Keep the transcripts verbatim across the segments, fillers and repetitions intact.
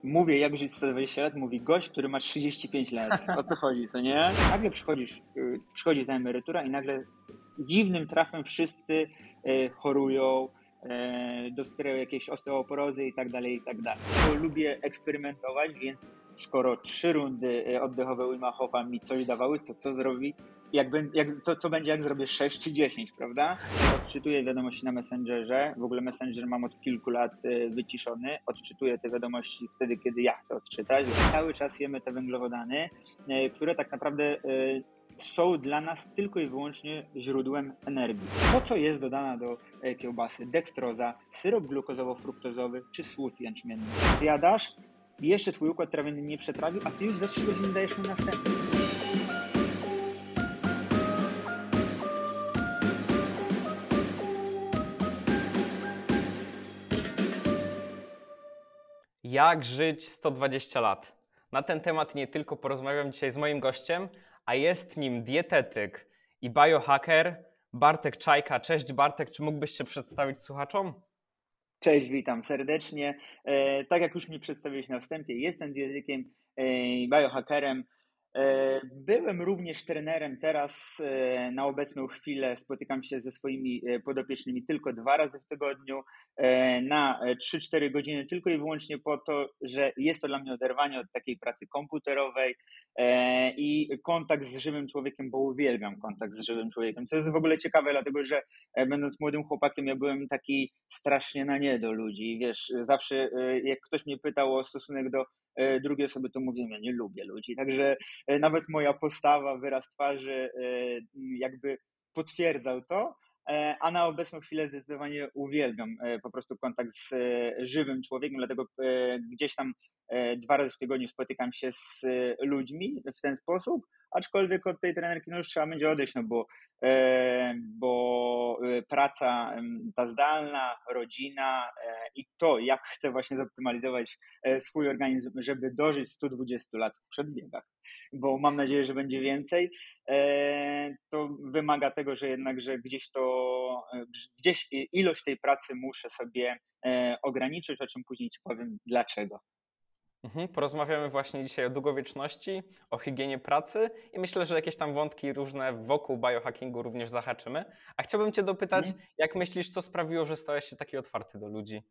Mówię, jak żyć sto dwadzieścia lat, mówi gość, który ma trzydzieści pięć lat. O co chodzi, co nie? Nagle przychodzisz, y, przychodzi ta emerytura i nagle dziwnym trafem wszyscy y, chorują, y, doskwierają jakieś osteoporozy i tak dalej, i tak dalej. Bo lubię eksperymentować, więc skoro trzy rundy y, oddechowe Wima Hofa mi coś dawały, to co zrobi? Jak, ben- jak, to co będzie, jak zrobię sześć czy dziesięć, prawda? Odczytuję wiadomości na Messengerze. W ogóle Messenger mam od kilku lat y, wyciszony. Odczytuję te wiadomości wtedy, kiedy ja chcę odczytać. Cały czas jemy te węglowodany, y, które tak naprawdę y, są dla nas tylko i wyłącznie źródłem energii. Po co jest dodana do y, kiełbasy dekstroza, syrop glukozowo-fruktozowy czy słód jęczmienny? Zjadasz, jeszcze twój układ trawienny nie przetrawił, a ty już za trzy godziny dajesz mu następny. Jak żyć sto dwadzieścia lat? Na ten temat nie tylko porozmawiam dzisiaj z moim gościem, a jest nim dietetyk i biohacker Bartek Czajka. Cześć Bartek, czy mógłbyś się przedstawić słuchaczom? Cześć, witam serdecznie. E, tak jak już mi przedstawiłeś na wstępie, jestem dietetykiem e, i biohackerem. E, byłem również trenerem. Teraz e, na obecną chwilę spotykam się ze swoimi e, podopiecznymi tylko dwa razy w tygodniu e, na trzy cztery godziny, tylko i wyłącznie po to, że jest to dla mnie oderwanie od takiej pracy komputerowej e, i kontakt z żywym człowiekiem, bo uwielbiam kontakt z żywym człowiekiem, co jest w ogóle ciekawe, dlatego że e, będąc młodym chłopakiem, ja byłem taki strasznie na nie do ludzi. Wiesz, zawsze e, jak ktoś mnie pytał o stosunek do e, drugiej osoby, to mówiłem, ja nie lubię ludzi. Także e, nawet moja postawa, wyraz twarzy e, jakby potwierdzał to. E, A na obecną chwilę zdecydowanie uwielbiam e, po prostu kontakt z e, żywym człowiekiem, dlatego e, gdzieś tam e, dwa razy w tygodniu spotykam się z e, ludźmi w ten sposób, aczkolwiek od tej trenerki no już trzeba będzie odejść, no bo E, bo e, praca em, ta zdalna, rodzina e, i to, jak chcę właśnie zoptymalizować e, swój organizm, żeby dożyć stu dwudziestu lat w przedbiegach, bo mam nadzieję, że będzie więcej, e, to wymaga tego, że jednak, że gdzieś to, e, gdzieś ilość tej pracy muszę sobie e, ograniczyć, o czym później ci powiem dlaczego. Mhm, porozmawiamy właśnie dzisiaj o długowieczności, o higienie pracy i myślę, że jakieś tam wątki różne wokół biohackingu również zahaczymy. A chciałbym Cię dopytać, Mhm. jak myślisz, co sprawiło, że stałeś się taki otwarty do ludzi?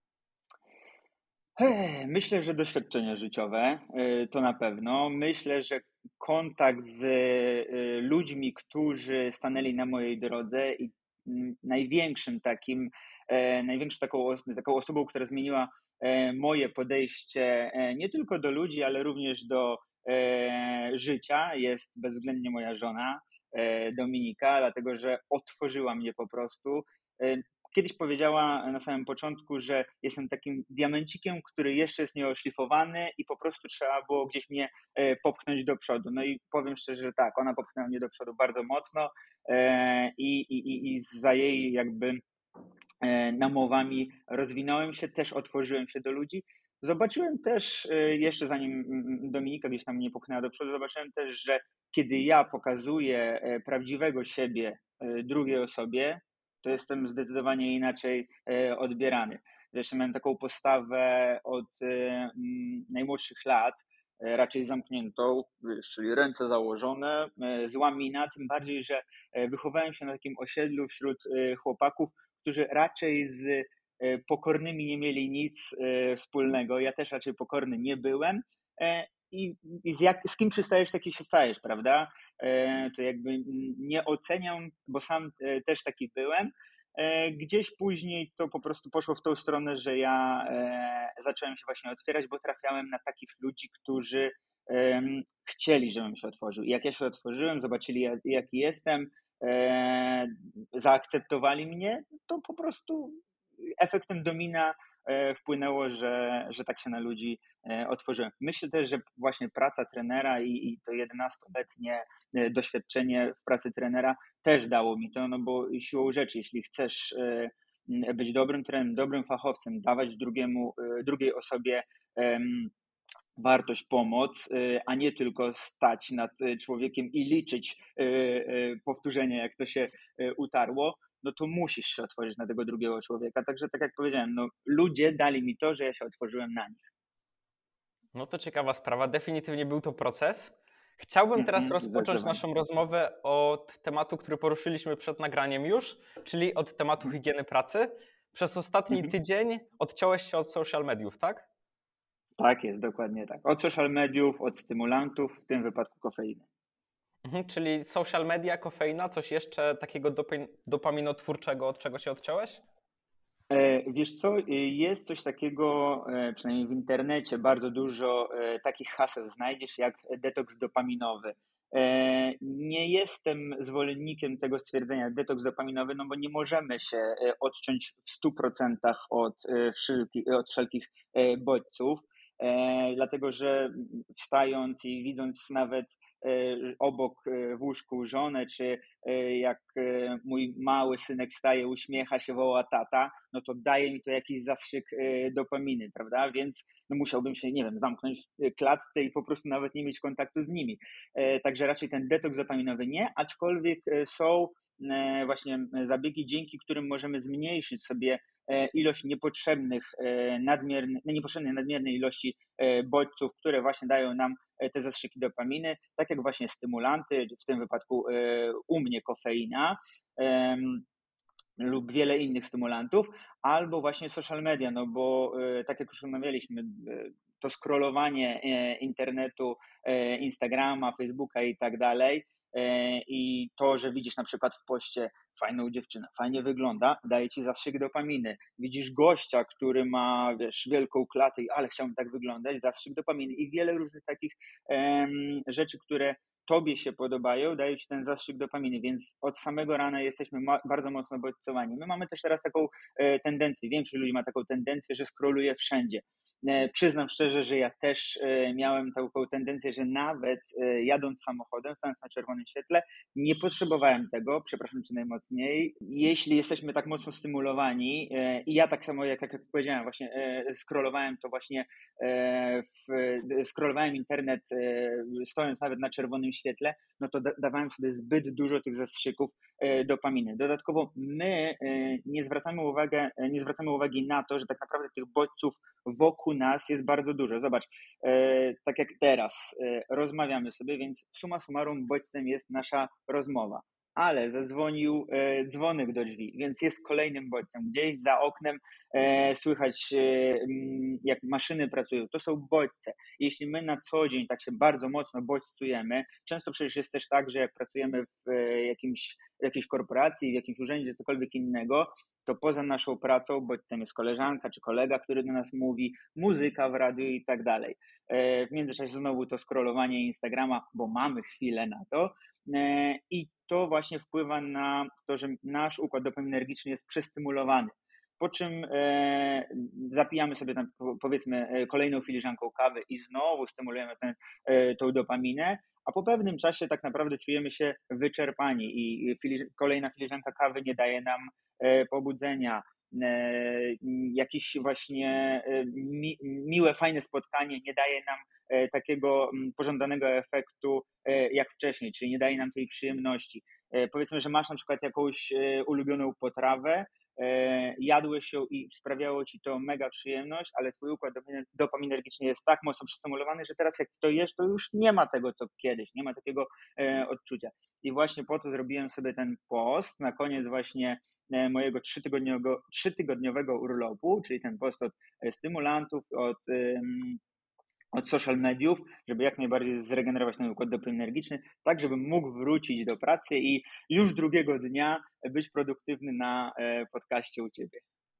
Ech, Myślę, że doświadczenia życiowe y, to na pewno. Myślę, że kontakt z y, ludźmi, którzy stanęli na mojej drodze i mm, największym takim, e, największą taką, os- taką osobą, która zmieniła e, moje podejście e, nie tylko do ludzi, ale również do e, życia, jest bezwzględnie moja żona e, Dominika, dlatego że otworzyła mnie po prostu. E, Kiedyś powiedziała na samym początku, że jestem takim diamencikiem, który jeszcze jest nieoszlifowany i po prostu trzeba było gdzieś mnie e, popchnąć do przodu. No i powiem szczerze, że tak, ona popchnęła mnie do przodu bardzo mocno e, i, i, i za jej jakby e, namowami rozwinąłem się, też otworzyłem się do ludzi. Zobaczyłem też, e, jeszcze zanim mm, Dominika gdzieś tam mnie popchnęła do przodu, zobaczyłem też, że kiedy ja pokazuję e, prawdziwego siebie e, drugiej osobie, to jestem zdecydowanie inaczej e, odbierany. Zresztą miałem taką postawę od e, mm, najmłodszych lat, e, raczej zamkniętą, wiesz, czyli ręce założone, e, zła mina, tym bardziej, że e, wychowałem się na takim osiedlu wśród e, chłopaków, którzy raczej z e, pokornymi nie mieli nic e, wspólnego. Ja też raczej pokorny nie byłem. E, I, i z, jak, z kim przystajesz, taki się stajesz, prawda? E, To jakby nie oceniam, bo sam e, też taki byłem. E, Gdzieś później to po prostu poszło w tą stronę, że ja e, zacząłem się właśnie otwierać, bo trafiałem na takich ludzi, którzy em, chcieli, żebym się otworzył. I jak ja się otworzyłem, zobaczyli, jak, jaki jestem, e, zaakceptowali mnie, to po prostu efektem domina e, wpłynęło, że, że tak się na ludzi e, otworzyłem. Myślę też, że właśnie praca trenera i, i to jedenastoletnie e, doświadczenie w pracy trenera też dało mi to, no bo siłą rzeczy, jeśli chcesz e, być dobrym trenerem, dobrym fachowcem, dawać drugiemu, e, drugiej osobie em, wartość, pomoc, y, a nie tylko stać nad y, człowiekiem i liczyć y, y, powtórzenia, jak to się y, utarło, no to musisz się otworzyć na tego drugiego człowieka. Także tak jak powiedziałem, no ludzie dali mi to, że ja się otworzyłem na nich. No to ciekawa sprawa. Definitywnie był to proces. Chciałbym teraz Mhm, rozpocząć zdecydowanie. naszą rozmowę od tematu, który poruszyliśmy przed nagraniem już, czyli od tematu Mhm. higieny pracy. Przez ostatni Mhm. tydzień odciąłeś się od social mediów, tak? Tak jest, dokładnie tak. Od social mediów, od stymulantów, w tym wypadku kofeiny. Mhm, czyli social media, kofeina, coś jeszcze takiego dopamin- dopaminotwórczego, od czego się odciąłeś? E, Wiesz co, y, jest coś takiego, e, przynajmniej w internecie, bardzo dużo e, takich haseł znajdziesz jak detoks dopaminowy. E, Nie jestem zwolennikiem tego stwierdzenia detoks dopaminowy, no bo nie możemy się e, odciąć w stu procentach od, e, wszelki, od wszelkich e, bodźców, e, dlatego że wstając i widząc nawet e, obok e, w łóżku żonę, czy e, jak e, mój mały synek wstaje, uśmiecha się, woła tata, no to daje mi to jakiś zastrzyk e, dopaminy, prawda? Więc no musiałbym się, nie wiem, zamknąć w klatce i po prostu nawet nie mieć kontaktu z nimi. E, Także raczej ten detoks dopaminowy nie, aczkolwiek e, są e, właśnie zabiegi, dzięki którym możemy zmniejszyć sobie e, ilość niepotrzebnych, e, nadmiernych, niepotrzebnej nadmiernej ilości e, bodźców, które właśnie dają nam e, te zastrzyki dopaminy, tak jak właśnie stymulanty, w tym wypadku e, u mnie kofeina, em, lub wiele innych stymulantów, albo właśnie social media, no bo e, tak jak już omawialiśmy, e, to scrollowanie e, internetu, e, Instagrama, Facebooka i tak dalej, e, i to, że widzisz na przykład w poście fajną dziewczynę, fajnie wygląda, daje ci zastrzyk dopaminy. Widzisz gościa, który ma, wiesz, wielką klatę, i ale chciałbym tak wyglądać, zastrzyk dopaminy i wiele różnych takich em, rzeczy, które tobie się podobają, dają ci ten zastrzyk dopaminy, więc od samego rana jesteśmy ma- bardzo mocno bodźcowani. My mamy też teraz taką e, tendencję, większość ludzi ma taką tendencję, że scrolluje wszędzie. E, przyznam szczerze, że ja też e, miałem taką tendencję, że nawet e, jadąc samochodem, stając na czerwonym świetle, nie potrzebowałem tego, przepraszam cię najmocniej. Jeśli jesteśmy tak mocno stymulowani e, i ja tak samo, jak, jak powiedziałem, właśnie e, scrollowałem to właśnie e, w, scrollowałem internet e, stojąc nawet na czerwonym świetle, no to da, dawałem sobie zbyt dużo tych zastrzyków e, dopaminy. Dodatkowo my e, nie zwracamy uwagi, nie zwracamy uwagi na to, że tak naprawdę tych bodźców wokół nas jest bardzo dużo. Zobacz, e, tak jak teraz e, rozmawiamy sobie, więc summa summarum bodźcem jest nasza rozmowa. Ale zadzwonił e, dzwonek do drzwi, więc jest kolejnym bodźcem. Gdzieś za oknem e, słychać, e, mm, jak maszyny pracują. To są bodźce. Jeśli my na co dzień tak się bardzo mocno bodźcujemy, często przecież jest też tak, że jak pracujemy w e, jakimś, w jakiejś korporacji, w jakimś urzędzie, cokolwiek innego, to poza naszą pracą bodźcem jest koleżanka czy kolega, który do nas mówi, muzyka w radiu i tak dalej. E, W międzyczasie znowu to scrollowanie Instagrama, bo mamy chwilę na to, e, i to właśnie wpływa na to, że nasz układ dopaminergiczny jest przestymulowany. Po czym e, zapijamy sobie tam powiedzmy e, kolejną filiżanką kawy i znowu stymulujemy ten, e, tą dopaminę, a po pewnym czasie tak naprawdę czujemy się wyczerpani i filiż kolejna filiżanka kawy nie daje nam e, pobudzenia. E, jakieś właśnie e, mi, miłe, fajne spotkanie nie daje nam e, takiego m, pożądanego efektu e, jak wcześniej, czyli nie daje nam tej przyjemności. E, powiedzmy, że masz na przykład jakąś e, ulubioną potrawę, e, jadłeś ją i sprawiało ci to mega przyjemność, ale twój układ dopaminergiczny jest tak mocno przestymulowany, że teraz jak to jesz, to już nie ma tego, co kiedyś, nie ma takiego e, odczucia. I właśnie po to zrobiłem sobie ten post na koniec właśnie e, mojego trzytygodniowego, trzytygodniowego urlopu, czyli ten post od e, stymulantów, od em, od social mediów, żeby jak najbardziej zregenerować ten układ dopaminergiczny, tak żebym mógł wrócić do pracy i już drugiego dnia być produktywny na e, podcaście u Ciebie.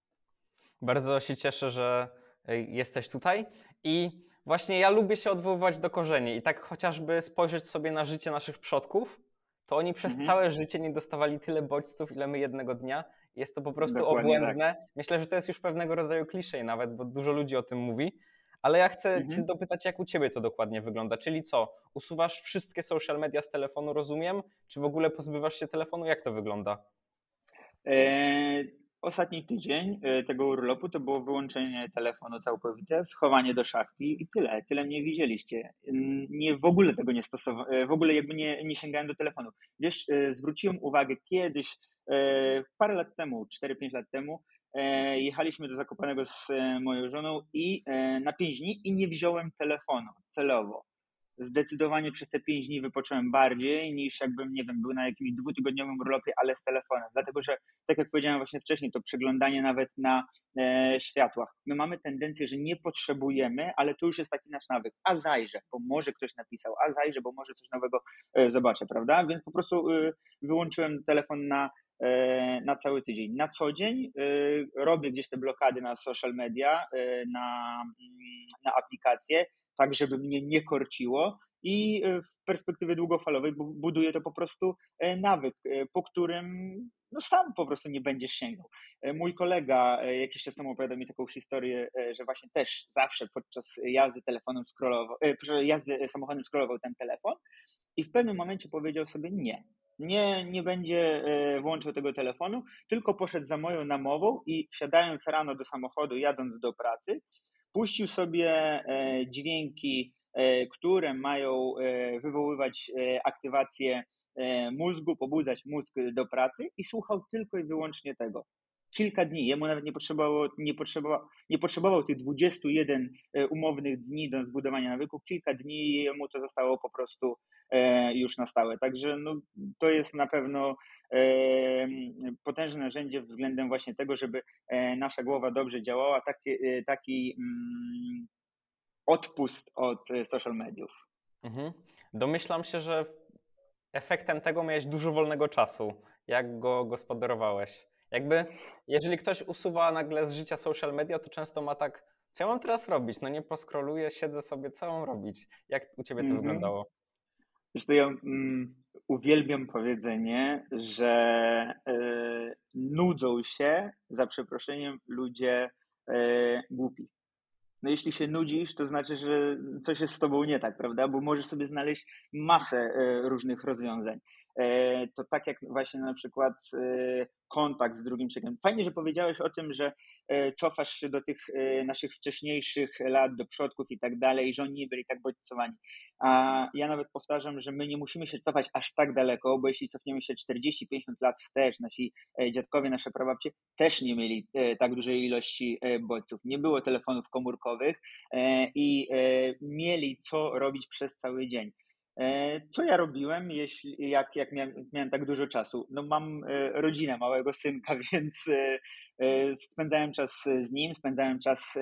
Bardzo się cieszę, że y, jesteś tutaj i właśnie ja lubię się odwoływać do korzeni i tak chociażby spojrzeć sobie na życie naszych przodków, to oni przez Mhm, całe życie nie dostawali tyle bodźców, ile my jednego dnia. Jest to po prostu dokładnie tak. obłędne. Myślę, że to jest już pewnego rodzaju kliszej nawet, bo dużo ludzi o tym mówi, ale ja chcę Cię Mhm. dopytać, jak u Ciebie to dokładnie wygląda, czyli co, usuwasz wszystkie social media z telefonu, rozumiem, czy w ogóle pozbywasz się telefonu, jak to wygląda? E, Ostatni tydzień e, tego urlopu to było wyłączenie telefonu całkowite, schowanie do szafki i tyle. Tyle mnie widzieliście. N- Nie w ogóle tego nie stosowałem, w ogóle jakby nie, nie sięgałem do telefonu. Wiesz, e, zwróciłem uwagę kiedyś, e, parę lat temu, cztery pięć lat temu, Jechaliśmy do Zakopanego z moją żoną i na pięć dni i nie wziąłem telefonu celowo. Zdecydowanie przez te pięć dni wypocząłem bardziej niż jakbym, nie wiem, był na jakimś dwutygodniowym urlopie, ale z telefonem. Dlatego, że tak jak powiedziałem właśnie wcześniej, to przeglądanie nawet na e, światłach. My mamy tendencję, że nie potrzebujemy, ale to już jest taki nasz nawyk. A zajrzę, bo może ktoś napisał, a zajrzę, bo może coś nowego e, zobaczę, prawda? Więc po prostu e, wyłączyłem telefon na e, na cały tydzień. Na co dzień e, robię gdzieś te blokady na social media, e, na, na aplikacje, tak żeby mnie nie korciło i w perspektywie długofalowej buduje to po prostu nawyk, po którym no sam po prostu nie będziesz sięgał. Mój kolega jakiś czas temu opowiadał mi taką historię, że właśnie też zawsze podczas jazdy telefonem scrollował, jazdy samochodem scrollował ten telefon i w pewnym momencie powiedział sobie nie. Nie, nie będzie włączał tego telefonu, tylko poszedł za moją namową i wsiadając rano do samochodu, jadąc do pracy, puścił sobie dźwięki, które mają wywoływać aktywację mózgu, pobudzać mózg do pracy i słuchał tylko i wyłącznie tego. Kilka dni, jemu nawet nie potrzebowało, nie potrzebował, nie potrzebował tych dwudziestu jeden umownych dni do zbudowania nawyków, kilka dni jemu to zostało po prostu już na stałe. Także no, to jest na pewno potężne narzędzie względem właśnie tego, żeby nasza głowa dobrze działała, taki, taki odpust od social mediów. Mhm. Domyślam się, że efektem tego miałeś dużo wolnego czasu. Jak go gospodarowałeś? Jakby, jeżeli ktoś usuwa nagle z życia social media, to często ma tak, co ja mam teraz robić? No nie poskroluję, siedzę sobie, co mam robić? Jak u ciebie to mm-hmm. wyglądało? Zresztą ja um, uwielbiam powiedzenie, że y, nudzą się, za przeproszeniem, ludzie y, głupi. No jeśli się nudzisz, to znaczy, że coś jest z tobą nie tak, prawda? Bo możesz sobie znaleźć masę y, różnych rozwiązań. Y, to tak jak właśnie na przykład y, kontakt z drugim człowiekiem. Fajnie, że powiedziałeś o tym, że y, cofasz się do tych y, naszych wcześniejszych lat, do przodków i tak dalej, że oni nie byli tak bodźcowani. A ja nawet powtarzam, że my nie musimy się cofać aż tak daleko, bo jeśli cofniemy się czterdzieści pięćdziesiąt lat wstecz, nasi dziadkowie, nasze prababcie też nie mieli tak dużej ilości bodźców. Nie było telefonów komórkowych i mieli co robić przez cały dzień. Co ja robiłem, jeśli, jak, jak miałem, miałem tak dużo czasu? No mam rodzinę, małego synka, więc spędzałem czas z nim, spędzałem czas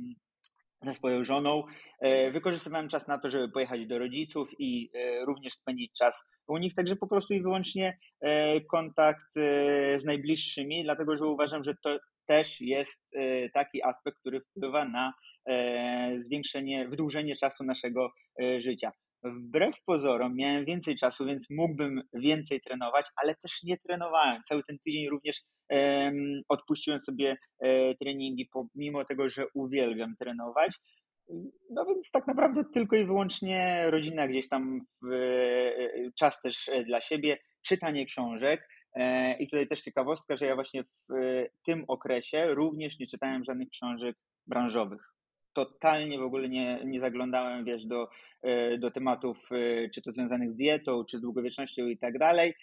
ze swoją żoną. Wykorzystywałem czas na to, żeby pojechać do rodziców i również spędzić czas u nich, także po prostu i wyłącznie kontakt z najbliższymi, dlatego że uważam, że to też jest taki aspekt, który wpływa na zwiększenie, wydłużenie czasu naszego życia. Wbrew pozorom miałem więcej czasu, więc mógłbym więcej trenować, ale też nie trenowałem. Cały ten tydzień również um, odpuściłem sobie e, treningi, pomimo tego, że uwielbiam trenować. No więc tak naprawdę tylko i wyłącznie rodzina gdzieś tam, w, e, czas też dla siebie, czytanie książek. E, I tutaj też ciekawostka, że ja właśnie w e, tym okresie również nie czytałem żadnych książek branżowych. Totalnie w ogóle nie, nie zaglądałem, wiesz, do, do tematów, czy to związanych z dietą, czy z długowiecznością i tak dalej.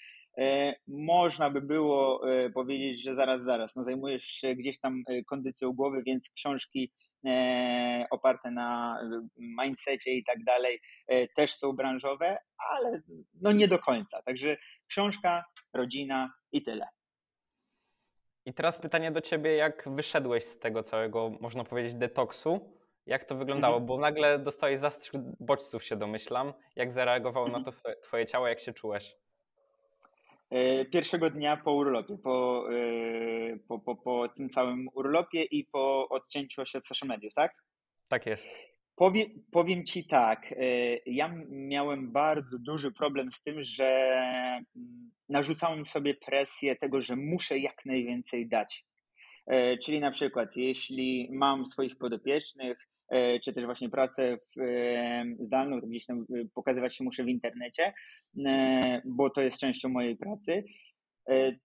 Można by było powiedzieć, że zaraz, zaraz, no zajmujesz się gdzieś tam kondycją głowy, więc książki oparte na mindsetie i tak dalej też są branżowe, ale no nie do końca. Także książka, rodzina i tyle. I teraz pytanie do ciebie, jak wyszedłeś z tego całego, można powiedzieć, detoksu? Jak to wyglądało? Mhm. Bo nagle dostałeś zastrzyk bodźców, się domyślam. Jak zareagowało mhm. na to twoje ciało, jak się czułeś? Pierwszego dnia po urlopie, po, po, po, po tym całym urlopie i po odcięciu się od social mediów, tak? Tak jest. Powiem, powiem ci tak, ja miałem bardzo duży problem z tym, że narzucałem sobie presję tego, że muszę jak najwięcej dać. Czyli na przykład, jeśli mam swoich podopiecznych, czy też właśnie pracę w, zdalną, to gdzieś tam pokazywać się muszę w internecie, bo to jest częścią mojej pracy,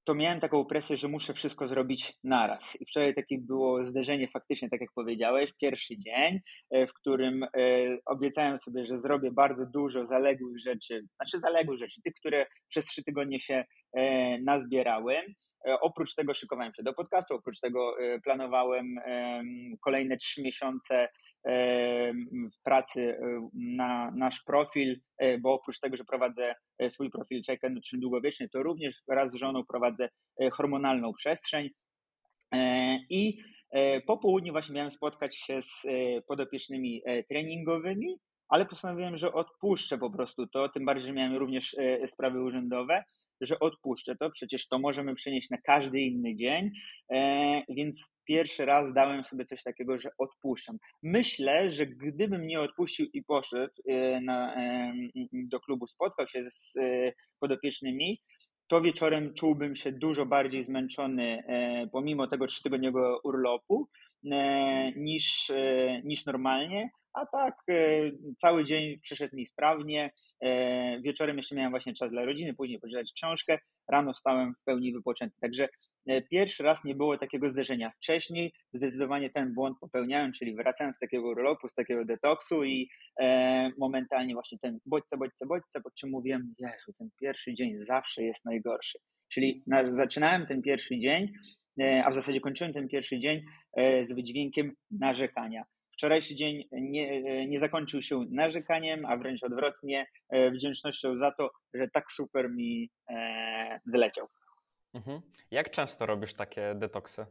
to miałem taką presję, że muszę wszystko zrobić naraz. I wczoraj takie było zderzenie faktycznie, tak jak powiedziałeś, pierwszy dzień, e, w którym e, obiecałem sobie, że zrobię bardzo dużo zaległych rzeczy, znaczy zaległych rzeczy, tych, które przez trzy tygodnie się e, nazbierały. E, Oprócz tego szykowałem się do podcastu, oprócz tego e, planowałem em, kolejne trzy miesiące em, w pracy e, na nasz profil, e, bo oprócz tego, że prowadzę e, swój profil Czajka Nutrition Długowieczny, to również wraz z żoną prowadzę e, hormonalną przestrzeń. E, I e, po południu właśnie miałem spotkać się z e, podopiecznymi e, treningowymi, ale postanowiłem, że odpuszczę po prostu to, tym bardziej, że miałem również e, sprawy urzędowe, że odpuszczę to, przecież to możemy przenieść na każdy inny dzień, e, więc pierwszy raz dałem sobie coś takiego, że odpuszczam. Myślę, że gdybym nie odpuścił i poszedł e, na, e, do klubu, spotkał się z e, podopiecznymi, to wieczorem czułbym się dużo bardziej zmęczony e, pomimo tego trzytygodniowego urlopu e, niż, e, niż normalnie, a tak e, cały dzień przeszedł mi sprawnie. E, wieczorem jeszcze miałem właśnie czas dla rodziny, później poczytać książkę, rano stałem w pełni wypoczęty. Także e, pierwszy raz nie było takiego zderzenia. Wcześniej zdecydowanie ten błąd popełniałem, czyli wracałem z takiego urlopu, z takiego detoksu i e, momentalnie właśnie ten bodźce, bodźce, bodźce, po czym mówiłem, Jezu, ten pierwszy dzień zawsze jest najgorszy. Czyli na, zaczynałem ten pierwszy dzień, e, a w zasadzie kończyłem ten pierwszy dzień e, z wydźwiękiem narzekania. Wczorajszy dzień nie, e, nie zakończył się narzekaniem, a wręcz odwrotnie, e, wdzięcznością za to, że tak super mi e, zleciał. Mhm. Jak często robisz takie detoksy?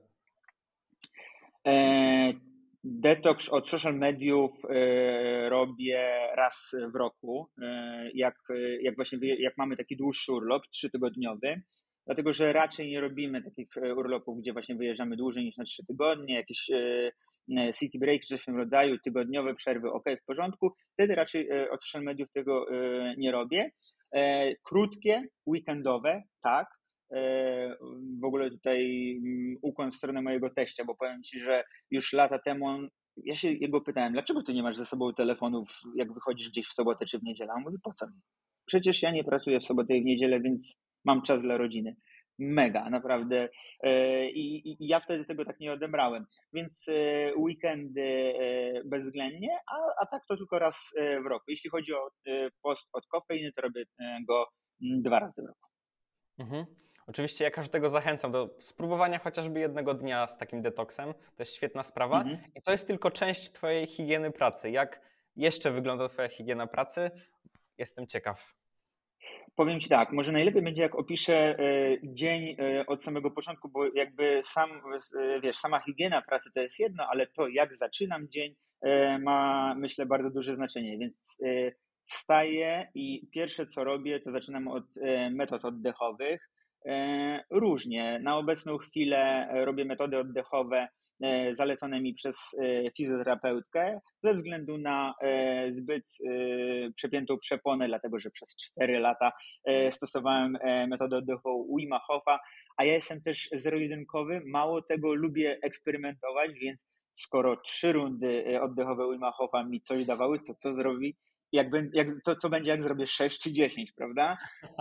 E, Detoks od social mediów e, robię raz w roku, e, jak, jak właśnie jak mamy taki dłuższy urlop, trzytygodniowy, dlatego że raczej nie robimy takich e, urlopów, gdzie właśnie wyjeżdżamy dłużej niż na trzy tygodnie, jakieś e, e, city break czy coś w tym rodzaju, tygodniowe przerwy, ok, w porządku, wtedy raczej e, od social mediów tego e, nie robię. E, Krótkie, weekendowe, tak. E, W ogóle tutaj mm, ukłon w stronę mojego teścia, bo powiem Ci, że już lata temu on, ja się jego pytałem, dlaczego Ty nie masz ze sobą telefonów, jak wychodzisz gdzieś w sobotę czy w niedzielę? A on mówi, po co mi? Przecież ja nie pracuję w sobotę i w niedzielę, więc mam czas dla rodziny. Mega, naprawdę. E, I, i ja wtedy tego tak nie odebrałem. Więc e, weekendy e, bezwzględnie, a, a tak to tylko raz e, w roku. Jeśli chodzi o e, post od kofeiny, to robię e, go mm, dwa razy w roku. Mhm. Oczywiście ja każdego zachęcam do spróbowania chociażby jednego dnia z takim detoksem. To jest świetna sprawa Mhm. i to jest tylko część Twojej higieny pracy. Jak jeszcze wygląda Twoja higiena pracy? Jestem ciekaw. Powiem Ci tak, może najlepiej będzie, jak opiszę e, dzień e, od samego początku, bo jakby sam, e, wiesz, sama higiena pracy to jest jedno, ale to, jak zaczynam dzień, e, ma, myślę, bardzo duże znaczenie. Więc e, wstaję i pierwsze, co robię, to zaczynam od e, metod oddechowych. E, Różnie. Na obecną chwilę robię metody oddechowe e, zalecone mi przez e, fizjoterapeutkę ze względu na e, zbyt e, przepiętą przeponę, dlatego że przez cztery lata e, stosowałem e, metodę oddechową Wima Hofa, a ja jestem też zero-jedynkowy, mało tego, lubię eksperymentować, więc skoro trzy rundy e, oddechowe Wima Hofa mi coś dawały, to co zrobi, jak, ben- jak, to co będzie, jak zrobię sześć czy dziesięć, prawda?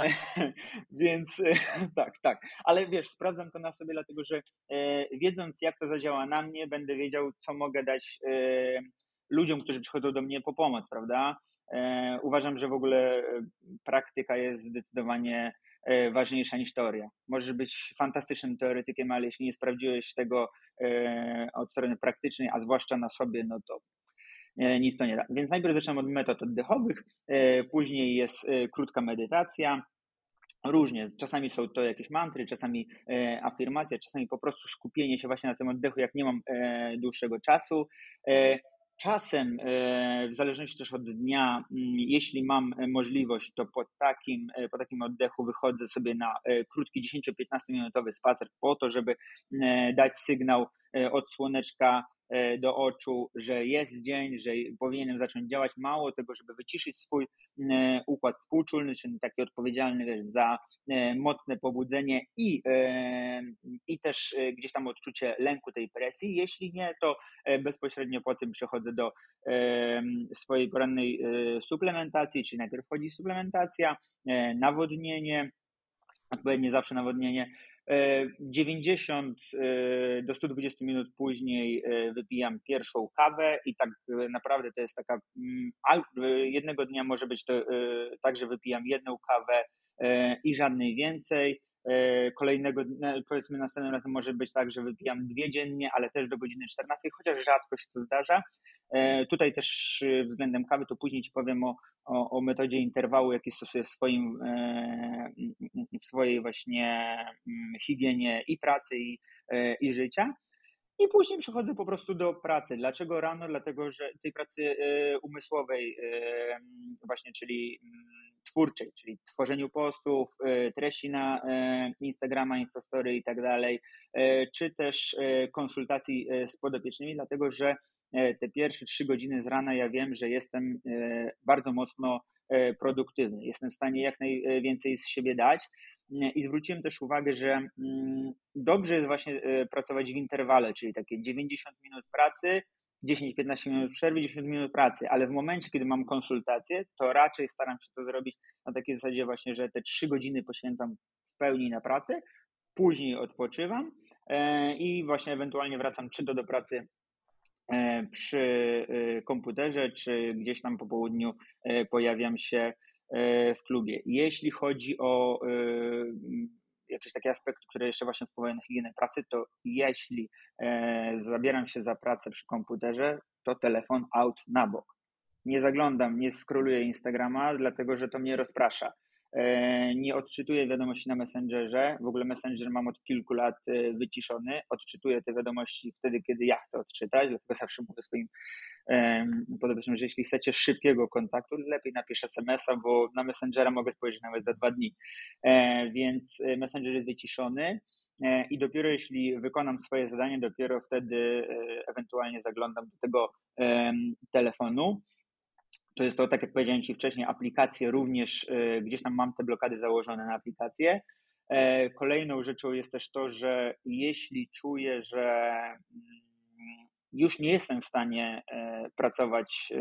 Więc e, tak, tak. Ale wiesz, sprawdzam to na sobie, dlatego że e, wiedząc, jak to zadziała na mnie, będę wiedział, co mogę dać e, ludziom, którzy przychodzą do mnie po pomoc, prawda? E, uważam, że w ogóle e, praktyka jest zdecydowanie e, ważniejsza niż teoria. Możesz być fantastycznym teoretykiem, ale jeśli nie sprawdziłeś tego e, od strony praktycznej, a zwłaszcza na sobie, no to e, nic to nie da. Więc najpierw zaczynam od metod oddechowych, e, później jest e, krótka medytacja. Różnie, czasami są to jakieś mantry, czasami e, afirmacje, czasami po prostu skupienie się właśnie na tym oddechu, jak nie mam e, dłuższego czasu. E, czasem, e, w zależności też od dnia, m, jeśli mam e, możliwość, to po takim, e, po takim oddechu wychodzę sobie na e, krótki dziesięcio-piętnasto minutowy spacer po to, żeby e, dać sygnał e, od słoneczka e, do oczu, że jest dzień, że powinienem zacząć działać. Mało tego, żeby wyciszyć swój e, układ współczulny, czyli taki odpowiedzialny, wiesz, za e, mocne pobudzenie i, e, i też e, gdzieś tam odczucie lęku, tej presji. Jeśli nie, to e, bezpośrednio po tym przechodzę do e, swojej porannej e, suplementacji, czyli najpierw wchodzi suplementacja, e, nawodnienie, odpowiednie zawsze nawodnienie, dziewięćdziesiąt do stu dwudziestu minut później wypijam pierwszą kawę i tak naprawdę to jest taka, jednego dnia może być to tak, że wypijam jedną kawę i żadnej więcej. Kolejnego dnia, powiedzmy następnym razem może być tak, że wypijam dwie dziennie, ale też do godziny czternastej, chociaż rzadko się to zdarza. Tutaj też względem kawy to później Ci powiem o, o, o metodzie interwału, jaki stosuję w, swoim, w swojej właśnie higienie i pracy i, i życia. I później przechodzę po prostu do pracy. Dlaczego rano? Dlatego, że tej pracy umysłowej właśnie, czyli twórczej, czyli tworzeniu postów, treści na Instagrama, Instastory i tak dalej, czy też konsultacji z podopiecznymi, dlatego, że te pierwsze trzy godziny z rana ja wiem, że jestem bardzo mocno produktywny. Jestem w stanie jak najwięcej z siebie dać. I zwróciłem też uwagę, że dobrze jest właśnie pracować w interwale, czyli takie dziewięćdziesiąt minut pracy, dziesięć do piętnastu minut przerwy, dziesięć minut pracy, ale w momencie, kiedy mam konsultację, to raczej staram się to zrobić na takiej zasadzie właśnie, że te trzy godziny poświęcam w pełni na pracę, później odpoczywam i właśnie ewentualnie wracam czy to do pracy przy komputerze, czy gdzieś tam po południu pojawiam się w klubie. Jeśli chodzi o jakieś takie aspekty, które jeszcze właśnie wpływają na higienę pracy, to jeśli zabieram się za pracę przy komputerze, to telefon out na bok. Nie zaglądam, nie scrolluję Instagrama, dlatego że to mnie rozprasza. Nie odczytuję wiadomości na Messengerze. W ogóle Messenger mam od kilku lat wyciszony. Odczytuję te wiadomości wtedy, kiedy ja chcę odczytać, dlatego zawsze mówię swoim podopiecznym, że jeśli chcecie szybkiego kontaktu, lepiej napisz es em es a, bo na Messengera mogę spojrzeć nawet za dwa dni. Więc Messenger jest wyciszony i dopiero jeśli wykonam swoje zadanie, dopiero wtedy ewentualnie zaglądam do tego telefonu. To jest to, tak jak powiedziałem Ci wcześniej, aplikacje również, gdzieś tam mam te blokady założone na aplikacje. Kolejną rzeczą jest też to, że jeśli czuję, że już nie jestem w stanie pracować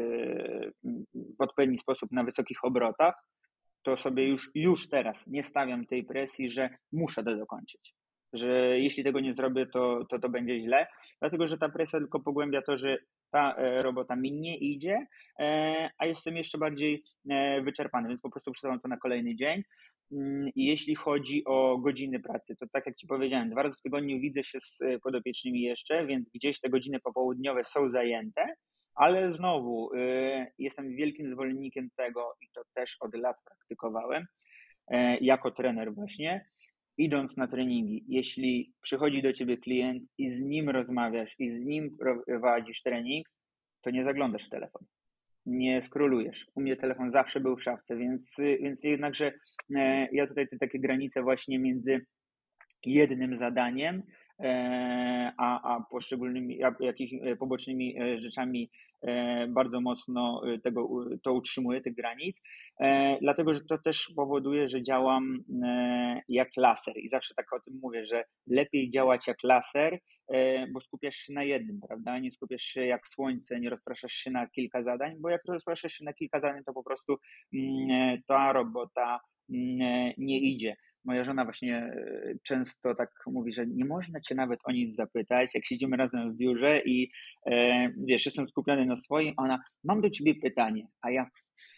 w odpowiedni sposób na wysokich obrotach, to sobie już, już teraz nie stawiam tej presji, że muszę to dokończyć. Że jeśli tego nie zrobię, to, to to będzie źle, dlatego że ta presja tylko pogłębia to, że ta robota mi nie idzie, a jestem jeszcze bardziej wyczerpany, więc po prostu przesuwam to na kolejny dzień. I jeśli chodzi o godziny pracy, to tak jak Ci powiedziałem, dwa razy w tygodniu widzę się z podopiecznymi jeszcze, więc gdzieś te godziny popołudniowe są zajęte, ale znowu jestem wielkim zwolennikiem tego i to też od lat praktykowałem jako trener właśnie, idąc na treningi, jeśli przychodzi do Ciebie klient i z nim rozmawiasz i z nim prowadzisz trening, to nie zaglądasz w telefon, nie scrollujesz. U mnie telefon zawsze był w szafce, więc, więc jednakże ja tutaj te takie granice właśnie między jednym zadaniem a, a poszczególnymi, a jakimiś pobocznymi rzeczami bardzo mocno tego, to utrzymuję, tych granic, dlatego, że to też powoduje, że działam jak laser i zawsze tak o tym mówię, że lepiej działać jak laser, bo skupiasz się na jednym, prawda, nie skupiasz się jak słońce, nie rozpraszasz się na kilka zadań, bo jak rozpraszasz się na kilka zadań, to po prostu ta robota nie idzie. Moja żona właśnie często tak mówi, że nie można Cię nawet o nic zapytać, jak siedzimy razem w biurze i e, wiesz, jestem skupiony na swoim, ona, mam do Ciebie pytanie, a ja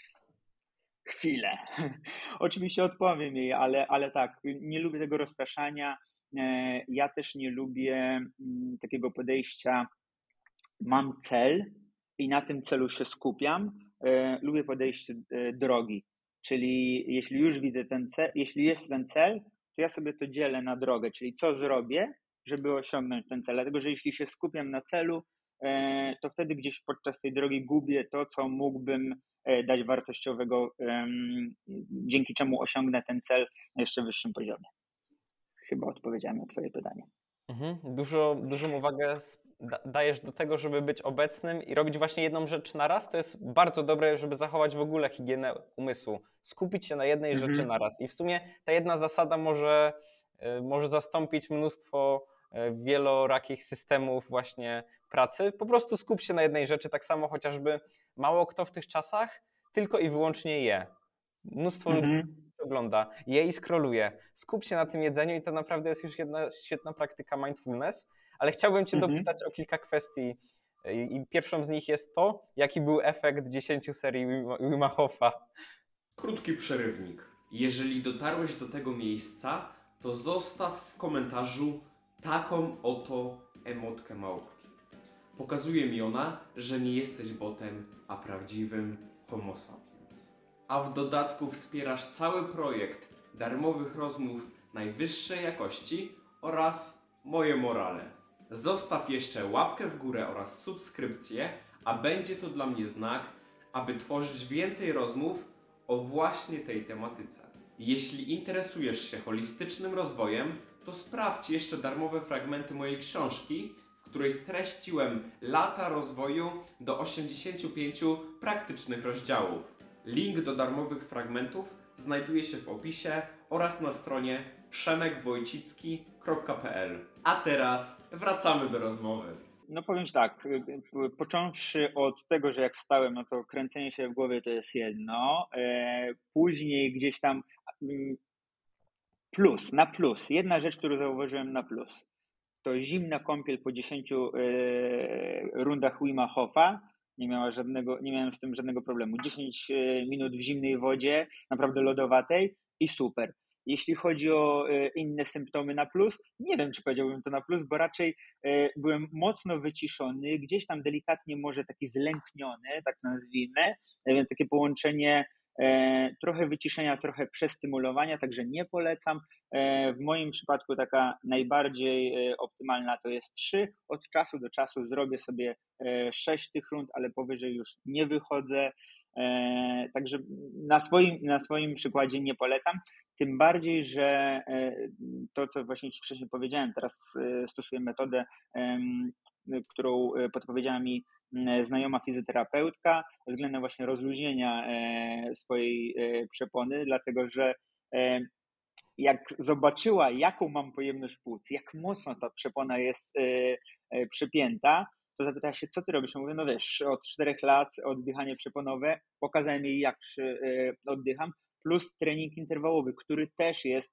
chwilę. Oczywiście odpowiem jej, ale, ale tak, nie lubię tego rozpraszania. E, ja też nie lubię m, takiego podejścia, mam cel i na tym celu się skupiam. E, lubię podejście e, drogi. Czyli jeśli już widzę ten cel, jeśli jest ten cel, to ja sobie to dzielę na drogę, czyli co zrobię, żeby osiągnąć ten cel. Dlatego, że jeśli się skupiam na celu, to wtedy gdzieś podczas tej drogi gubię to, co mógłbym dać wartościowego, dzięki czemu osiągnę ten cel na jeszcze wyższym poziomie. Chyba odpowiedziałem na Twoje pytanie. Mhm. Dużo, dużą uwagę dajesz do tego, żeby być obecnym i robić właśnie jedną rzecz na raz. To jest bardzo dobre, żeby zachować w ogóle higienę umysłu. Skupić się na jednej mhm. rzeczy na raz. I w sumie ta jedna zasada może, może zastąpić mnóstwo wielorakich systemów właśnie pracy. Po prostu skup się na jednej rzeczy. Tak samo chociażby mało kto w tych czasach tylko i wyłącznie je. Mnóstwo mhm. ludzi ogląda, je i scrolluje. Skup się na tym jedzeniu i to naprawdę jest już jedna świetna praktyka mindfulness, ale chciałbym Cię Mhm. dopytać o kilka kwestii i pierwszą z nich jest to, jaki był efekt dziesięciu serii Wima Hofa. Krótki przerywnik. Jeżeli dotarłeś do tego miejsca, to zostaw w komentarzu taką oto emotkę małpki. Pokazuje mi ona, że nie jesteś botem, a prawdziwym homo sapiens. A w dodatku wspierasz cały projekt darmowych rozmów najwyższej jakości oraz moje morale. Zostaw jeszcze łapkę w górę oraz subskrypcję, a będzie to dla mnie znak, aby tworzyć więcej rozmów o właśnie tej tematyce. Jeśli interesujesz się holistycznym rozwojem, to sprawdź jeszcze darmowe fragmenty mojej książki, w której streściłem lata rozwoju do osiemdziesięciu pięciu praktycznych rozdziałów. Link do darmowych fragmentów znajduje się w opisie oraz na stronie przemek wojcicki kropka p l. A teraz wracamy do rozmowy. No powiem Ci tak, począwszy od tego, że jak wstałem, no to kręcenie się w głowie to jest jedno, później gdzieś tam plus, na plus, jedna rzecz, którą zauważyłem na plus, to zimna kąpiel po dziesięciu rundach Wima Hofa, nie miała żadnego, nie miałem z tym żadnego problemu, dziesięć minut w zimnej wodzie, naprawdę lodowatej i super. Jeśli chodzi o inne symptomy na plus, nie wiem, czy powiedziałbym to na plus, bo raczej byłem mocno wyciszony, gdzieś tam delikatnie może taki zlękniony, tak nazwijmy, więc takie połączenie trochę wyciszenia, trochę przestymulowania, także nie polecam. W moim przypadku taka najbardziej optymalna to jest trzy. Od czasu do czasu zrobię sobie sześć tych rund, ale powyżej już nie wychodzę. Także na swoim, na swoim przykładzie nie polecam. Tym bardziej, że to, co właśnie Ci wcześniej powiedziałem, teraz stosuję metodę, którą podpowiedziała mi znajoma fizjoterapeutka względem właśnie rozluźnienia swojej przepony, dlatego że jak zobaczyła, jaką mam pojemność płuc, jak mocno ta przepona jest przypięta, to zapytała się, co ty robisz? Ja mówię, no wiesz, od czterech lat oddychanie przeponowe, pokazałem jej, jak oddycham, plus trening interwałowy, który też jest,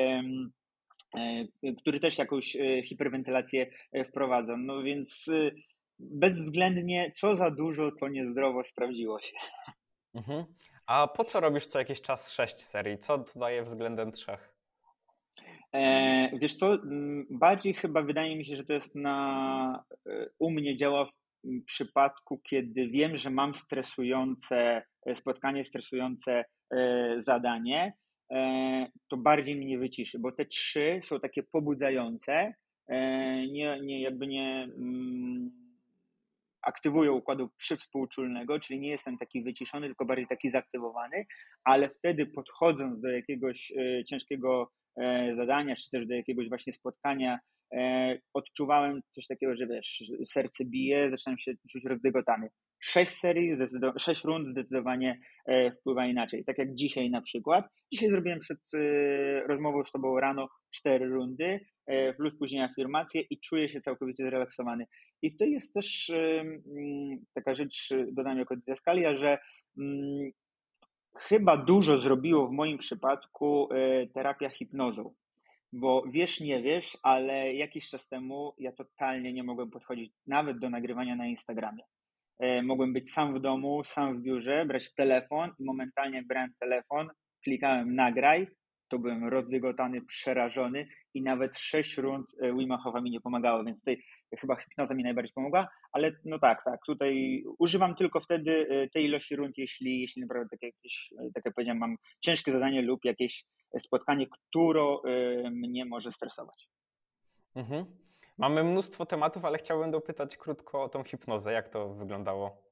który też jakąś hiperwentylację wprowadza. No więc bezwzględnie, co za dużo, to niezdrowo, sprawdziło się. Mhm. A po co robisz co jakiś czas sześć serii? Co to daje względem trzech? E, wiesz co, bardziej chyba wydaje mi się, że to jest na, u mnie działa w przypadku, kiedy wiem, że mam stresujące spotkanie, stresujące zadanie, to bardziej mnie wyciszy, bo te trzy są takie pobudzające, nie, nie jakby nie aktywują układu przywspółczulnego, czyli nie jestem taki wyciszony, tylko bardziej taki zaaktywowany, ale wtedy podchodząc do jakiegoś ciężkiego zadania, czy też do jakiegoś właśnie spotkania, odczuwałem coś takiego, że wiesz, serce bije, zaczynam się czuć rozdygotany. Sześć serii, sześć rund zdecydowanie wpływa inaczej. Tak jak dzisiaj na przykład. Dzisiaj zrobiłem przed rozmową z Tobą rano cztery rundy, plus później afirmacje i czuję się całkowicie zrelaksowany. I to jest też taka rzecz, dodam jako didaskalia, że chyba dużo zrobiło w moim przypadku terapia hipnozą, bo wiesz, nie wiesz, ale jakiś czas temu ja totalnie nie mogłem podchodzić nawet do nagrywania na Instagramie. Mogłem być sam w domu, sam w biurze, brać telefon i momentalnie jak brałem telefon, klikałem nagraj, to byłem rozdygotany, przerażony i nawet sześć rund Wima Hofa mi nie pomagało, więc tutaj chyba hipnoza mi najbardziej pomogła, ale no tak, tak, tutaj używam tylko wtedy tej ilości rund, jeśli, jeśli naprawdę takie jakieś, tak jak powiedziałem, mam ciężkie zadanie lub jakieś spotkanie, które mnie może stresować. Mhm. Mamy mnóstwo tematów, ale chciałbym dopytać krótko o tą hipnozę. Jak to wyglądało?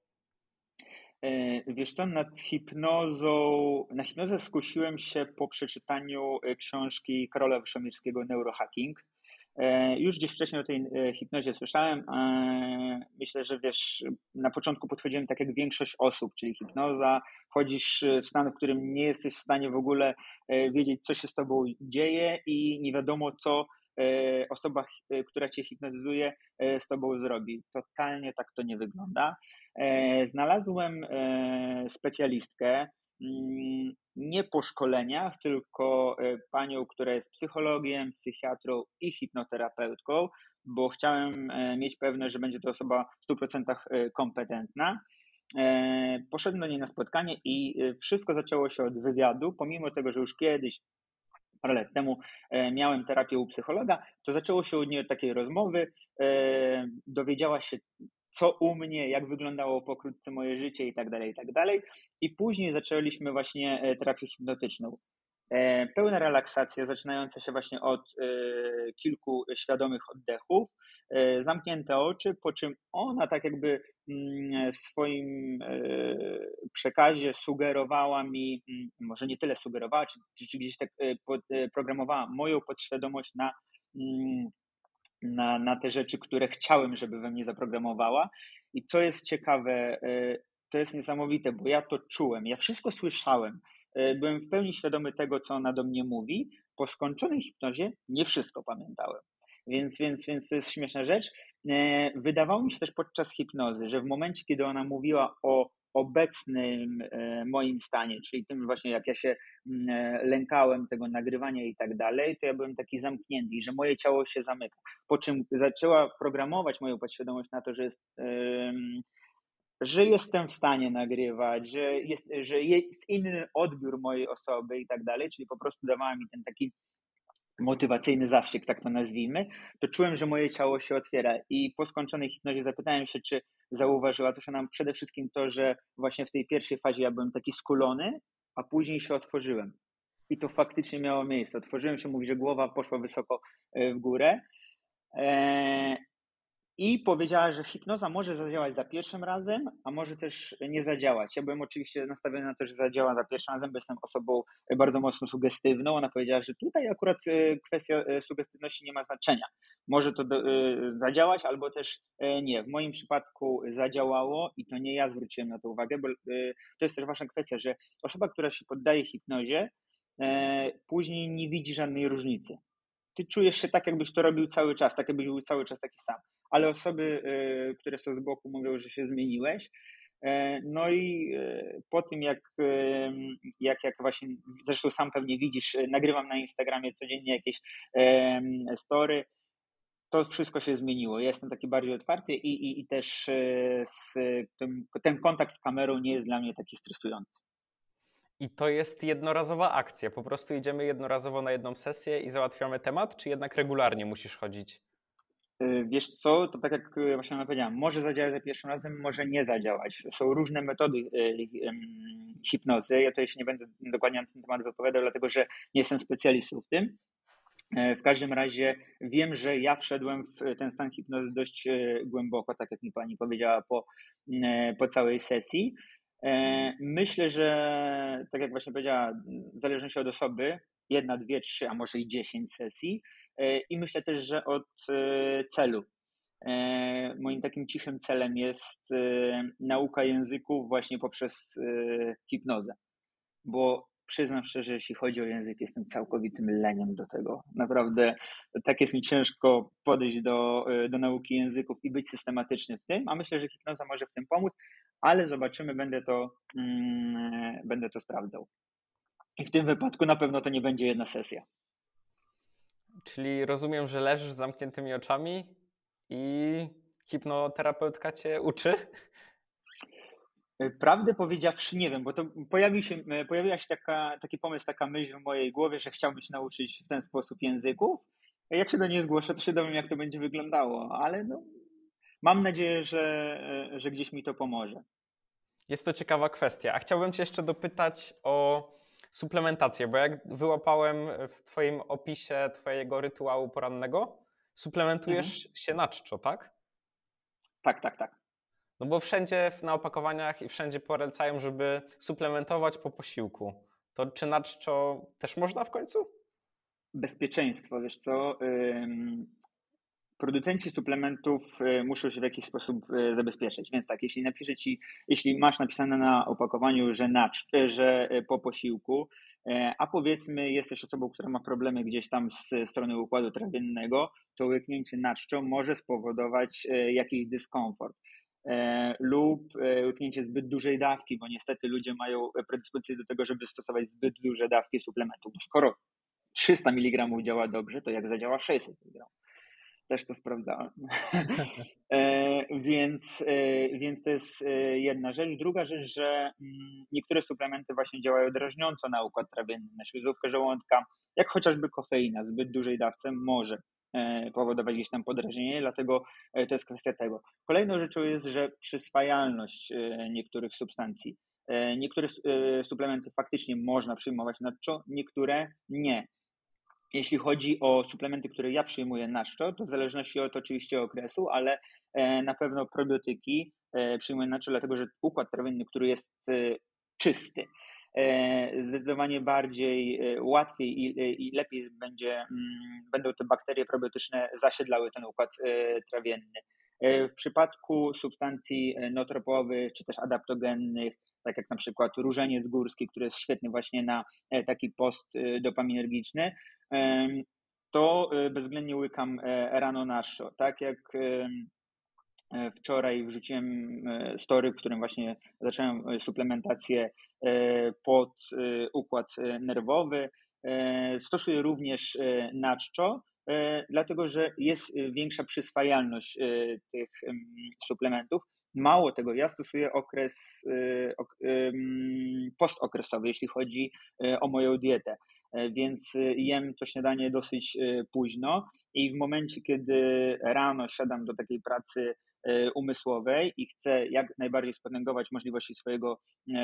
Wiesz co, nad hipnozą, na hipnozę skusiłem się po przeczytaniu książki Karola Wyszomirskiego Neurohacking. Już gdzieś wcześniej o tej hipnozie słyszałem. Myślę, że wiesz, na początku podchodziłem tak jak większość osób, czyli hipnoza, wchodzisz w stan, w którym nie jesteś w stanie w ogóle wiedzieć, co się z tobą dzieje i nie wiadomo, co osoba, która cię hipnotyzuje, z tobą zrobi. Totalnie tak to nie wygląda. Znalazłem specjalistkę, nie po szkoleniach, tylko panią, która jest psychologiem, psychiatrą i hipnoterapeutką, bo chciałem mieć pewność, że będzie to osoba w stu procentach kompetentna. Poszedłem do niej na spotkanie i wszystko zaczęło się od wywiadu, pomimo tego, że już kiedyś, parę lat temu miałem terapię u psychologa, to zaczęło się od niej od takiej rozmowy, dowiedziała się, co u mnie, jak wyglądało pokrótce moje życie i tak dalej, i tak dalej. I później zaczęliśmy właśnie terapię hipnotyczną. Pełna relaksacja, zaczynająca się właśnie od kilku świadomych oddechów, zamknięte oczy, po czym ona tak jakby w swoim przekazie sugerowała mi, może nie tyle sugerowała, czy, czy gdzieś tak programowała moją podświadomość na Na, na te rzeczy, które chciałem, żeby we mnie zaprogramowała. I co jest ciekawe, to jest niesamowite, bo ja to czułem, ja wszystko słyszałem, byłem w pełni świadomy tego, co ona do mnie mówi. Po skończonej hipnozie nie wszystko pamiętałem. Więc, więc, więc to jest śmieszna rzecz. Wydawało mi się też podczas hipnozy, że w momencie, kiedy ona mówiła o obecnym moim stanie, czyli tym właśnie, jak ja się lękałem tego nagrywania i tak dalej, to ja byłem taki zamknięty i że moje ciało się zamyka. Po czym zaczęła programować moją podświadomość na to, że jest, że jestem w stanie nagrywać, że jest, że jest inny odbiór mojej osoby i tak dalej, czyli po prostu dawała mi ten taki motywacyjny zastrzyk, tak to nazwijmy, to czułem, że moje ciało się otwiera i po skończonej hipnozie zapytałem się, czy zauważyła coś, ona przede wszystkim to, że właśnie w tej pierwszej fazie ja byłem taki skulony, a później się otworzyłem i to faktycznie miało miejsce. Otworzyłem się, mówi, że głowa poszła wysoko w górę i powiedziała, że hipnoza może zadziałać za pierwszym razem, a może też nie zadziałać. Ja byłem oczywiście nastawiony na to, że zadziała za pierwszym razem, bo jestem osobą bardzo mocno sugestywną. Ona powiedziała, że tutaj akurat kwestia sugestywności nie ma znaczenia. Może to zadziałać albo też nie. W moim przypadku zadziałało i to nie ja zwróciłem na to uwagę, bo to jest też ważna kwestia, że osoba, która się poddaje hipnozie, później nie widzi żadnej różnicy. Ty czujesz się tak, jakbyś to robił cały czas, tak jakbyś był cały czas taki sam. Ale osoby, które są z boku, mówią, że się zmieniłeś. No i po tym, jak, jak, jak właśnie, zresztą sam pewnie widzisz, nagrywam na Instagramie codziennie jakieś story, to wszystko się zmieniło. Jestem taki bardziej otwarty i, i, i też z tym, ten kontakt z kamerą nie jest dla mnie taki stresujący. I to jest jednorazowa akcja, po prostu idziemy jednorazowo na jedną sesję i załatwiamy temat, czy jednak regularnie musisz chodzić? Wiesz co, to tak jak właśnie powiedziałem, może zadziałać za pierwszym razem, może nie zadziałać. Są różne metody hipnozy, ja tutaj się nie będę dokładnie na ten temat wypowiadał, dlatego że nie jestem specjalistą w tym. W każdym razie wiem, że ja wszedłem w ten stan hipnozy dość głęboko, tak jak mi pani powiedziała, po, po całej sesji. Myślę, że tak jak właśnie powiedziała, w zależności od osoby, jedna, dwie, trzy, a może i dziesięć sesji. I myślę też, że od celu. Moim takim cichym celem jest nauka języków właśnie poprzez hipnozę, bo przyznam szczerze, jeśli chodzi o język, jestem całkowitym leniem do tego. Naprawdę tak jest mi ciężko podejść do, do nauki języków i być systematyczny w tym, a myślę, że hipnoza może w tym pomóc, ale zobaczymy, będę to, mm, będę to sprawdzał. I w tym wypadku na pewno to nie będzie jedna sesja. Czyli rozumiem, że leżysz z zamkniętymi oczami i hipnoterapeutka cię uczy? Prawdę powiedziawszy nie wiem, bo to pojawił się, pojawiła się taka, taki pomysł, taka myśl w mojej głowie, że chciałbym się nauczyć w ten sposób języków. Jak się do niej zgłoszę, to się dowiem, jak to będzie wyglądało, ale no, mam nadzieję, że, że gdzieś mi to pomoże. Jest to ciekawa kwestia. A chciałbym cię jeszcze dopytać o suplementację, bo jak wyłapałem w twoim opisie twojego rytuału porannego, suplementujesz mhm. się na czczo, tak? Tak, tak, tak. No bo wszędzie na opakowaniach i wszędzie polecają, żeby suplementować po posiłku. To czy na czczo też można w końcu? Bezpieczeństwo, wiesz co? Producenci suplementów muszą się w jakiś sposób zabezpieczyć, więc tak, jeśli napisze ci, jeśli masz napisane na opakowaniu, że, na, że po posiłku, a powiedzmy jesteś osobą, która ma problemy gdzieś tam z strony układu trawiennego, to łyknięcie na czczo może spowodować jakiś dyskomfort. e, lub e, łyknięcie zbyt dużej dawki, bo niestety ludzie mają predyspozycję do tego, żeby stosować zbyt duże dawki suplementów. Bo skoro trzysta miligramów działa dobrze, to jak zadziała sześćset miligramów? Też to sprawdzałem. e, więc, e, więc to jest e, jedna rzecz. Druga rzecz, że mm, niektóre suplementy właśnie działają drażniąco na układ trawienny, na śluzówkę żołądka, jak chociażby kofeina w zbyt dużej dawce może e, powodować gdzieś tam podrażnienie, dlatego e, to jest kwestia tego. Kolejną rzeczą jest, że przyswajalność e, niektórych substancji. E, niektóre e, suplementy faktycznie można przyjmować na czczo, niektóre nie. Jeśli chodzi o suplementy, które ja przyjmuję na czczo, to w zależności od oczywiście okresu, ale e, na pewno probiotyki e, przyjmuję na czczo, dlatego że układ trawienny, który jest e, czysty, e, zdecydowanie bardziej e, łatwiej i, i lepiej będzie, mm, będą te bakterie probiotyczne zasiedlały ten układ e, trawienny. E, w przypadku substancji nootropowych czy też adaptogennych, tak jak na przykład różeniec górski, który jest świetny właśnie na e, taki post e, dopaminergiczny, to bezwzględnie łykam rano na czczo. Tak jak wczoraj wrzuciłem story, w którym właśnie zacząłem suplementację pod układ nerwowy. Stosuję również na czczo, dlatego że jest większa przyswajalność tych suplementów. Mało tego, ja stosuję okres postokresowy, jeśli chodzi o moją dietę, więc jem to śniadanie dosyć późno i w momencie, kiedy rano siadam do takiej pracy umysłowej i chcę jak najbardziej spotęgować możliwości swojego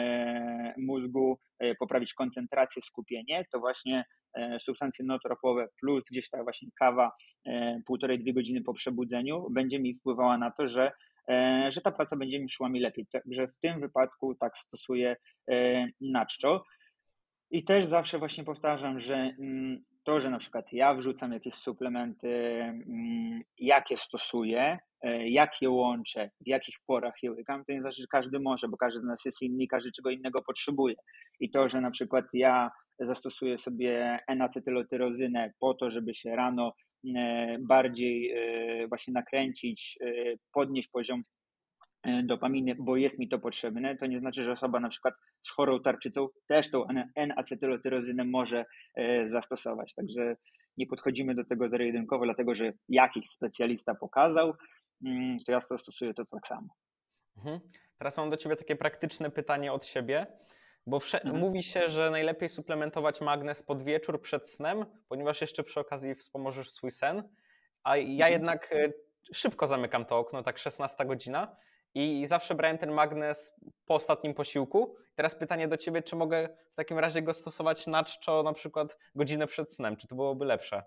mózgu, poprawić koncentrację, skupienie, to właśnie substancje nootropowe plus gdzieś ta właśnie kawa półtorej, dwie godziny po przebudzeniu będzie mi wpływała na to, że że ta praca będzie mi szła mi lepiej. Także w tym wypadku tak stosuję na czczo. I też zawsze właśnie powtarzam, że to, że na przykład ja wrzucam jakieś suplementy, jakie stosuję, jak je łączę, w jakich porach je łykam, to nie znaczy, że każdy może, bo każdy z nas jest inny i każdy czego innego potrzebuje. I to, że na przykład ja zastosuję sobie N-acetylotyrozynę po to, żeby się rano bardziej właśnie nakręcić, podnieść poziom dopaminy, bo jest mi to potrzebne, to nie znaczy, że osoba na przykład z chorą tarczycą też tą N-acetylotyrozynę może zastosować. Także nie podchodzimy do tego zero-jedynkowo, dlatego że jakiś specjalista pokazał, to ja stosuję to tak samo. Mhm. Teraz mam do Ciebie takie praktyczne pytanie od siebie, bo wsze- Mhm. mówi się, że najlepiej suplementować magnez pod wieczór przed snem, ponieważ jeszcze przy okazji wspomożesz swój sen, a ja Mhm. jednak e, szybko zamykam to okno, tak szesnasta godzina i zawsze brałem ten magnez po ostatnim posiłku. Teraz pytanie do Ciebie, czy mogę w takim razie go stosować na czczo na przykład godzinę przed snem, czy to byłoby lepsze?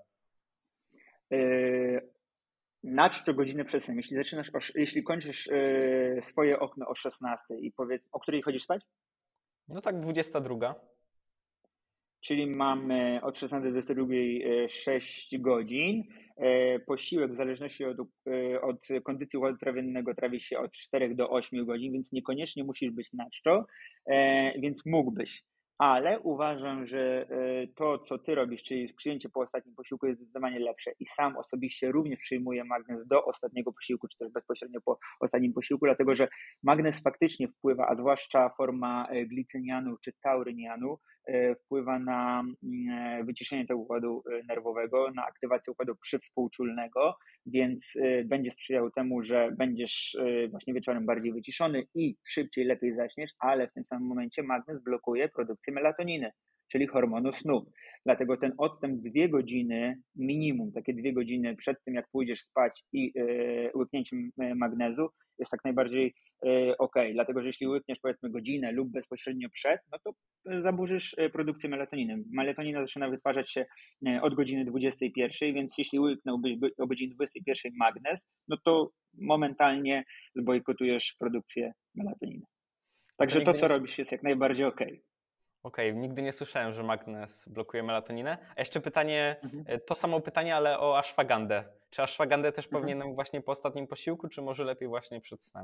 Yy, na czczo godzinę przed snem. Jeśli zaczynasz, o, jeśli kończysz yy, swoje okno o szesnastej i powiedz, o której chodzisz spać? No tak dwudziesta druga. Czyli mamy od szesnastej do dwudziestej drugiej sześć godzin. Posiłek w zależności od, od kondycji układu trawiennego trawi się od czterech do ośmiu godzin, więc niekoniecznie musisz być na czczo, więc mógłbyś. Ale uważam, że to, co ty robisz, czyli przyjęcie po ostatnim posiłku jest zdecydowanie lepsze i sam osobiście również przyjmuję magnez do ostatniego posiłku, czy też bezpośrednio po ostatnim posiłku, dlatego że magnez faktycznie wpływa, a zwłaszcza forma glicynianu czy taurynianu, wpływa na wyciszenie tego układu nerwowego, na aktywację układu przywspółczulnego, więc będzie sprzyjał temu, że będziesz właśnie wieczorem bardziej wyciszony i szybciej, lepiej zaśniesz, ale w tym samym momencie magnez blokuje produkcję melatoniny, czyli hormonu snu. Dlatego ten odstęp dwie godziny minimum, takie dwie godziny przed tym, jak pójdziesz spać i yy, łyknięciem magnezu jest tak najbardziej yy, ok. Dlatego, że jeśli łykniesz powiedzmy godzinę lub bezpośrednio przed, no to zaburzysz produkcję melatoniny. Melatonina zaczyna wytwarzać się od godziny dwudziestej pierwszej, więc jeśli łyknąłbyś o godzinie dwudziestej pierwszej magnez, no to momentalnie zbojkotujesz produkcję melatoniny. Także to, to co nie... robisz, jest jak najbardziej ok. Okej, okay, nigdy nie słyszałem, że magnez blokuje melatoninę. A jeszcze pytanie, mhm. to samo pytanie, ale o ashwagandę. Czy ashwagandę też mhm. powinienem właśnie po ostatnim posiłku, czy może lepiej właśnie przed snem?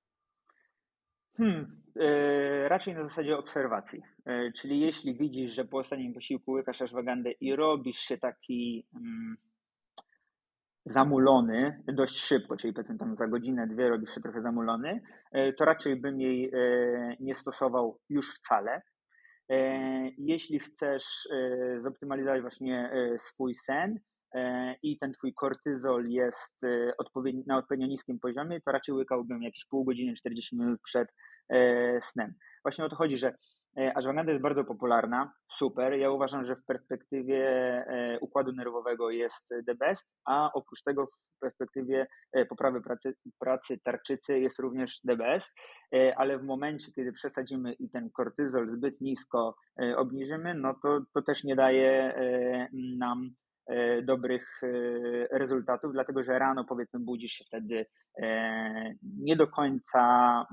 Hmm, yy, raczej na zasadzie obserwacji. Yy, czyli jeśli widzisz, że po ostatnim posiłku łykasz ashwagandę i robisz się taki, yy, zamulony dość szybko, czyli powiedzmy tam za godzinę, dwie robisz się trochę zamulony, to raczej bym jej nie stosował już wcale. Jeśli chcesz zoptymalizować właśnie swój sen i ten twój kortyzol jest na odpowiednio niskim poziomie, to raczej łykałbym jakieś pół godziny, czterdzieści minut przed snem. Właśnie o to chodzi, że ashwagandha jest bardzo popularna, super. Ja uważam, że w perspektywie układu nerwowego jest the best, a oprócz tego w perspektywie poprawy pracy, pracy tarczycy jest również the best, ale w momencie, kiedy przesadzimy i ten kortyzol zbyt nisko obniżymy, no to, to też nie daje nam dobrych rezultatów, dlatego że rano powiedzmy budzisz się wtedy nie do końca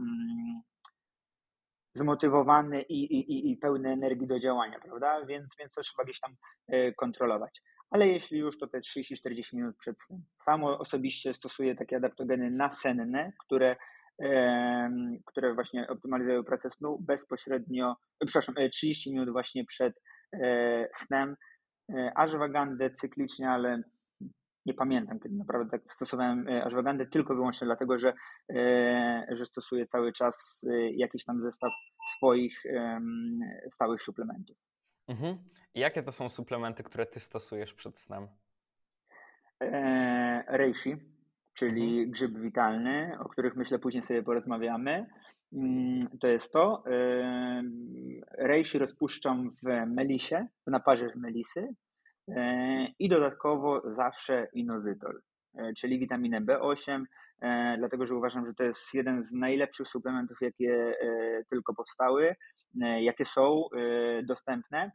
zmotywowany i, i, i pełny energii do działania, prawda? Więc, więc to trzeba gdzieś tam kontrolować. Ale jeśli już, to te trzydzieści czterdzieści minut przed snem. Samo osobiście stosuję takie adaptogeny nasenne, które, e, które właśnie optymalizują pracę snu bezpośrednio, przepraszam, trzydzieści minut właśnie przed e, snem. Ashwagandę cyklicznie, ale nie pamiętam, kiedy naprawdę tak stosowałem ashwagandę, tylko wyłącznie dlatego, że, że stosuję cały czas jakiś tam zestaw swoich stałych suplementów. Mhm. I jakie to są suplementy, które ty stosujesz przed snem? Reishi, czyli Mhm. grzyb witalny, o których myślę później sobie porozmawiamy. To jest to. Reishi rozpuszczam w melisie, w naparze z melisy. I dodatkowo zawsze inositol, czyli witaminę B osiem, dlatego że uważam, że to jest jeden z najlepszych suplementów, jakie tylko powstały, jakie są dostępne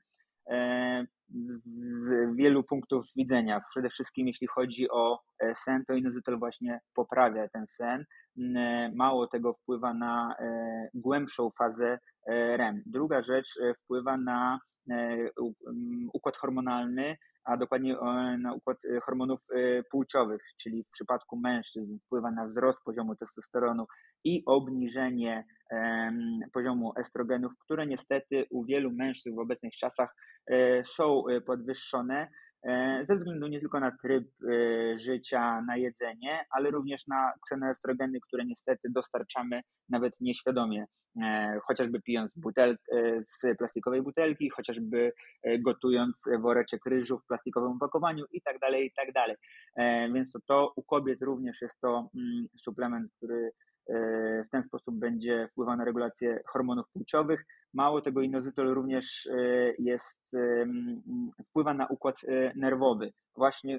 z wielu punktów widzenia. Przede wszystkim jeśli chodzi o sen, to inositol właśnie poprawia ten sen. Mało tego, wpływa na głębszą fazę R E M. Druga rzecz, wpływa na układ hormonalny, a dokładnie na układ hormonów płciowych, czyli w przypadku mężczyzn wpływa na wzrost poziomu testosteronu i obniżenie poziomu estrogenów, które niestety u wielu mężczyzn w obecnych czasach są podwyższone ze względu nie tylko na tryb życia, na jedzenie, ale również na ksenoestrogeny, które niestety dostarczamy nawet nieświadomie, chociażby pijąc butel z plastikowej butelki, chociażby gotując woreczek ryżu w plastikowym opakowaniu i tak dalej, i tak dalej. Więc to, to u kobiet również jest to suplement, który w ten sposób będzie wpływał na regulację hormonów płciowych. Mało tego, inositol również jest, wpływa na układ nerwowy. Właśnie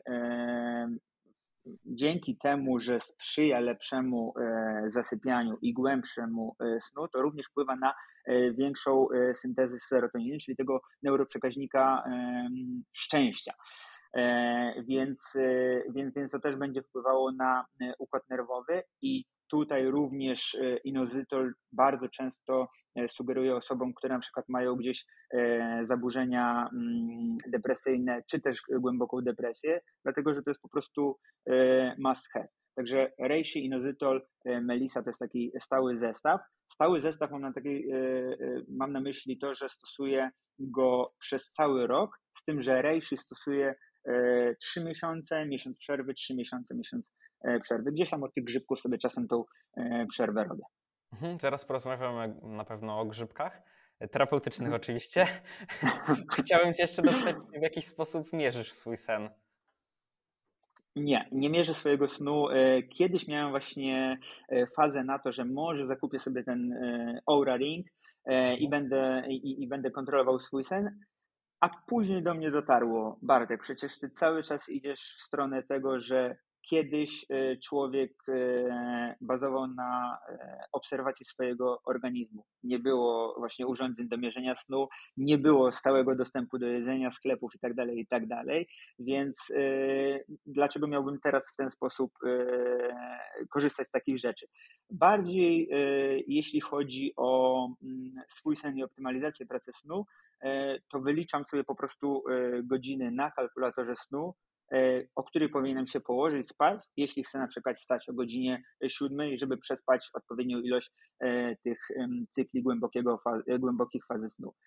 dzięki temu, że sprzyja lepszemu zasypianiu i głębszemu snu, to również wpływa na większą syntezę serotoniny, czyli tego neuroprzekaźnika szczęścia. Więc, więc, więc to też będzie wpływało na układ nerwowy i tutaj również inositol bardzo często sugeruje osobom, które na przykład mają gdzieś zaburzenia depresyjne, czy też głęboką depresję, dlatego że to jest po prostu must have. Także reishi, inositol, melisa to jest taki stały zestaw. Stały zestaw mam na, takiej, mam na myśli to, że stosuję go przez cały rok, z tym, że reishi stosuję trzy miesiące, miesiąc przerwy, trzy miesiące, miesiąc przerwy. Gdzieś tam od tych grzybków sobie czasem tą przerwę robię. Mhm, zaraz porozmawiamy na pewno o grzybkach, terapeutycznych mhm. oczywiście. Chciałem cię jeszcze dopytać, czy w jakiś sposób mierzysz swój sen? Nie, nie mierzę swojego snu. Kiedyś miałem właśnie fazę na to, że może zakupię sobie ten Oura Ring mhm. i, będę, i, i będę kontrolował swój sen. A później do mnie dotarło: Bartek, przecież ty cały czas idziesz w stronę tego, że kiedyś człowiek bazował na obserwacji swojego organizmu. Nie było właśnie urządzeń do mierzenia snu, nie było stałego dostępu do jedzenia, sklepów i tak dalej, i tak dalej. Więc dlaczego miałbym teraz w ten sposób korzystać z takich rzeczy? Bardziej jeśli chodzi o swój sen i optymalizację pracy snu, to wyliczam sobie po prostu godziny na kalkulatorze snu, o której powinienem się położyć, spać, jeśli chcę na przykład wstać o godzinie siódmej, żeby przespać odpowiednią ilość tych cykli głębokiego, głębokich fazy snu.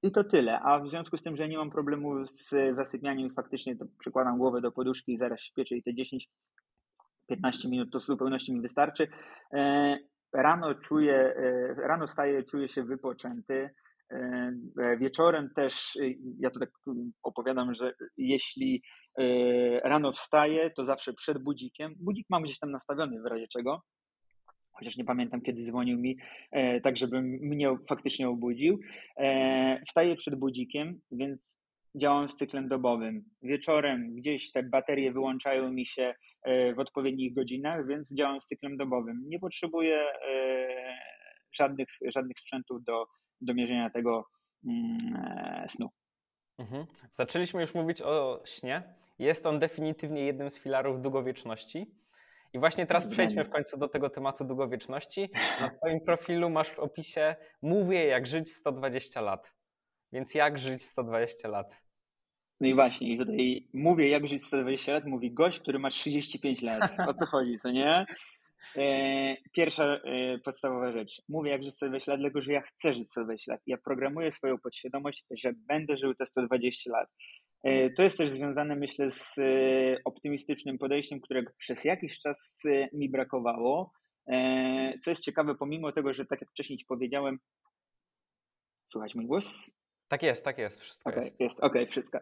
I to tyle. A w związku z tym, że nie mam problemu z zasypianiem, faktycznie to przykładam głowę do poduszki i zaraz śpię, czyli te dziesięć piętnaście minut to w zupełności mi wystarczy. E, Rano czuję, e, rano wstaję, czuję się wypoczęty. E, Wieczorem też, e, ja to tak mm, opowiadam, że jeśli e, rano wstaję, to zawsze przed budzikiem. Budzik mam gdzieś tam nastawiony w razie czego, chociaż nie pamiętam, kiedy dzwonił mi, e, tak żebym mnie faktycznie obudził. E, Wstaję przed budzikiem, więc działam z cyklem dobowym. Wieczorem gdzieś te baterie wyłączają mi się e, w odpowiednich godzinach, więc działam z cyklem dobowym. Nie potrzebuję e, żadnych, żadnych sprzętów do, do mierzenia tego mm, e, snu. Mhm. Zaczęliśmy już mówić o śnie. Jest on definitywnie jednym z filarów długowieczności. I właśnie teraz przejdźmy w końcu do tego tematu długowieczności. Na twoim profilu masz w opisie mówię jak żyć sto dwadzieścia lat. Więc jak żyć sto dwadzieścia lat? No i właśnie, i tutaj mówię, jak żyć sto dwadzieścia lat, mówi gość, który ma trzydzieści pięć lat. O co chodzi, co nie? E, Pierwsza e, podstawowa rzecz. Mówię, jak żyć sto dwadzieścia lat, dlatego że ja chcę żyć sto dwadzieścia lat. Ja programuję swoją podświadomość, że będę żył te sto dwadzieścia lat. E, To jest też związane, myślę, z e, optymistycznym podejściem, którego przez jakiś czas e, mi brakowało. E, Co jest ciekawe, pomimo tego, że tak jak wcześniej ci powiedziałem, słychać mój głos? Tak jest, tak jest, wszystko Okej, jest. jest, okej, wszystko.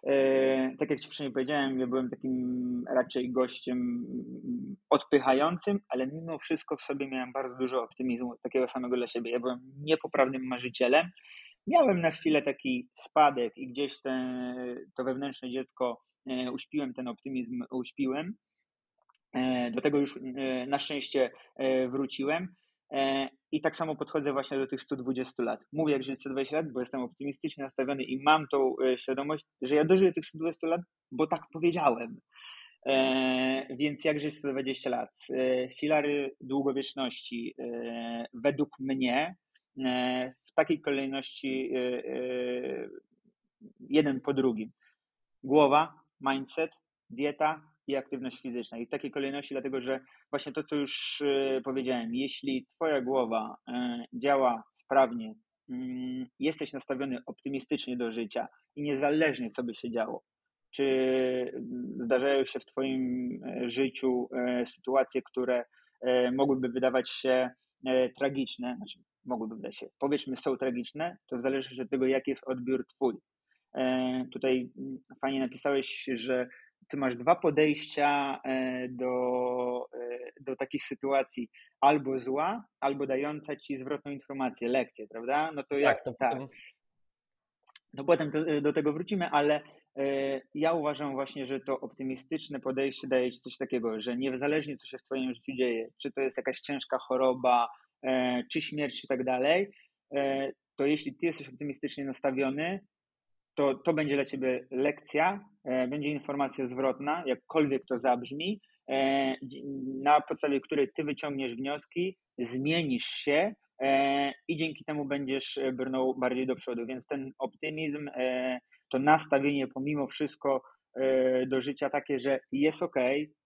E, tak jak ci wcześniej powiedziałem, ja byłem takim raczej gościem mm, odpychającym, ale mimo wszystko w sobie miałem bardzo dużo optymizmu, takiego samego dla siebie. Ja byłem niepoprawnym marzycielem. Miałem na chwilę taki spadek i gdzieś te, to wewnętrzne dziecko e, uśpiłem, ten optymizm uśpiłem. E, Do tego już e, na szczęście e, wróciłem. E, I tak samo podchodzę właśnie do tych stu dwudziestu lat. Mówię, jak żyję sto dwadzieścia lat, bo jestem optymistycznie nastawiony i mam tą e, świadomość, że ja dożyję tych stu dwudziestu lat, bo tak powiedziałem. E, Więc jak żyć sto dwadzieścia lat? E, Filary długowieczności e, według mnie e, w takiej kolejności e, e, jeden po drugim. Głowa, mindset, dieta i aktywność fizyczna. I w takiej kolejności, dlatego że właśnie to, co już e, powiedziałem, jeśli twoja głowa e, działa sprawnie, mm, jesteś nastawiony optymistycznie do życia i niezależnie co by się działo, czy mm, zdarzają się w twoim e, życiu e, sytuacje, które e, mogłyby wydawać się e, tragiczne, znaczy mogłyby wydać się, powiedzmy są tragiczne, to w zależności od tego, jaki jest odbiór twój. E, Tutaj mm, fajnie napisałeś, że ty masz dwa podejścia e, do, e, do takich sytuacji, albo zła, albo dająca ci zwrotną informację, lekcję, prawda? No to jak Tak, to tak. potem No potem do, do tego wrócimy, ale e, ja uważam właśnie, że to optymistyczne podejście daje ci coś takiego, że niezależnie co się w twoim życiu dzieje, czy to jest jakaś ciężka choroba, e, czy śmierć i tak dalej, e, to jeśli ty jesteś optymistycznie nastawiony, to to będzie dla ciebie lekcja, e, będzie informacja zwrotna, jakkolwiek to zabrzmi, e, dzi- na podstawie której ty wyciągniesz wnioski, zmienisz się e, i dzięki temu będziesz e, brnął bardziej do przodu. Więc ten optymizm, e, to nastawienie pomimo wszystko e, do życia takie, że jest ok,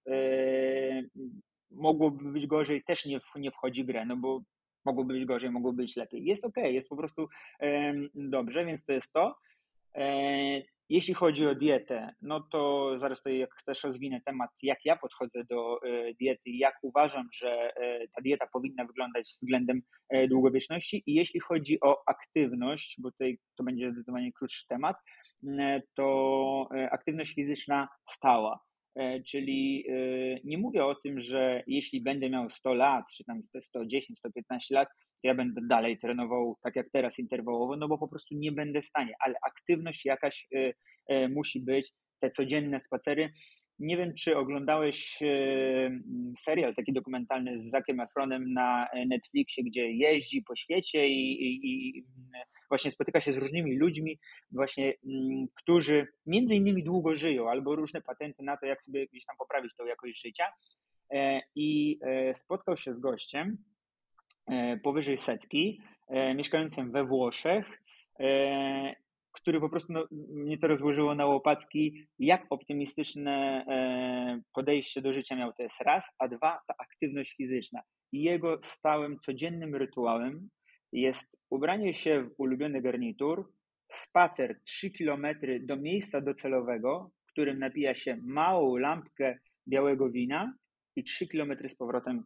mogłoby być gorzej, też nie, w- nie wchodzi w grę, no bo mogłoby być gorzej, mogłoby być lepiej. Jest ok, jest po prostu em, dobrze, więc to jest to. E, Jeśli chodzi o dietę, no to zaraz tutaj jak chcesz rozwinę temat, jak ja podchodzę do e, diety i jak uważam, że e, ta dieta powinna wyglądać względem e, długowieczności. I jeśli chodzi o aktywność, bo tutaj to będzie zdecydowanie krótszy temat, e, to e, aktywność fizyczna stała. E, Czyli e, nie mówię o tym, że jeśli będę miał sto lat, czy tam sto dziesięć, sto piętnaście lat, to ja będę dalej trenował tak jak teraz interwałowo, no bo po prostu nie będę w stanie, ale aktywność jakaś y, y, musi być, te codzienne spacery. Nie wiem, czy oglądałeś y, serial taki dokumentalny z Zackiem Efronem na Netflixie, gdzie jeździ po świecie i, i, i właśnie spotyka się z różnymi ludźmi, właśnie, mm, którzy między innymi długo żyją, albo różne patenty na to, jak sobie gdzieś tam poprawić tą jakość życia. E, I e, spotkał się z gościem, e, powyżej setki, e, mieszkającym we Włoszech, e, który po prostu no, mnie to rozłożyło na łopatki, jak optymistyczne e, podejście do życia miał, to jest raz, a dwa, ta aktywność fizyczna. I jego stałym, codziennym rytuałem jest ubranie się w ulubiony garnitur, spacer trzy kilometry do miejsca docelowego, w którym napija się małą lampkę białego wina i trzy kilometry z powrotem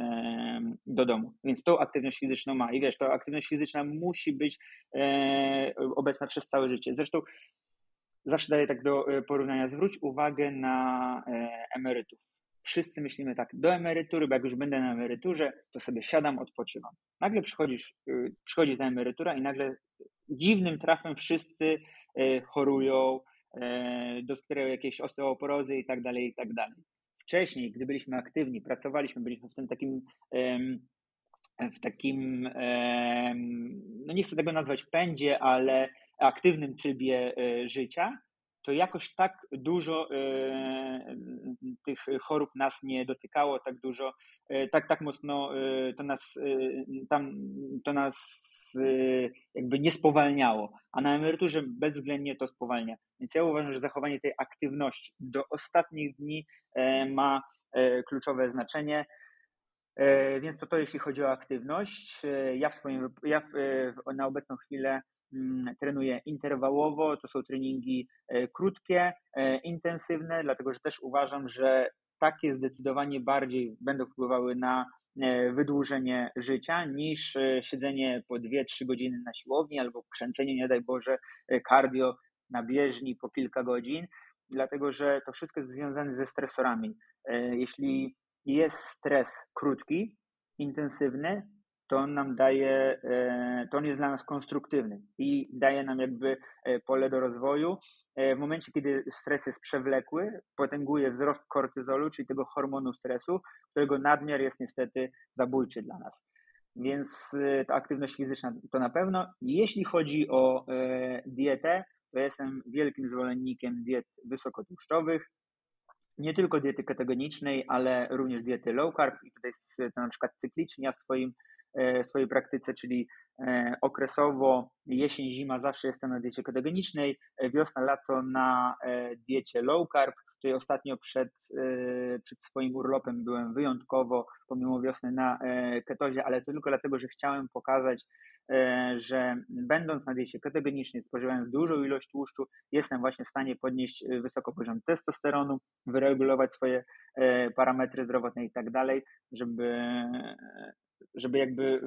e, do domu. Więc tą aktywność fizyczną ma. I wiesz, ta aktywność fizyczna musi być e, obecna przez całe życie. Zresztą zawsze daję tak do porównania. Zwróć uwagę na e, emerytów. Wszyscy myślimy tak, do emerytury, bo jak już będę na emeryturze, to sobie siadam, odpoczywam. Nagle przychodzisz, y, przychodzi ta emerytura i nagle dziwnym trafem wszyscy y, chorują, y, doskwierają jakieś osteoporozy i tak dalej, i tak dalej. Wcześniej, gdy byliśmy aktywni, pracowaliśmy, byliśmy w tym takim, ym, w takim, ym, no nie chcę tego nazwać pędzie, ale aktywnym trybie y, życia, to jakoś tak dużo y, tych chorób nas nie dotykało, tak dużo, y, tak, tak mocno y, to nas, y, tam, to nas y, jakby nie spowalniało, a na emeryturze bezwzględnie to spowalnia. Więc ja uważam, że zachowanie tej aktywności do ostatnich dni y, ma y, kluczowe znaczenie. Y, więc to to, jeśli chodzi o aktywność. Y, ja w swoim, ja w, w, na obecną chwilę trenuję interwałowo, to są treningi krótkie, intensywne, dlatego że też uważam, że takie zdecydowanie bardziej będą wpływały na wydłużenie życia niż siedzenie po dwie trzy godziny na siłowni albo kręcenie, nie daj Boże, cardio na bieżni po kilka godzin, dlatego że to wszystko jest związane ze stresorami. Jeśli jest stres krótki, intensywny, to on nam daje, to on jest dla nas konstruktywny i daje nam jakby pole do rozwoju. W momencie, kiedy stres jest przewlekły, potęguje wzrost kortyzolu, czyli tego hormonu stresu, którego nadmiar jest niestety zabójczy dla nas. Więc ta aktywność fizyczna to na pewno. Jeśli chodzi o dietę, to jestem wielkim zwolennikiem diet wysokotłuszczowych. Nie tylko diety ketogenicznej, ale również diety low carb i tutaj jest to na przykład cyklicznie ja w swoim w swojej praktyce, czyli okresowo jesień, zima zawsze jestem na diecie ketogenicznej, wiosna, lato na diecie low carb. Tutaj ostatnio przed, przed swoim urlopem byłem wyjątkowo, pomimo wiosny, na ketozie, ale to tylko dlatego, że chciałem pokazać, że będąc na diecie ketogenicznej, spożywając dużą ilość tłuszczu, jestem właśnie w stanie podnieść wysoko poziom testosteronu, wyregulować swoje parametry zdrowotne i tak dalej, żeby żeby jakby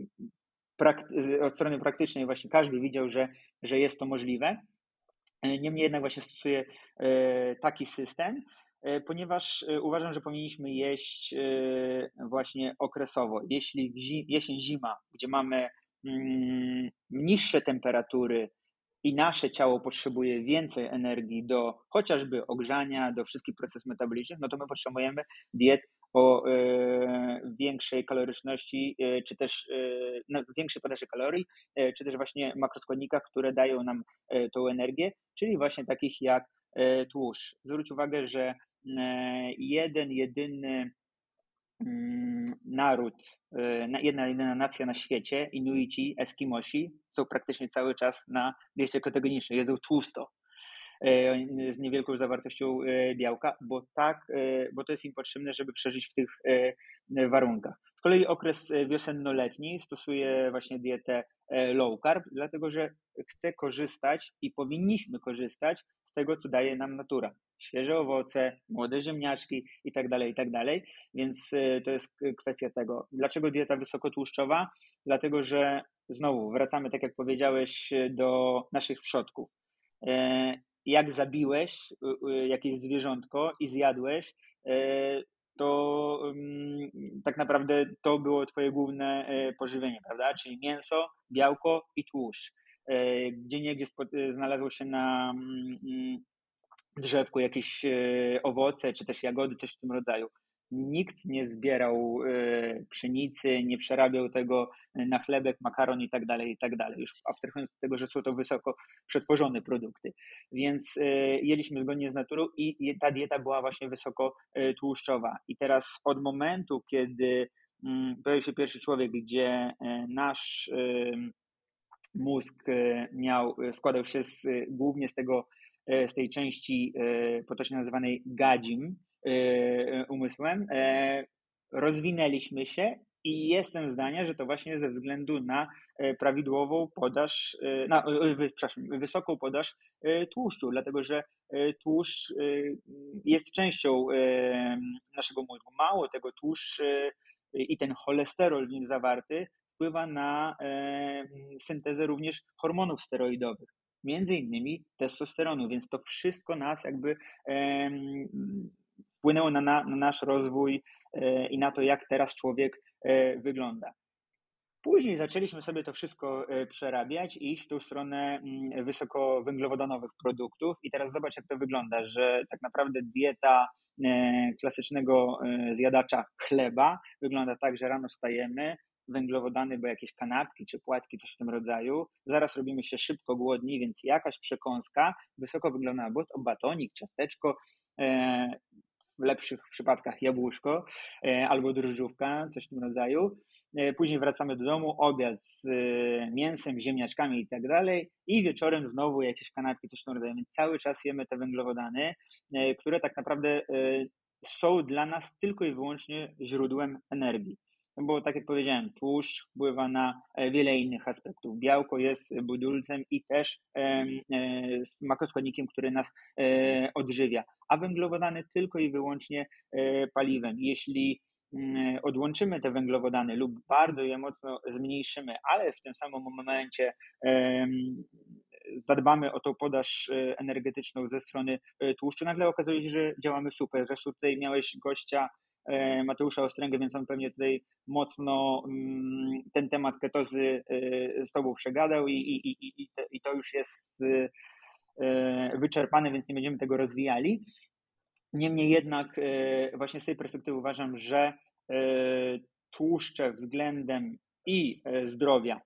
prakty- od strony praktycznej właśnie każdy widział, że, że jest to możliwe. Niemniej jednak właśnie stosuję taki system, ponieważ uważam, że powinniśmy jeść właśnie okresowo. Jeśli w zi- jesień, zima, gdzie mamy mm, niższe temperatury i nasze ciało potrzebuje więcej energii do chociażby ogrzania, do wszystkich procesów metabolicznych, no to my potrzebujemy diet o e, większej kaloryczności, e, czy też e, większej podaży kalorii, e, czy też właśnie makroskładnikach, które dają nam e, tą energię, czyli właśnie takich jak e, tłuszcz. Zwróć uwagę, że e, jeden, jedyny naród, jedna jedyna nacja na świecie, Inuici, Eskimosi, są praktycznie cały czas na diecie ketogenicznej, jedzą tłusto z niewielką zawartością białka, bo tak, bo to jest im potrzebne, żeby przeżyć w tych warunkach. Z kolei okres wiosenno-letni stosuje właśnie dietę low carb, dlatego że chcę korzystać i powinniśmy korzystać z tego, co daje nam natura. Świeże owoce, młode ziemniaczki i tak dalej, i tak dalej. Więc to jest kwestia tego. Dlaczego dieta wysokotłuszczowa? Dlatego, że znowu wracamy, tak jak powiedziałeś, do naszych przodków. Jak zabiłeś jakieś zwierzątko i zjadłeś, to tak naprawdę to było twoje główne pożywienie, prawda? Czyli mięso, białko i tłuszcz. Gdzieniegdzie znalazło się na drzewku jakieś owoce, czy też jagody, coś w tym rodzaju. Nikt nie zbierał pszenicy, nie przerabiał tego na chlebek, makaron i tak dalej, i tak dalej. Już abstrahując od tego, że są to wysoko przetworzone produkty. Więc jedliśmy zgodnie z naturą i ta dieta była właśnie wysoko tłuszczowa. I teraz od momentu, kiedy pojawił się pierwszy człowiek, gdzie nasz mózg miał, składał się z, głównie z tego, z tej części potocznie nazywanej gadzim umysłem, rozwinęliśmy się I jestem zdania, że to właśnie ze względu na prawidłową podaż, na, przepraszam, wysoką podaż tłuszczu, dlatego że tłuszcz jest częścią naszego mózgu. Mało tego, tłuszcz i ten cholesterol w nim zawarty wpływa na syntezę również hormonów steroidowych, między innymi testosteronu, więc to wszystko nas jakby wpłynęło na, na, na nasz rozwój i na to, jak teraz człowiek wygląda. Później zaczęliśmy sobie to wszystko przerabiać i iść w tą stronę wysokowęglowodanowych produktów i teraz zobacz, jak to wygląda, że tak naprawdę dieta klasycznego zjadacza chleba wygląda tak, że rano wstajemy, węglowodany, bo jakieś kanapki czy płatki, coś w tym rodzaju, zaraz robimy się szybko głodni, więc jakaś przekąska wysokowęglowodanowa, bo to batonik, ciasteczko, w lepszych przypadkach jabłuszko albo drożdżówka, coś w tym rodzaju. Później wracamy do domu, obiad z mięsem, ziemniaczkami i tak dalej i wieczorem znowu jakieś kanapki, coś w tym rodzaju. Więc cały czas jemy te węglowodany, które tak naprawdę są dla nas tylko i wyłącznie źródłem energii. No bo tak jak powiedziałem, tłuszcz wpływa na wiele innych aspektów. Białko jest budulcem i też makroskładnikiem, który nas odżywia, a węglowodany tylko i wyłącznie paliwem. Jeśli odłączymy te węglowodany lub bardzo je mocno zmniejszymy, ale w tym samym momencie zadbamy o tą podaż energetyczną ze strony tłuszczu, nagle okazuje się, że działamy super. Zresztą tutaj miałeś gościa Mateusza Ostręgę, więc on pewnie tutaj mocno ten temat ketozy z tobą przegadał i, i, i, i to już jest wyczerpane, więc nie będziemy tego rozwijali. Niemniej jednak właśnie z tej perspektywy uważam, że tłuszcze względem i zdrowia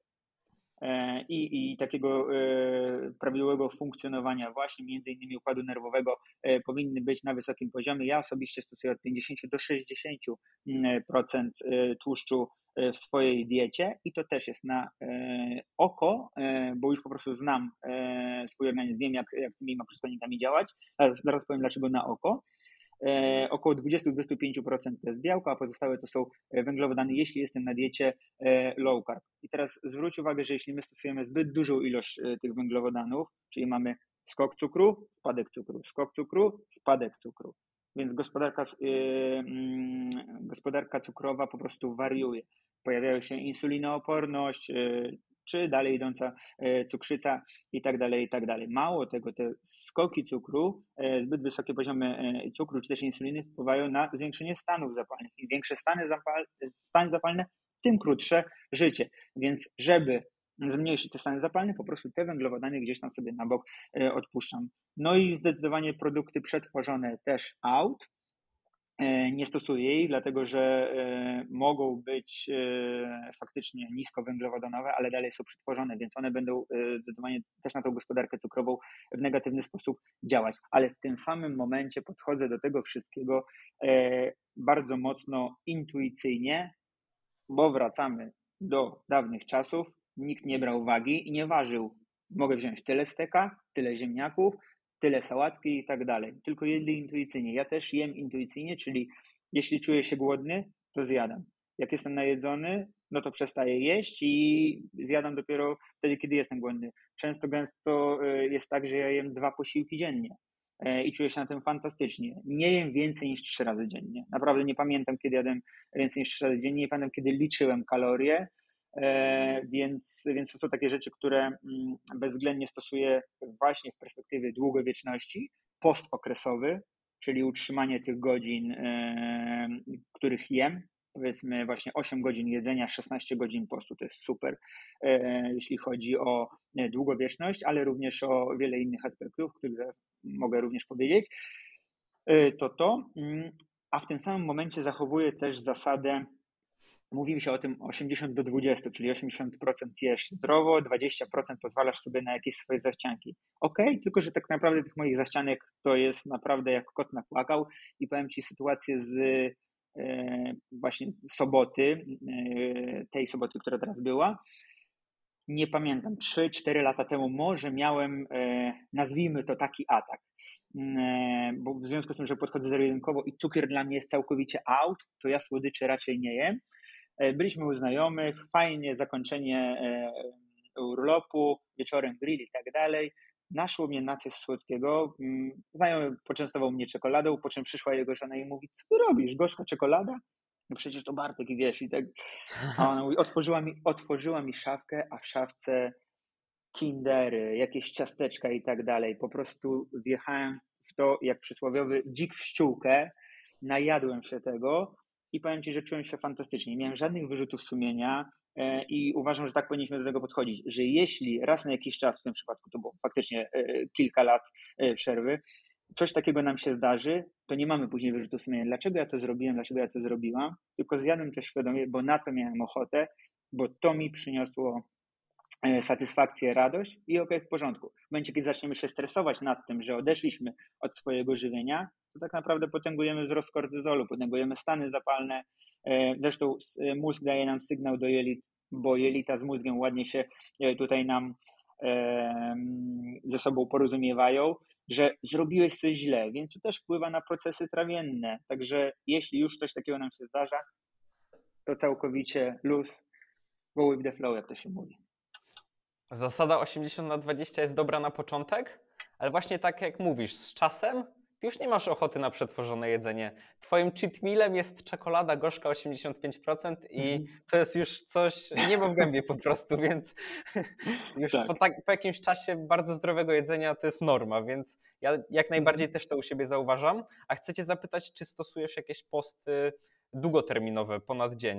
I, i takiego prawidłowego funkcjonowania właśnie między innymi układu nerwowego powinny być na wysokim poziomie. Ja osobiście stosuję od pięćdziesiąt do sześćdziesięciu procent tłuszczu w swojej diecie i to też jest na oko, bo już po prostu znam swój organizm, wiem jak, jak z tymi makroskładnikami działać. Zaraz, zaraz powiem dlaczego na oko. Około dwadzieścia do dwudziestu pięciu procent to jest białko, a pozostałe to są węglowodany, jeśli jestem na diecie low carb. I teraz zwróć uwagę, że jeśli my stosujemy zbyt dużą ilość tych węglowodanów, czyli mamy skok cukru, spadek cukru, skok cukru, spadek cukru, więc gospodarka, yy, gospodarka cukrowa po prostu wariuje. Pojawiają się insulinooporność, yy, czy dalej idąca cukrzyca i tak dalej, i tak dalej. Mało tego, te skoki cukru, zbyt wysokie poziomy cukru czy też insuliny wpływają na zwiększenie stanów zapalnych. Im większe stany, zapal, stany zapalne, tym krótsze życie. Więc żeby zmniejszyć te stany zapalne, po prostu te węglowodany gdzieś tam sobie na bok odpuszczam. No i zdecydowanie produkty przetworzone też out. Nie stosuję jej, dlatego że mogą być faktycznie niskowęglowodanowe, ale dalej są przetworzone, więc one będą zdecydowanie też na tą gospodarkę cukrową w negatywny sposób działać. Ale w tym samym momencie podchodzę do tego wszystkiego bardzo mocno intuicyjnie, bo wracamy do dawnych czasów, nikt nie brał wagi i nie ważył. Mogę wziąć tyle steka, tyle ziemniaków, tyle sałatki i tak dalej. Tylko jedli intuicyjnie. Ja też jem intuicyjnie, czyli jeśli czuję się głodny, to zjadam. Jak jestem najedzony, no to przestaję jeść i zjadam dopiero wtedy, kiedy jestem głodny. Często gęsto jest tak, że ja jem dwa posiłki dziennie i czuję się na tym fantastycznie. Nie jem więcej niż trzy razy dziennie. Naprawdę nie pamiętam, kiedy jadłem więcej niż trzy razy dziennie. Nie pamiętam, kiedy liczyłem kalorie. Więc, więc to są takie rzeczy, które bezwzględnie stosuję właśnie w perspektywie długowieczności, postokresowy, czyli utrzymanie tych godzin, których jem, powiedzmy właśnie osiem godzin jedzenia, szesnaście godzin postu, to jest super, jeśli chodzi o długowieczność, ale również o wiele innych aspektów, o których zaraz mogę również powiedzieć, to to, a w tym samym momencie zachowuję też zasadę. Mówi się o tym osiemdziesiąt do dwudziestu, czyli osiemdziesiąt procent jesz zdrowo, dwadzieścia procent pozwalasz sobie na jakieś swoje zachcianki. Okej, okay, tylko że tak naprawdę tych moich zachcianek to jest naprawdę jak kot napłakał i powiem Ci sytuację z e, właśnie soboty, e, tej soboty, która teraz była. Nie pamiętam, trzy cztery lata temu może miałem, e, nazwijmy to taki atak. Bo w związku z tym, że podchodzę zero-jedynkowo i cukier dla mnie jest całkowicie out, to ja słodyczy raczej nie jem. Byliśmy u znajomych, fajnie, zakończenie urlopu, wieczorem grill i tak dalej. Naszło mnie na coś słodkiego. Znajomy poczęstował mnie czekoladą, po czym przyszła jego żona i mówi: co ty robisz, gorzka czekolada? No przecież to Bartek i wiesz, i tak. A ona mówi, otworzyła mi, otworzyła mi szafkę, a w szafce kindery, jakieś ciasteczka i tak dalej. Po prostu wjechałem w to jak przysłowiowy dzik w ściółkę, najadłem się tego i powiem Ci, że czułem się fantastycznie. Nie miałem żadnych wyrzutów sumienia i uważam, że tak powinniśmy do tego podchodzić, że jeśli raz na jakiś czas, w tym przypadku to było faktycznie kilka lat przerwy, coś takiego nam się zdarzy, to nie mamy później wyrzutu sumienia. Dlaczego ja to zrobiłem, dlaczego ja to zrobiłam? Tylko zjadłem to świadomie, bo na to miałem ochotę, bo to mi przyniosło satysfakcję, radość i okej, okay, w porządku. W momencie, kiedy zaczniemy się stresować nad tym, że odeszliśmy od swojego żywienia, to tak naprawdę potęgujemy wzrost kortyzolu, potęgujemy stany zapalne. Zresztą mózg daje nam sygnał do jelit, bo jelita z mózgiem ładnie się tutaj nam ze sobą porozumiewają, że zrobiłeś coś źle, więc to też wpływa na procesy trawienne. Także jeśli już coś takiego nam się zdarza, to całkowicie luz, go with the flow, jak to się mówi. Zasada osiemdziesiąt na dwadzieścia jest dobra na początek, ale właśnie tak jak mówisz, z czasem ty już nie masz ochoty na przetworzone jedzenie. Twoim cheat mealem jest czekolada gorzka osiemdziesiąt pięć procent i mm. to jest już coś niebo w gębie po prostu, więc już tak. Po, tak, po jakimś czasie bardzo zdrowego jedzenia to jest norma, więc ja jak najbardziej mm. też to u siebie zauważam. A chcę Cię zapytać, czy stosujesz jakieś posty długoterminowe, ponad dzień?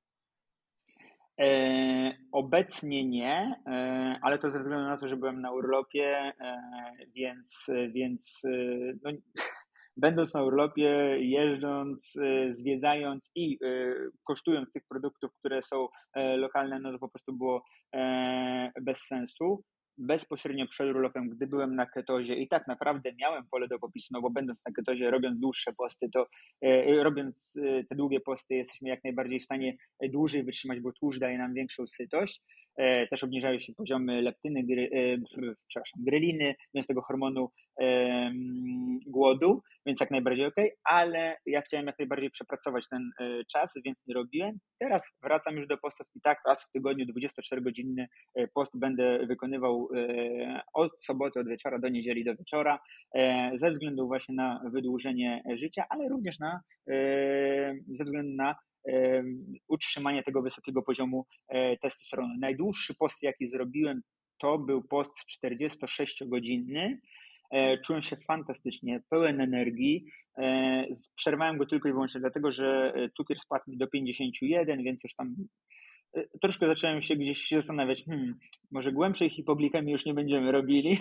E, obecnie nie, e, ale to ze względu na to, że byłem na urlopie, e, więc, więc no, będąc na urlopie, jeżdżąc, zwiedzając i kosztując tych produktów, które są lokalne, no to po prostu było bez sensu. Bezpośrednio przed urlopem, gdy byłem na ketozie i tak naprawdę miałem pole do popisu, no bo będąc na ketozie, robiąc dłuższe posty, to e, robiąc te długie posty jesteśmy jak najbardziej w stanie dłużej wytrzymać, bo tłuszcz daje nam większą sytość. E, też obniżają się poziomy leptyny, gry, e, przepraszam, greliny, więc tego hormonu e, głodu, więc jak najbardziej okej, okay, ale ja chciałem jak najbardziej przepracować ten e, czas, więc nie robiłem. Teraz wracam już do postów i tak raz w tygodniu dwudziestoczterogodzinny post będę wykonywał od soboty, od wieczora do niedzieli do wieczora, ze względu właśnie na wydłużenie życia, ale również na, ze względu na utrzymanie tego wysokiego poziomu testosteronu. Najdłuższy post, jaki zrobiłem, to był post czterdziestosześciogodzinny. Czułem się fantastycznie, pełen energii. Przerwałem go tylko i wyłącznie dlatego, że cukier spadł mi do pięćdziesiąt jeden, więc już tam troszkę zacząłem się gdzieś się zastanawiać, hmm, może głębszej hipoglikemii już nie będziemy robili.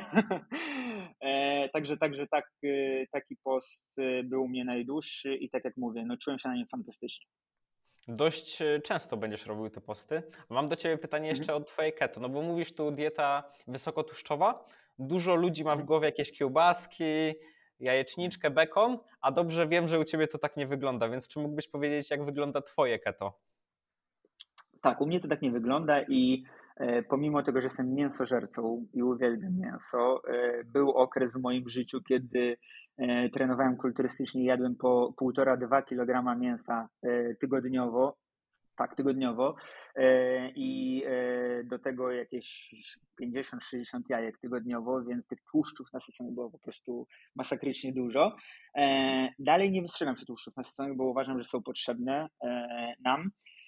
e, także także tak, taki post był u mnie najdłuższy i tak jak mówię, no czułem się na nim fantastycznie. Dość często będziesz robił te posty. Mam do Ciebie pytanie jeszcze mhm. o Twoje keto, no bo mówisz tu dieta wysokotłuszczowa. Dużo ludzi ma w głowie jakieś kiełbaski, jajeczniczkę, bekon, a dobrze wiem, że u Ciebie to tak nie wygląda, więc czy mógłbyś powiedzieć, jak wygląda Twoje keto? Tak, u mnie to tak nie wygląda i e, pomimo tego, że jestem mięsożercą i uwielbiam mięso, e, był okres w moim życiu, kiedy e, trenowałem kulturystycznie i jadłem po półtora do dwóch kilogramów mięsa e, tygodniowo, tak, tygodniowo e, i e, do tego jakieś pięćdziesiąt sześćdziesiąt jajek tygodniowo, więc tych tłuszczów nasyconych było po prostu masakrycznie dużo. E, dalej nie wystrzegam się tłuszczów nasyconych, bo uważam, że są potrzebne e, nam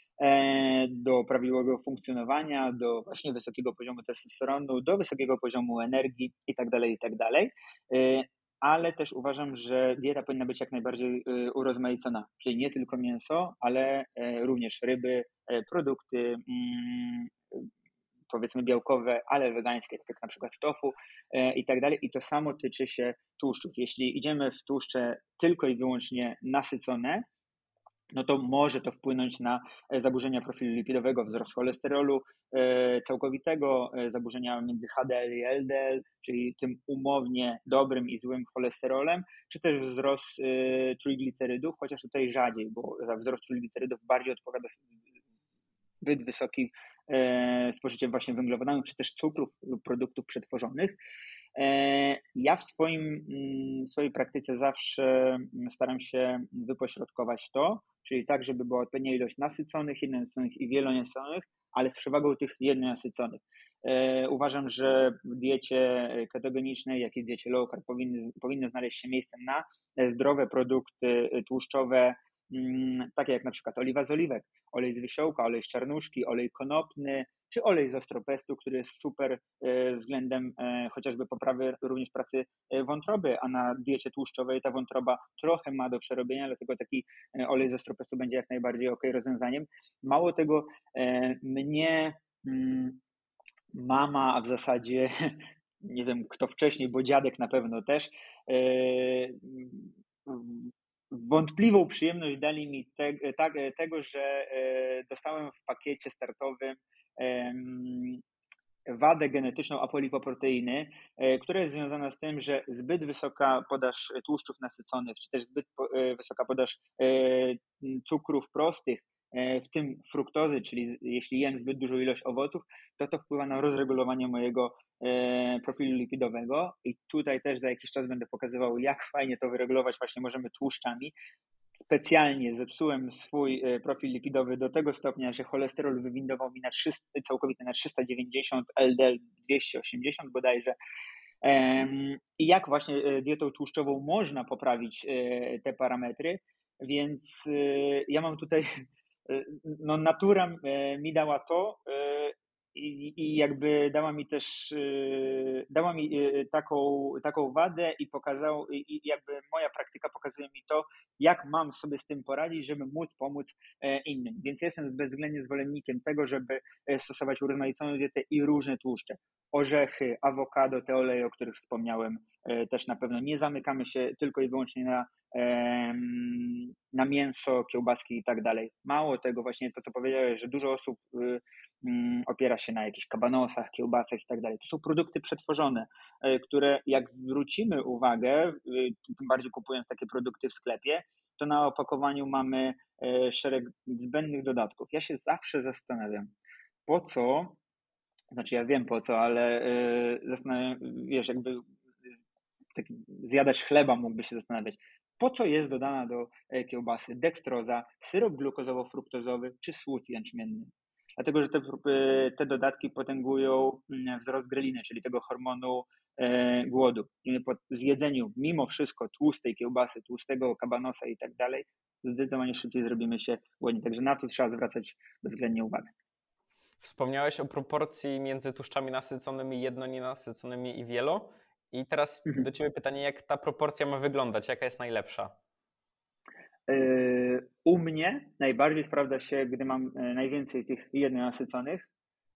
do prawidłowego funkcjonowania, do właśnie wysokiego poziomu testosteronu, do wysokiego poziomu energii itd., itd. Ale też uważam, że dieta powinna być jak najbardziej urozmaicona, czyli nie tylko mięso, ale również ryby, produkty powiedzmy białkowe, ale wegańskie, tak jak na przykład tofu i tak dalej. I to samo tyczy się tłuszczów. Jeśli idziemy w tłuszcze tylko i wyłącznie nasycone, no to może to wpłynąć na zaburzenia profilu lipidowego, wzrost cholesterolu całkowitego, zaburzenia między H D L i L D L, czyli tym umownie dobrym i złym cholesterolem, czy też wzrost trójglicerydów, chociaż tutaj rzadziej, bo za wzrost trójglicerydów bardziej odpowiada zbyt wysoki spożycie właśnie węglowodanów, czy też cukrów lub produktów przetworzonych. Ja w swoim, w swojej praktyce zawsze staram się wypośrodkować to, czyli tak, żeby była odpowiednia ilość nasyconych, jednonasyconych i wielonasyconych, ale z przewagą tych jednonasyconych. E, uważam, że w diecie ketogenicznej, jak i w diecie low carb powinny, powinno znaleźć się miejsce na zdrowe produkty tłuszczowe, mm, takie jak na przykład oliwa z oliwek, olej z wiesiołka, olej z czarnuszki, olej konopny, czy olej z ostropestu, który jest super e, względem e, chociażby poprawy również pracy e, wątroby, a na diecie tłuszczowej ta wątroba trochę ma do przerobienia, dlatego taki e, olej z ostropestu będzie jak najbardziej ok rozwiązaniem. Mało tego, e, mnie mm, mama, a w zasadzie nie wiem kto wcześniej, bo dziadek na pewno też, e, w- wątpliwą przyjemność dali mi te, tak, tego, że e, dostałem w pakiecie startowym em, wadę genetyczną apolipoproteiny, e, która jest związana z tym, że zbyt wysoka podaż tłuszczów nasyconych, czy też zbyt po- e, wysoka podaż e, cukrów prostych, e, w tym fruktozy, czyli z- jeśli jem zbyt dużą ilość owoców, to to wpływa na rozregulowanie mojego e, profilu lipidowego i tutaj też za jakiś czas będę pokazywał, jak fajnie to wyregulować właśnie możemy tłuszczami. Specjalnie zepsułem swój e, profil lipidowy do tego stopnia, że cholesterol wywindował mi na trzysta, całkowite na trzysta dziewięćdziesiąt, L D L dwieście osiemdziesiąt bodajże. Em, I jak właśnie e, dietą tłuszczową można poprawić e, te parametry, więc e, ja mam tutaj, e, no natura e, mi dała to e, i, i jakby dała mi też, e, dała mi e, taką, taką wadę i pokazał, i i jakby moja praktyka pokazuje mi to, jak mam sobie z tym poradzić, żeby móc pomóc e, innym. Więc jestem bezwzględnie zwolennikiem tego, żeby e, stosować urozmaiconą dietę i różne tłuszcze. Orzechy, awokado, te oleje, o których wspomniałem, e, też na pewno nie zamykamy się tylko i wyłącznie na, em, na mięso, kiełbaski i tak dalej. Mało tego, właśnie to, co powiedziałeś, że dużo osób y, mm, opiera się na jakichś kabanosach, kiełbasach i tak dalej. To są produkty przetworzone, e, które jak zwrócimy uwagę, y, tym bardziej kupując takie produkty w sklepie, to na opakowaniu mamy e, szereg zbędnych dodatków. Ja się zawsze zastanawiam, po co, znaczy ja wiem po co, ale e, zastanawiam, wiesz, jakby taki zjadacz chleba mógłby się zastanawiać, po co jest dodana do e, kiełbasy dekstroza, syrop glukozowo-fruktozowy czy słód jęczmienny. Dlatego, że te, e, te dodatki potęgują mm, wzrost greliny, czyli tego hormonu e, głodu. I my po zjedzeniu mimo wszystko tłustej kiełbasy, tłustego kabanosa i tak dalej, zdecydowanie szybciej zrobimy się głodni. Także na to trzeba zwracać bezwzględnie uwagę. Wspomniałeś o proporcji między tłuszczami nasyconymi, jednonienasyconymi i wielo. I teraz Mhm. do Ciebie pytanie, jak ta proporcja ma wyglądać? Jaka jest najlepsza? Yy, U mnie najbardziej sprawdza się, gdy mam e, najwięcej tych jednonasyconych.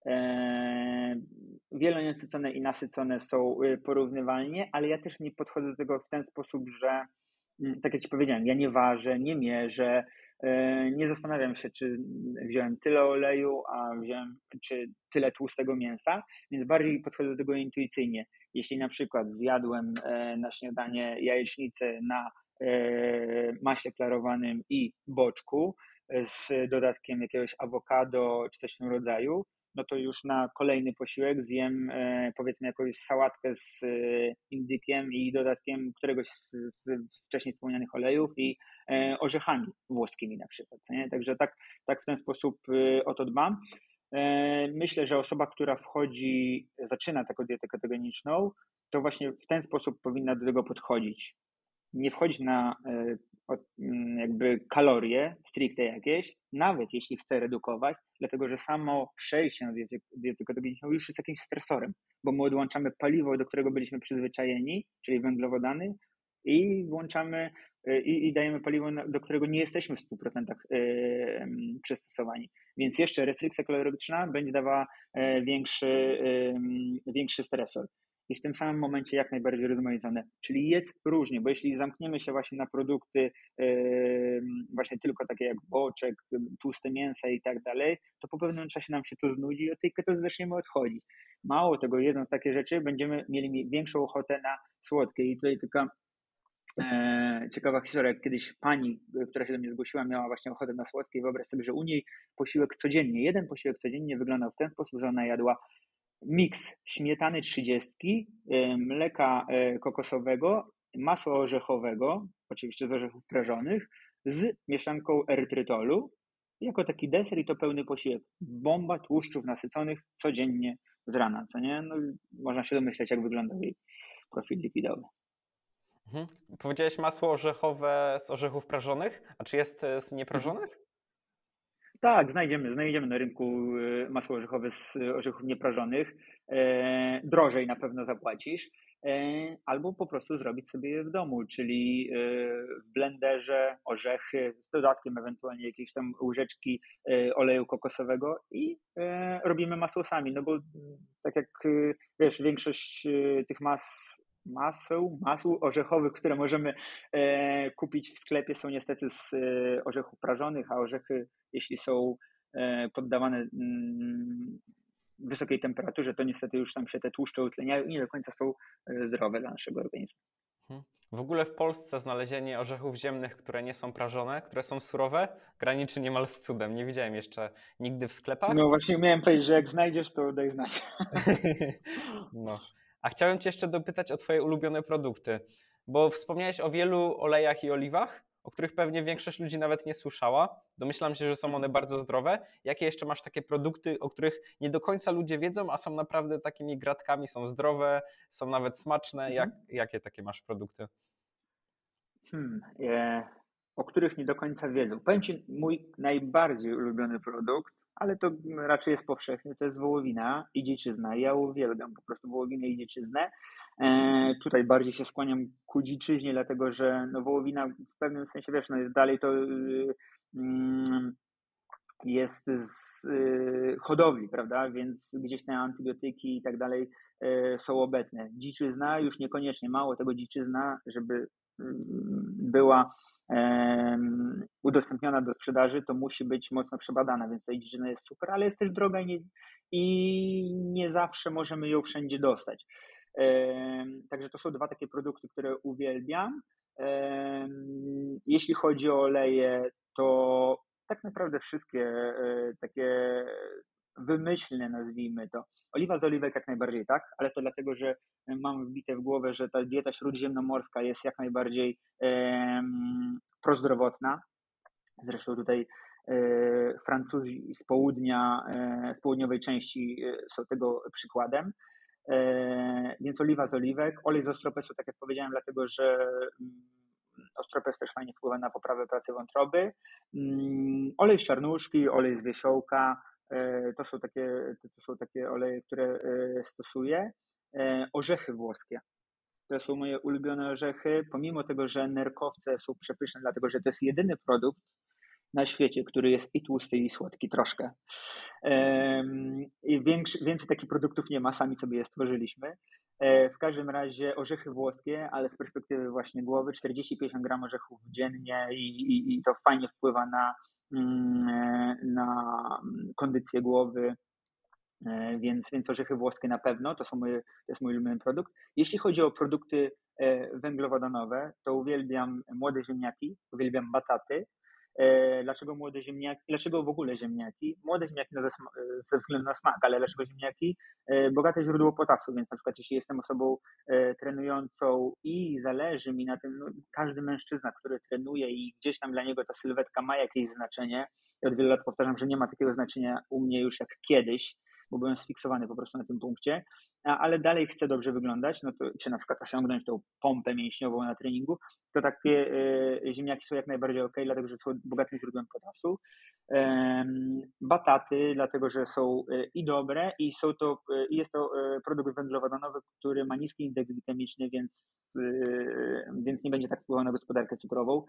E, Wielonasycone i nasycone są e, porównywalnie, ale ja też nie podchodzę do tego w ten sposób, że mm, tak jak Ci powiedziałem, ja nie ważę, nie mierzę, e, nie zastanawiam się, czy wziąłem tyle oleju, a wziąłem czy tyle tłustego mięsa, więc bardziej podchodzę do tego intuicyjnie. Jeśli na przykład zjadłem e, na śniadanie jajecznicę na e, maśle klarowanym i boczku e, z dodatkiem jakiegoś awokado czy coś w tym rodzaju, no to już na kolejny posiłek zjem e, powiedzmy jakąś sałatkę z e, indykiem i dodatkiem któregoś z, z wcześniej wspomnianych olejów i e, orzechami włoskimi na przykład. Co nie? Także tak, tak w ten sposób e, o to dbam. E, Myślę, że osoba, która wchodzi, zaczyna taką dietę ketogeniczną, to właśnie w ten sposób powinna do tego podchodzić. Nie wchodzić na e, od- mm, jakby kalorie stricte jakieś, nawet jeśli chce redukować, dlatego że samo przejście na dietę, dietę ketogeniczną już jest jakimś stresorem, bo my odłączamy paliwo, do którego byliśmy przyzwyczajeni, czyli węglowodany, i włączamy e, i, i dajemy paliwo, na- do którego nie jesteśmy w stu procentach e, em, przystosowani. Więc jeszcze restrykcja kaloryczna będzie dawała e, większy, em, większy stresor. I w tym samym momencie jak najbardziej rozmaicone. Czyli jedz różnie, bo jeśli zamkniemy się właśnie na produkty em, właśnie tylko takie jak boczek, tłuste mięsa i tak dalej, to po pewnym czasie nam się to znudzi i od tej ketozy zaczniemy odchodzić. Mało tego, jedząc takie rzeczy, będziemy mieli większą ochotę na słodkie. I tutaj taka e, ciekawa historia, jak kiedyś pani, która się do mnie zgłosiła, miała właśnie ochotę na słodkie i wyobraź sobie, że u niej posiłek codziennie, jeden posiłek codziennie wyglądał w ten sposób, że ona jadła miks śmietany trzydziestki, e, mleka e, kokosowego, masła orzechowego, oczywiście z orzechów prażonych, z mieszanką erytrytolu jako taki deser i to pełny posiłek. Bomba tłuszczów nasyconych codziennie z rana, co nie? No, można się domyśleć, jak wyglądał jej profil lipidowy. Mhm. Powiedziałeś masło orzechowe z orzechów prażonych, a czy jest e, z nieprażonych? Tak, znajdziemy, znajdziemy na rynku y, masło orzechowe z orzechów nieprażonych. E, drożej na pewno zapłacisz. E, albo po prostu zrobić sobie je w domu, czyli e, w blenderze orzechy z dodatkiem ewentualnie jakiejś tam łyżeczki e, oleju kokosowego i e, robimy masło sami, no bo mm, tak jak y, wiesz, większość y, tych mas maseł, masł orzechowych, które możemy e, kupić w sklepie, są niestety z e, orzechów prażonych, a orzechy, jeśli są e, poddawane mm, wysokiej temperaturze, to niestety już tam się te tłuszcze utleniają i nie do końca są e, zdrowe dla naszego organizmu. Mhm. W ogóle w Polsce znalezienie orzechów ziemnych, które nie są prażone, które są surowe, graniczy niemal z cudem. Nie widziałem jeszcze nigdy w sklepach. No właśnie miałem powiedzieć, że jak znajdziesz, to daj znać. No. A chciałem Cię jeszcze dopytać o Twoje ulubione produkty, bo wspomniałeś o wielu olejach i oliwach, o których pewnie większość ludzi nawet nie słyszała. Domyślam się, że są one bardzo zdrowe. Jakie jeszcze masz takie produkty, o których nie do końca ludzie wiedzą, a są naprawdę takimi gratkami, są zdrowe, są nawet smaczne? Jak, jakie takie masz produkty? Hmm, e, o których nie do końca wiedzą. Powiem Ci, mój najbardziej ulubiony produkt, ale to raczej jest powszechny, to jest wołowina i dziczyzna. Ja uwielbiam po prostu wołowinę i dziczyznę. E, tutaj bardziej się skłaniam ku dziczyźnie, dlatego że no, wołowina w pewnym sensie, wiesz, no jest dalej to y, mm, jest z y, hodowli, prawda, więc gdzieś te antybiotyki i tak dalej y, są obecne. Dziczyzna już niekoniecznie, mało tego, dziczyzna, żeby y, była em, udostępniona do sprzedaży, to musi być mocno przebadana, więc ta dziczyzna jest super, ale jest też droga i nie, i nie zawsze możemy ją wszędzie dostać. Em, Także to są dwa takie produkty, które uwielbiam. Em, Jeśli chodzi o oleje, to tak naprawdę wszystkie e, takie wymyślne, nazwijmy to. Oliwa z oliwek jak najbardziej tak, ale to dlatego, że mam wbite w głowę, że ta dieta śródziemnomorska jest jak najbardziej em, prozdrowotna. Zresztą tutaj e, Francuzi z południa, e, z południowej części e, są tego przykładem. E, Więc oliwa z oliwek, olej z ostropesu, tak jak powiedziałem, dlatego że mm, ostropes też fajnie wpływa na poprawę pracy wątroby. Mm, Olej z czarnuszki, olej z wiesiołka, e, to są takie, to są takie oleje, które e, stosuję. E, Orzechy włoskie. To są moje ulubione orzechy, pomimo tego, że nerkowce są przepyszne, dlatego że to jest jedyny produkt na świecie, który jest i tłusty, i słodki troszkę. Em, I większy, więcej takich produktów nie ma, sami sobie je stworzyliśmy. E, W każdym razie orzechy włoskie, ale z perspektywy właśnie głowy, czterdzieści do pięćdziesięciu gram orzechów dziennie i, i, i to fajnie wpływa na, mm, e, na kondycję głowy, E, więc, więc orzechy włoskie na pewno, to, są moje, to jest mój ulubiony produkt. Jeśli chodzi o produkty e, węglowodanowe, to uwielbiam młode ziemniaki, uwielbiam bataty. E, Dlaczego młode ziemniaki? Dlaczego w ogóle ziemniaki? Młode ziemniaki no ze, sma- ze względu na smak, ale dlaczego ziemniaki? E, Bogate źródło potasu, więc na przykład jeśli jestem osobą e, trenującą i zależy mi na tym, no, każdy mężczyzna, który trenuje i gdzieś tam dla niego ta sylwetka ma jakieś znaczenie, ja od wielu lat powtarzam, że nie ma takiego znaczenia u mnie już jak kiedyś, bo byłem sfiksowany po prostu na tym punkcie, ale dalej chcę dobrze wyglądać, no to, czy na przykład osiągnąć tą pompę mięśniową na treningu, to takie y, ziemniaki są jak najbardziej ok, dlatego że są bogatym źródłem potasu. Um, bataty, dlatego że są y, i dobre i są to, y, jest to y, produkt węglowodanowy, który ma niski indeks glikemiczny, więc, y, więc nie będzie tak wpływał na gospodarkę cukrową.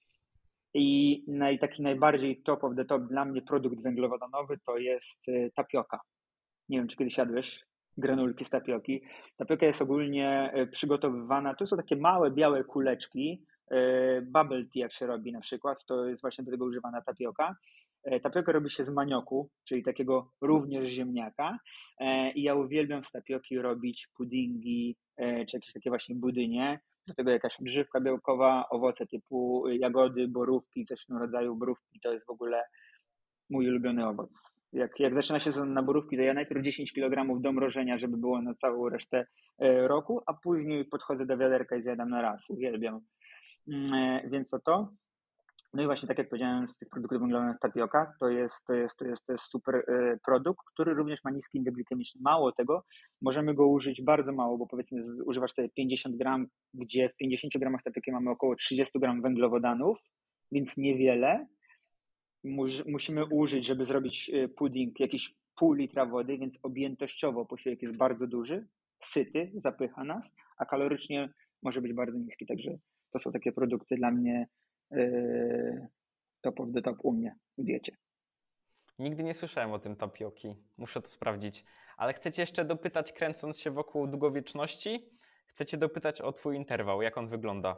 I naj, taki najbardziej top of the top dla mnie produkt węglowodanowy to jest y, tapioka. Nie wiem, czy kiedyś jadłeś granulki z tapioki. Tapioka jest ogólnie przygotowywana, to są takie małe, białe kuleczki, bubble tea jak się robi na przykład, to jest właśnie do tego używana tapioka. Tapioka robi się z manioku, czyli takiego również ziemniaka i ja uwielbiam z tapioki robić puddingi, czy jakieś takie właśnie budynie, do tego jakaś odżywka białkowa, owoce typu jagody, borówki, coś w tym rodzaju. Borówki to jest w ogóle mój ulubiony owoc. Jak, jak zaczyna się sezon na borówki, to ja najpierw dziesięć kilogramów do mrożenia, żeby było na całą resztę roku, a później podchodzę do wiaderka i zjadam na raz. Uwielbiam. Więc to to. No i właśnie tak jak powiedziałem, z tych produktów węglowych tapioka, to jest, to jest, to jest, to jest super e, produkt, który również ma niski indeks glikemiczny. Mało tego, możemy go użyć bardzo mało, bo powiedzmy z- używasz sobie pięćdziesiąt gram, gdzie w pięćdziesięciu gramach tapioki mamy około trzydzieści gram węglowodanów, więc niewiele. Mus- Musimy użyć, żeby zrobić e, pudding, jakieś pół litra wody, więc objętościowo posiłek jest bardzo duży, syty, zapycha nas, a kalorycznie może być bardzo niski. Także to są takie produkty dla mnie e, top of the top u mnie w diecie. Nigdy nie słyszałem o tym tapioki. Muszę to sprawdzić. Ale chcecie jeszcze dopytać, kręcąc się wokół długowieczności? Chcecie dopytać o twój interwał, jak on wygląda?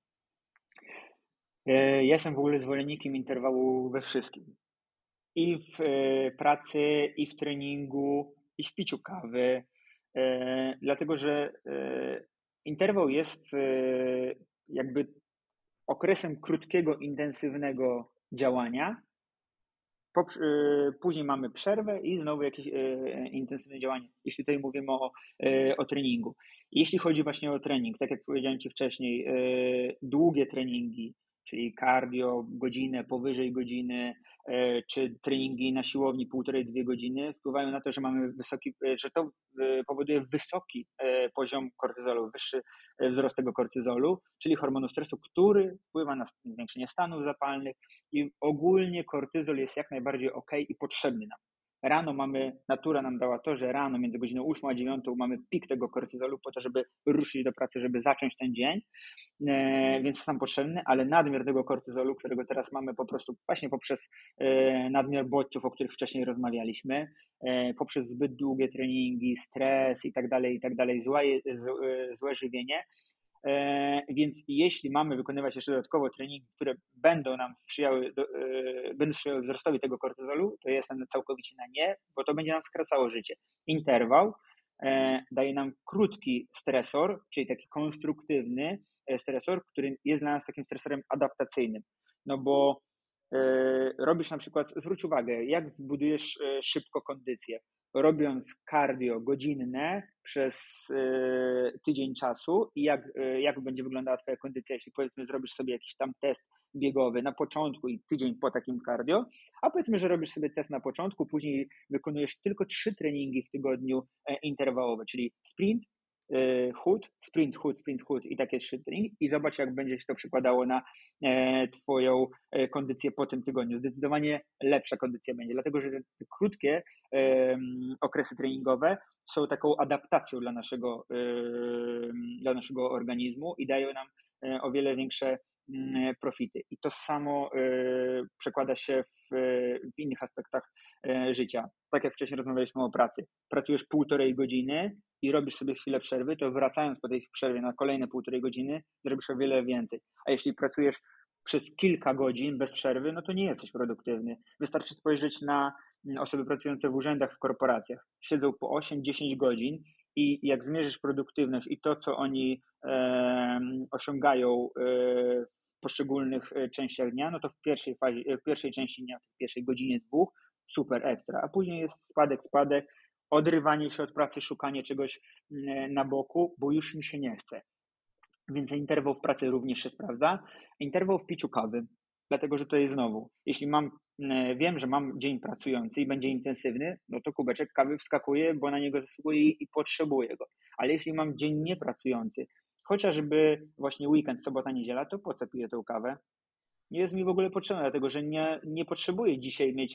E, Jestem w ogóle zwolennikiem interwału we wszystkim. I w e, pracy, i w treningu, i w piciu kawy. E, Dlatego, że e, interwał jest e, jakby okresem krótkiego, intensywnego działania. Po, e, później mamy przerwę i znowu jakieś e, intensywne działanie, jeśli tutaj mówimy o, e, o treningu. Jeśli chodzi właśnie o trening, tak jak powiedziałem Ci wcześniej, e, długie treningi, czyli cardio, godzinę, powyżej godziny, e, czy treningi na siłowni półtorej, dwie godziny, wpływają na to, że mamy wysoki, e, że to e, powoduje wysoki e, poziom kortyzolu, wyższy e, wzrost tego kortyzolu, czyli hormonu stresu, który wpływa na zwiększenie stanów zapalnych, i ogólnie kortyzol jest jak najbardziej ok i potrzebny nam. Rano mamy, natura nam dała to, że rano między godziną ósmą a dziewiątą mamy pik tego kortyzolu po to, żeby ruszyć do pracy, żeby zacząć ten dzień, e, więc jest nam potrzebny, ale nadmiar tego kortyzolu, którego teraz mamy po prostu właśnie poprzez e, nadmiar bodźców, o których wcześniej rozmawialiśmy, e, poprzez zbyt długie treningi, stres i tak dalej, i tak dalej, złe, z- złe żywienie. E, Więc jeśli mamy wykonywać jeszcze dodatkowo treningi, które będą nam sprzyjały, do, e, będą sprzyjały wzrostowi tego kortyzolu, to jestem całkowicie na nie, bo to będzie nam skracało życie. Interwał e, daje nam krótki stresor, czyli taki konstruktywny e, stresor, który jest dla nas takim stresorem adaptacyjnym. No bo e, robisz na przykład, zwróć uwagę, jak zbudujesz e, szybko kondycję. Robiąc cardio godzinne przez e, tydzień czasu i jak, e, jak będzie wyglądała Twoja kondycja, jeśli powiedzmy zrobisz sobie jakiś tam test biegowy na początku i tydzień po takim cardio, a powiedzmy, że robisz sobie test na początku, później wykonujesz tylko trzy treningi w tygodniu e, interwałowe, czyli sprint, e, chód, sprint, chód, sprint, chód i takie trzy treningi i zobacz, jak będzie się to przekładało na e, Twoją e, kondycję po tym tygodniu. Zdecydowanie lepsza kondycja będzie, dlatego że te krótkie em, okresy treningowe są taką adaptacją dla naszego, em, dla naszego organizmu i dają nam e, o wiele większe mm, profity. I to samo e, przekłada się w, w innych aspektach e, życia. Tak jak wcześniej rozmawialiśmy o pracy. Pracujesz półtorej godziny i robisz sobie chwilę przerwy, to wracając po tej przerwie na kolejne półtorej godziny, zrobisz o wiele więcej. A jeśli pracujesz przez kilka godzin bez przerwy, no to nie jesteś produktywny. Wystarczy spojrzeć na osoby pracujące w urzędach, w korporacjach. Siedzą po osiem dziesięć godzin i jak zmierzysz produktywność i to, co oni e, osiągają e, w poszczególnych e, częściach dnia, no to w pierwszej fazie, w pierwszej części dnia, w pierwszej godzinie, dwóch, super ekstra, a później jest spadek, spadek, odrywanie się od pracy, szukanie czegoś mm, na boku, bo już mi się nie chce. Więc interwał w pracy również się sprawdza. Interwał w piciu kawy, dlatego że to jest znowu, jeśli mam, e, wiem, że mam dzień pracujący i będzie intensywny, no to kubeczek kawy wskakuje, bo na niego zasługuję i, i potrzebuję go. Ale jeśli mam dzień niepracujący, chociażby właśnie weekend, sobota, niedziela, to po co piję tą kawę? Nie jest mi w ogóle potrzebna, dlatego że nie, nie potrzebuję dzisiaj mieć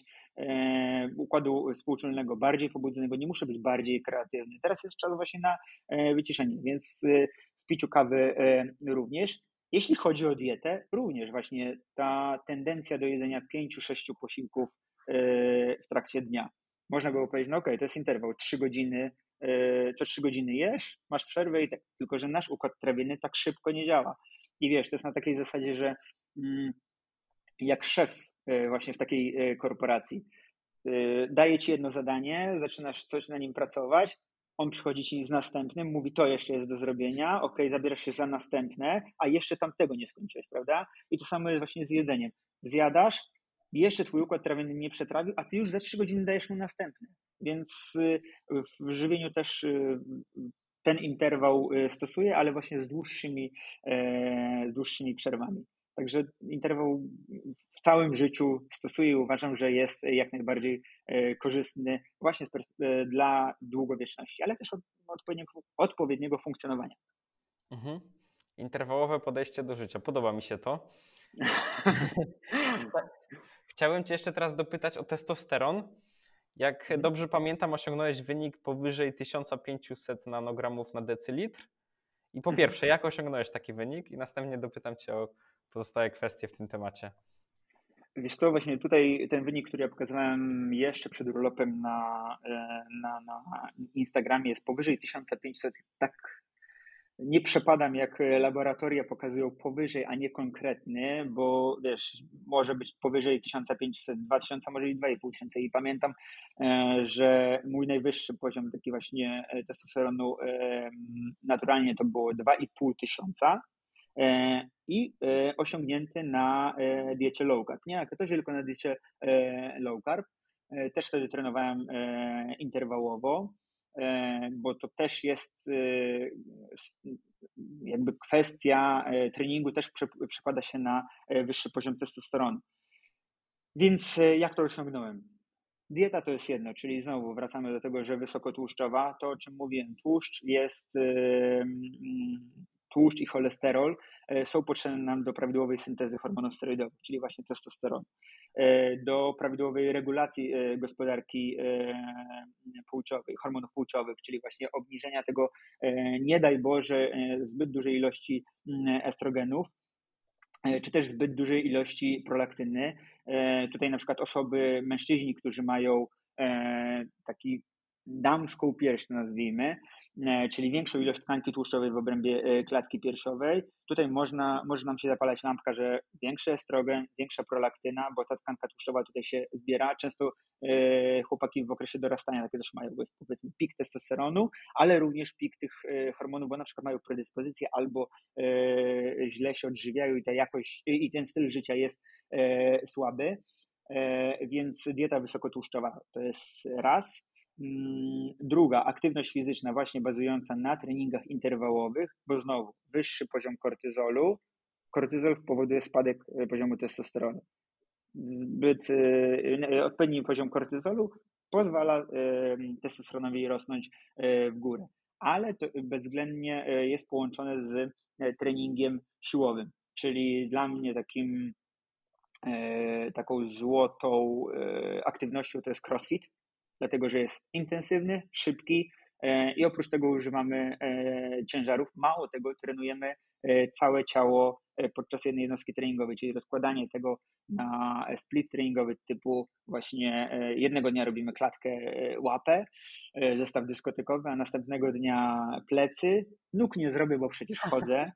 e, układu współczulnego bardziej pobudzonego, nie muszę być bardziej kreatywny. Teraz jest czas właśnie na e, wyciszenie, więc e, w piciu kawy e, również. Jeśli chodzi o dietę, również właśnie ta tendencja do jedzenia pięciu, sześciu posiłków e, w trakcie dnia. Można było powiedzieć, no okej, okay, to jest interwał, trzy godziny, e, to trzy godziny jesz, masz przerwę i tak, tylko że nasz układ trawienny tak szybko nie działa. I wiesz, to jest na takiej zasadzie, że mm, jak szef e, właśnie w takiej e, korporacji e, daje ci jedno zadanie, zaczynasz coś na nim pracować, on przychodzi ci z następnym, mówi to jeszcze jest do zrobienia, ok, zabierasz się za następne, a jeszcze tamtego nie skończyłeś, prawda? I to samo jest właśnie z jedzeniem. Zjadasz, jeszcze twój układ trawienny nie przetrawił, a ty już za trzy godziny dajesz mu następne. Więc e, w żywieniu też e, ten interwał e, stosuję, ale właśnie z dłuższymi, z dłuższymi przerwami. Także interwał w całym życiu stosuję i uważam, że jest jak najbardziej korzystny właśnie dla długowieczności, ale też od odpowiedniego, odpowiedniego funkcjonowania. Mhm. Interwałowe podejście do życia. Podoba mi się to. Chciałem Cię jeszcze teraz dopytać o testosteron. Jak dobrze pamiętam, osiągnąłeś wynik powyżej tysiąc pięćset nanogramów na decylitr. I po pierwsze, jak osiągnąłeś taki wynik? I następnie dopytam Cię o pozostałe kwestie w tym temacie. Wiesz co, właśnie tutaj ten wynik, który ja pokazywałem jeszcze przed urlopem na, na, na Instagramie, jest powyżej tysiąc pięćset. Tak nie przepadam, jak laboratoria pokazują powyżej, a nie konkretny, bo wiesz, może być powyżej tysiąc pięćset, dwa tysiące, może i dwa i pół tysiąca. I pamiętam, że mój najwyższy poziom taki właśnie testosteronu naturalnie to było dwa i pół tysiąca i osiągnięty na diecie low carb. Nie na ketozie, tylko na diecie low carb. Też wtedy trenowałem interwałowo, bo to też jest jakby kwestia treningu, też przekłada się na wyższy poziom testosteronu. Więc jak to osiągnąłem? Dieta to jest jedno, czyli znowu wracamy do tego, że wysokotłuszczowa, to o czym mówiłem, tłuszcz jest, tłuszcz i cholesterol są potrzebne nam do prawidłowej syntezy hormonów steroidowych, czyli właśnie testosteronu, do prawidłowej regulacji gospodarki płciowej, hormonów płciowych, czyli właśnie obniżenia tego, nie daj Boże, zbyt dużej ilości estrogenów, czy też zbyt dużej ilości prolaktyny. Tutaj na przykład osoby, mężczyźni, którzy mają taki damską pierś, nazwijmy, czyli większą ilość tkanki tłuszczowej w obrębie klatki piersiowej. Tutaj można, może nam się zapalać lampka, że większy estrogen, większa prolaktyna, bo ta tkanka tłuszczowa tutaj się zbiera. Często chłopaki w okresie dorastania takie też mają, powiedzmy, pik testosteronu, ale również pik tych hormonów, bo na przykład mają predyspozycję albo źle się odżywiają i ta jakość i ten styl życia jest słaby, więc dieta wysokotłuszczowa to jest raz. Druga, aktywność fizyczna właśnie bazująca na treningach interwałowych, bo znowu wyższy poziom kortyzolu. Kortyzol powoduje spadek poziomu testosteronu. Zbyt odpowiedni poziom kortyzolu pozwala testosteronowi rosnąć w górę, ale to bezwzględnie jest połączone z treningiem siłowym, czyli dla mnie takim taką złotą aktywnością to jest crossfit, dlatego że jest intensywny, szybki i oprócz tego używamy ciężarów. Mało tego, trenujemy całe ciało podczas jednej jednostki treningowej, czyli rozkładanie tego na split treningowy typu właśnie jednego dnia robimy klatkę, łapę, zestaw dyskotekowy, a następnego dnia plecy. Nóg nie zrobię, bo przecież chodzę.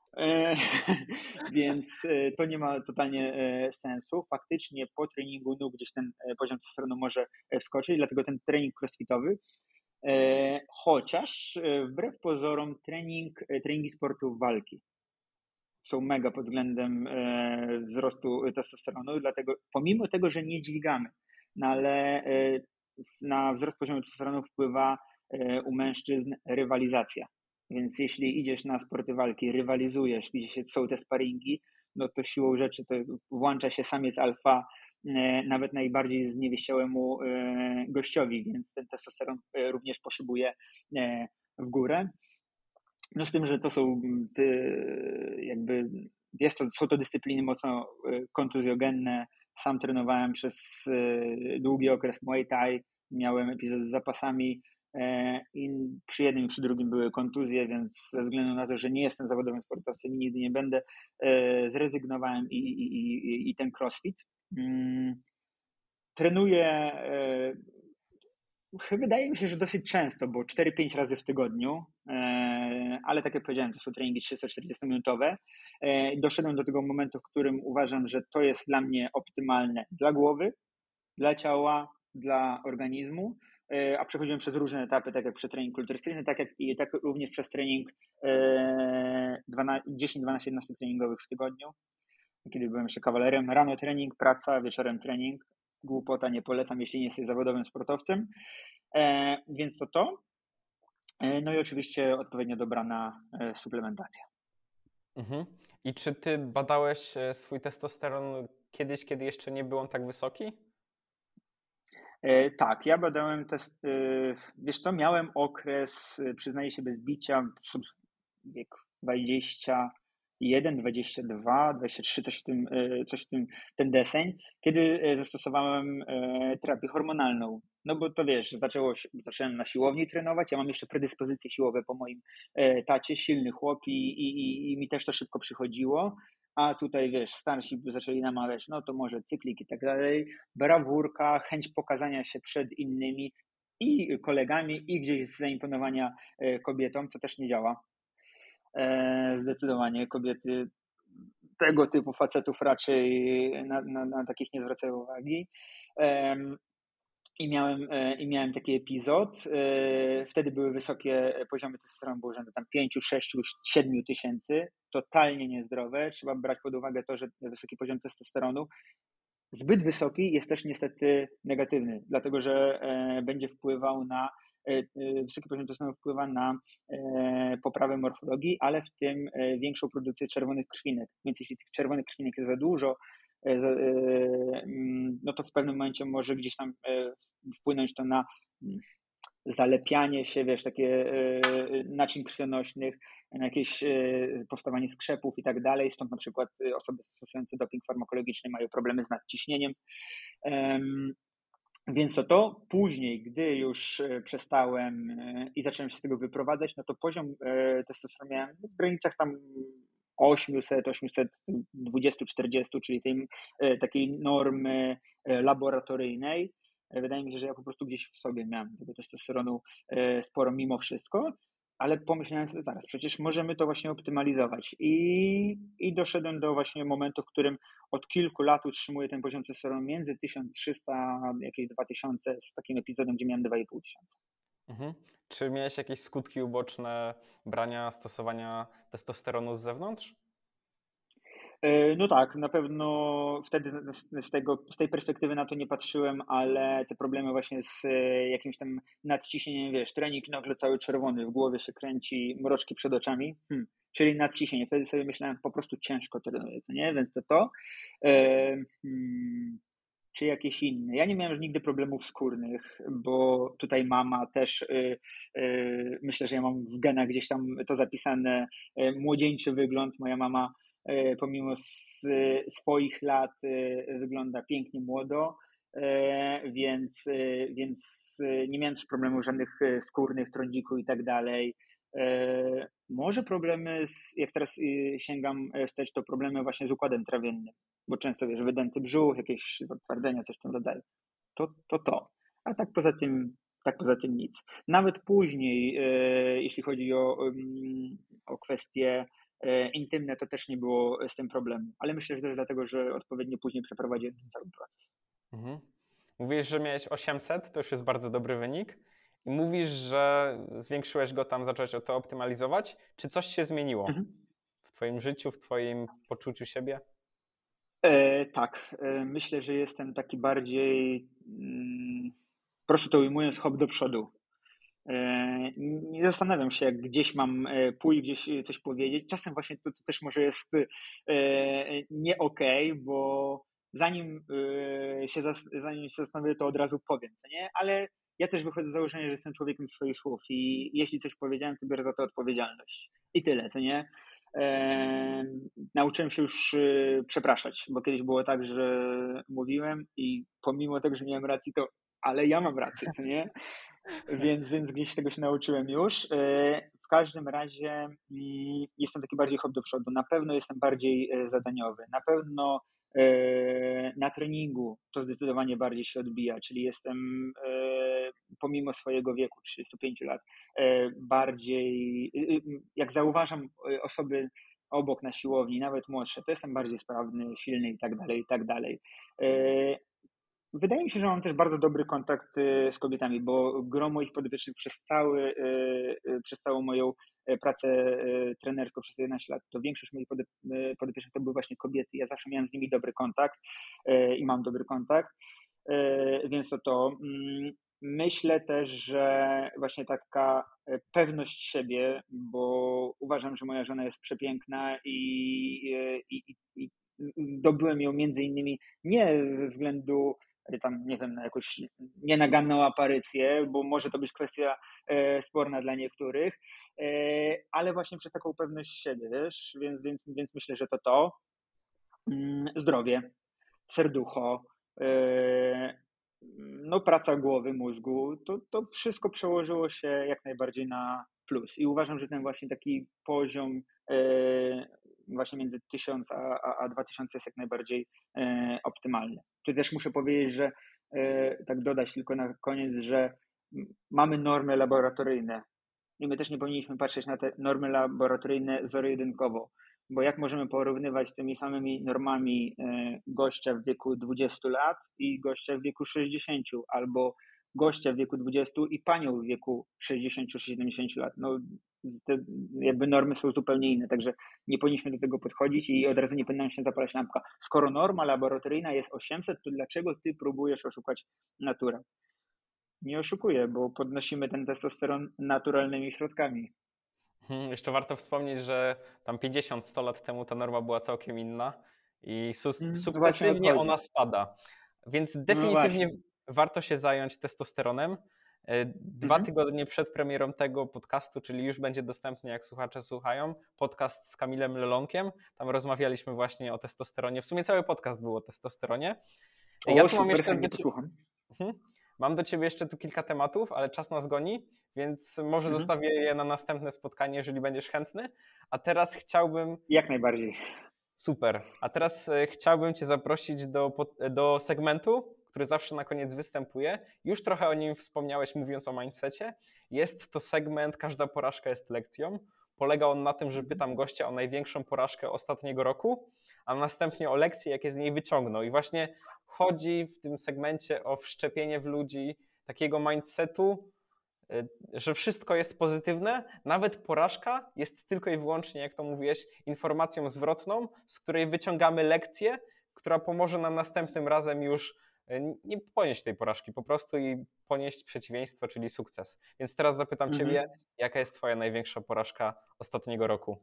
Więc to nie ma totalnie sensu. Faktycznie po treningu nóg gdzieś ten poziom testosteronu może skoczyć, dlatego ten trening crossfitowy, chociaż wbrew pozorom trening, treningi sportów walki są mega pod względem wzrostu testosteronu, dlatego pomimo tego, że nie dźwigamy, no ale na wzrost poziomu testosteronu wpływa u mężczyzn rywalizacja. Więc jeśli idziesz na sporty walki, rywalizujesz, gdzie są te sparingi, no to siłą rzeczy to włącza się samiec alfa nawet najbardziej zniewieściałemu gościowi, więc ten testosteron również poszybuje w górę. No z tym, że to są jakby, jest to, są to dyscypliny mocno kontuzjogenne. Sam trenowałem przez długi okres Muay Thai, miałem epizod z zapasami i przy jednym i przy drugim były kontuzje, więc ze względu na to, że nie jestem zawodowym sportowcem i nigdy nie będę, zrezygnowałem i, i, i, i ten crossfit. Trenuję, wydaje mi się, że dosyć często, bo cztery pięć razy w tygodniu, ale tak jak powiedziałem, to są treningi trzysta-czterdziestominutowe. Doszedłem do tego momentu, w którym uważam, że to jest dla mnie optymalne dla głowy, dla ciała, dla organizmu, a przechodziłem przez różne etapy, tak jak przez trening kulturystyczny, tak jak i tak również przez trening dziesięć dwanaście jednostek treningowych w tygodniu, kiedy byłem jeszcze kawalerem. Rano trening, praca, wieczorem trening. Głupota, nie polecam, jeśli nie jesteś zawodowym sportowcem. Więc to to. No i oczywiście odpowiednio dobrana suplementacja. Mhm. I czy ty badałeś e, swój testosteron kiedyś, kiedy jeszcze nie był on tak wysoki? E, tak, ja badałem test, e, wiesz co, miałem okres, e, przyznaję się bez bicia, pf, wiek dwadzieścia jeden, dwadzieścia dwa, dwadzieścia trzy, coś w tym, e, coś w tym, ten deseń, kiedy e, zastosowałem e, terapię hormonalną. No bo to wiesz, zaczęło się, zacząłem na siłowni trenować, ja mam jeszcze predyspozycje siłowe po moim e, tacie, silny chłop i, i, i, i mi też to szybko przychodziło. A tutaj wiesz, starsi zaczęli namawiać, no to może cyklik i tak dalej, brawurka, chęć pokazania się przed innymi i kolegami, i gdzieś zaimponowania e, kobietom, co też nie działa. E, Zdecydowanie kobiety tego typu facetów raczej na, na, na takich nie zwracają uwagi. Em, I miałem, e, I miałem taki epizod. e, Wtedy były wysokie poziomy testosteronu, było rzędu tam pięć, sześć, siedem tysięcy. Totalnie niezdrowe. Trzeba brać pod uwagę to, że wysoki poziom testosteronu zbyt wysoki jest też niestety negatywny, dlatego że e, będzie wpływał na e, e, wysoki poziom testosteronu wpływa na e, poprawę morfologii, ale w tym e, większą produkcję czerwonych krwinek. Więc jeśli tych czerwonych krwinek jest za dużo, e, za, e, mm, no to w pewnym momencie może gdzieś tam e, wpłynąć to na mm, zalepianie się, wiesz, takie e, naczyń krwionośnych, na jakieś e, powstawanie skrzepów i tak dalej. Stąd na przykład e, osoby stosujące doping farmakologiczny mają problemy z nadciśnieniem. Em, Więc to to. Później, gdy już e, przestałem e, i zacząłem się z tego wyprowadzać, no to poziom e, testosteronu miałem w granicach tam osiemset, osiemset dwadzieścia, czterdzieści, czyli tej e, takiej normy e, laboratoryjnej. E, Wydaje mi się, że ja po prostu gdzieś w sobie miałem tego testosteronu e, sporo mimo wszystko, ale pomyślałem sobie, zaraz, przecież możemy to właśnie optymalizować. I, i doszedłem do właśnie momentu, w którym od kilku lat utrzymuję ten poziom testosteronu między tysiąc trzysta, jakieś dwa tysiące, z takim epizodem, gdzie miałem dwa i pół tysiąca. Mhm. Czy miałeś jakieś skutki uboczne brania, stosowania testosteronu z zewnątrz? E, No tak, na pewno wtedy z, z tego, z tej perspektywy na to nie patrzyłem, ale te problemy właśnie z e, jakimś tam nadciśnieniem, wiesz, trening nagle cały czerwony, w głowie się kręci, mroczki przed oczami, hmm, czyli nadciśnienie. Wtedy sobie myślałem, po prostu ciężko trenuję, co nie? Więc to to. E, hmm, czy jakieś inne. Ja nie miałem nigdy problemów skórnych, bo tutaj mama też, y, y, myślę, że ja mam w genach gdzieś tam to zapisane, y, młodzieńczy wygląd. Moja mama y, pomimo s, swoich lat y, wygląda pięknie młodo, y, więc, y, więc y, nie miałem też problemów żadnych y, skórnych, trądziku i tak dalej. Y, Może problemy, z, jak teraz y, sięgam wstecz, to problemy właśnie z układem trawiennym, bo często wiesz, wydęty brzuch, jakieś zatwardzenia, coś tam dodaje. To, to to. A tak poza tym, tak poza tym nic. Nawet później, e, jeśli chodzi o, um, o kwestie e, intymne, to też nie było z tym problemu. Ale myślę, że też dlatego, że odpowiednio później przeprowadziłem ten cały proces. Mhm. Mówisz, że miałeś osiemset, to już jest bardzo dobry wynik. I mówisz, że zwiększyłeś go tam, zacząłeś to optymalizować. Czy coś się zmieniło Mhm. w twoim życiu, w twoim poczuciu siebie? E, tak, e, myślę, że jestem taki bardziej, mm, po prostu to ujmując, hop do przodu. E, Nie zastanawiam się, jak gdzieś mam e, pójść, gdzieś coś powiedzieć. Czasem właśnie to, to też może jest e, nie okej, bo zanim e, się, zas- zanim się zastanowię, to od razu powiem, co nie? Ale ja też wychodzę z założenia, że jestem człowiekiem swoich słów i jeśli coś powiedziałem, to biorę za to odpowiedzialność. I tyle, co nie? E, Nauczyłem się już e, przepraszać, bo kiedyś było tak, że mówiłem i pomimo tego, że miałem rację, to ale ja mam rację, co nie? Więc, więc gdzieś tego się nauczyłem już. E, W każdym razie mm, jestem taki bardziej hop do przodu. Na pewno jestem bardziej e, zadaniowy. Na pewno e, na treningu to zdecydowanie bardziej się odbija, czyli jestem e, pomimo swojego wieku, trzydziestu pięciu lat, e, bardziej, y, y, jak zauważam e, osoby obok na siłowni, nawet młodsze, to jestem bardziej sprawny, silny i tak dalej, i tak dalej. E, Wydaje mi się, że mam też bardzo dobry kontakt y, z kobietami, bo gro moich podopiecznych przez cały, y, y, przez całą moją y, pracę y, trenerską przez jedenaście lat, to większość moich podop- y, podopiecznych to były właśnie kobiety. Ja zawsze miałem z nimi dobry kontakt y, i mam dobry kontakt, y, więc to to. mm, Myślę też, że właśnie taka pewność siebie, bo uważam, że moja żona jest przepiękna i, i, i, i zdobyłem ją między innymi nie ze względu tam, nie wiem, na jakąś nienaganną aparycję, bo może to być kwestia e, sporna dla niektórych, e, ale właśnie przez taką pewność siebie, wiesz, więc, więc, więc myślę, że to to. Mm, zdrowie, serducho, e, no praca głowy, mózgu, to, to wszystko przełożyło się jak najbardziej na plus i uważam, że ten właśnie taki poziom e, właśnie między tysiąc a, a, a dwa tysiące jest jak najbardziej e, optymalny. Tu też muszę powiedzieć, że e, tak dodać tylko na koniec, że mamy normy laboratoryjne i my też nie powinniśmy patrzeć na te normy laboratoryjne zero-jedynkowo, bo jak możemy porównywać tymi samymi normami gościa w wieku dwudziestu lat i gościa w wieku sześćdziesięciu, albo gościa w wieku dwudziestu i panią w wieku sześćdziesięciu czy siedemdziesięciu lat. No, te jakby normy są zupełnie inne, także nie powinniśmy do tego podchodzić i od razu nie powinna się zapalać lampka. Skoro norma laboratoryjna jest osiemset, to dlaczego ty próbujesz oszukać naturę? Nie oszukuję, bo podnosimy ten testosteron naturalnymi środkami. Hmm, jeszcze warto wspomnieć, że tam pięćdziesiąt sto lat temu ta norma była całkiem inna i su- Mm, sukcesywnie odchodzi. ona spada. Więc No definitywnie właśnie. warto się zająć testosteronem. Dwa Mhm. tygodnie przed premierą tego podcastu, czyli już będzie dostępny, jak słuchacze słuchają, podcast z Kamilem Lelonkiem. Tam rozmawialiśmy właśnie o testosteronie. W sumie cały podcast był o testosteronie. O, Ja tu mam super, jeszcze chętnie do cie- posłucham. Mhm. Mam do Ciebie jeszcze tu kilka tematów, ale czas nas goni, więc może Mhm. zostawię je na następne spotkanie, jeżeli będziesz chętny. A teraz chciałbym... Jak najbardziej. Super. A teraz e, chciałbym Cię zaprosić do, pod- do segmentu, który zawsze na koniec występuje. Już trochę o nim wspomniałeś, mówiąc o mindsetie. Jest to segment Każda porażka jest lekcją. Polega on na tym, że pytam gościa o największą porażkę ostatniego roku, a następnie o lekcje, jakie z niej wyciągnął. I właśnie chodzi w tym segmencie o wszczepienie w ludzi takiego mindsetu, y, że wszystko jest pozytywne, nawet porażka jest tylko i wyłącznie, jak to mówiłeś, informacją zwrotną, z której wyciągamy lekcję, która pomoże nam następnym razem już y, nie ponieść tej porażki, po prostu i ponieść przeciwieństwo, czyli sukces. Więc teraz zapytam Mhm. Ciebie, jaka jest Twoja największa porażka ostatniego roku?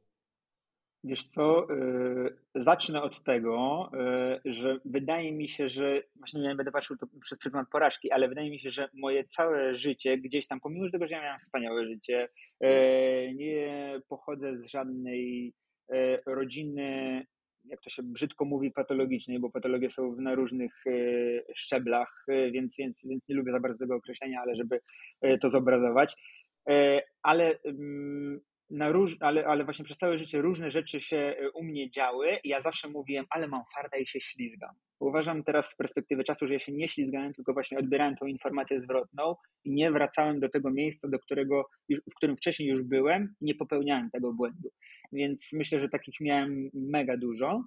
Wiesz co, yy, zacznę od tego, yy, że wydaje mi się, że właśnie nie będę patrzył to przez pryzmat porażki, ale wydaje mi się, że moje całe życie gdzieś tam, pomimo tego, że ja miałem wspaniałe życie, yy, nie pochodzę z żadnej yy, rodziny, jak to się brzydko mówi, patologicznej, bo patologie są na różnych yy, szczeblach, yy, więc, więc, więc nie lubię za bardzo tego określenia, ale żeby yy, to zobrazować. Yy, ale yy, na róż, ale, ale właśnie przez całe życie różne rzeczy się u mnie działy i ja zawsze mówiłem, ale mam farta i się ślizgam. Uważam teraz z perspektywy czasu, że ja się nie ślizgałem, tylko właśnie odbierałem tą informację zwrotną i nie wracałem do tego miejsca, do którego już, w którym wcześniej już byłem i nie popełniałem tego błędu. Więc myślę, że takich miałem mega dużo.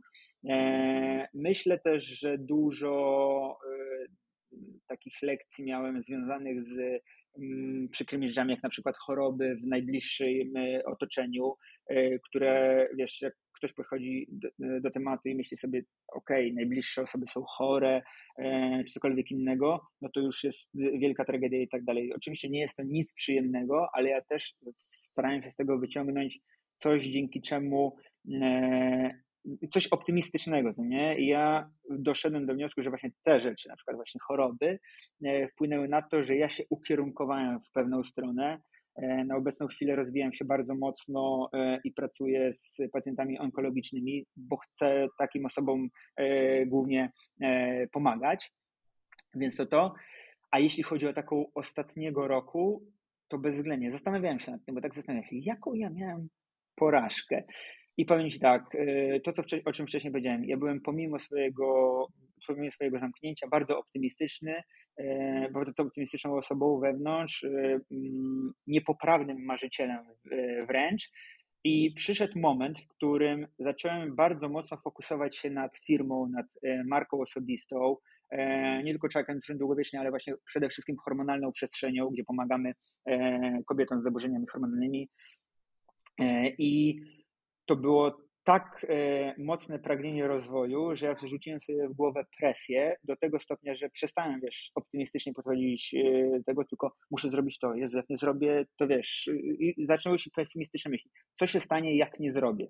E, myślę też, że dużo e, takich lekcji miałem związanych z przykrymi rzeczami, jak na przykład choroby w najbliższym otoczeniu, które, wiesz, jak ktoś podchodzi do, do tematu i myśli sobie, okej, okay, najbliższe osoby są chore, czy cokolwiek innego, no to już jest wielka tragedia i tak dalej. Oczywiście nie jest to nic przyjemnego, ale ja też starałem się z tego wyciągnąć coś, dzięki czemu coś optymistycznego, to nie? I ja doszedłem do wniosku, że właśnie te rzeczy, na przykład właśnie choroby, wpłynęły na to, że ja się ukierunkowałem w pewną stronę. Na obecną chwilę rozwijam się bardzo mocno i pracuję z pacjentami onkologicznymi, bo chcę takim osobom głównie pomagać, więc to to. A jeśli chodzi o taką ostatniego roku, to bezwzględnie zastanawiałem się nad tym, bo tak zastanawiałem się, jaką ja miałem porażkę. I powiem Ci tak, to co, o czym wcześniej powiedziałem, ja byłem pomimo swojego, pomimo swojego zamknięcia bardzo optymistyczny, bardzo optymistyczną osobą wewnątrz, niepoprawnym marzycielem wręcz. I przyszedł moment, w którym zacząłem bardzo mocno fokusować się nad firmą, nad marką osobistą, nie tylko czekając nutrition długowiecznie, ale właśnie przede wszystkim hormonalną przestrzenią, gdzie pomagamy kobietom z zaburzeniami hormonalnymi. I to było tak e, mocne pragnienie rozwoju, że ja wrzuciłem sobie w głowę presję do tego stopnia, że przestałem, wiesz, optymistycznie podchodzić e, tego, tylko muszę zrobić to, Jezu, jak nie zrobię, to wiesz, i zaczęły się pesymistyczne myśli. Co się stanie, jak nie zrobię?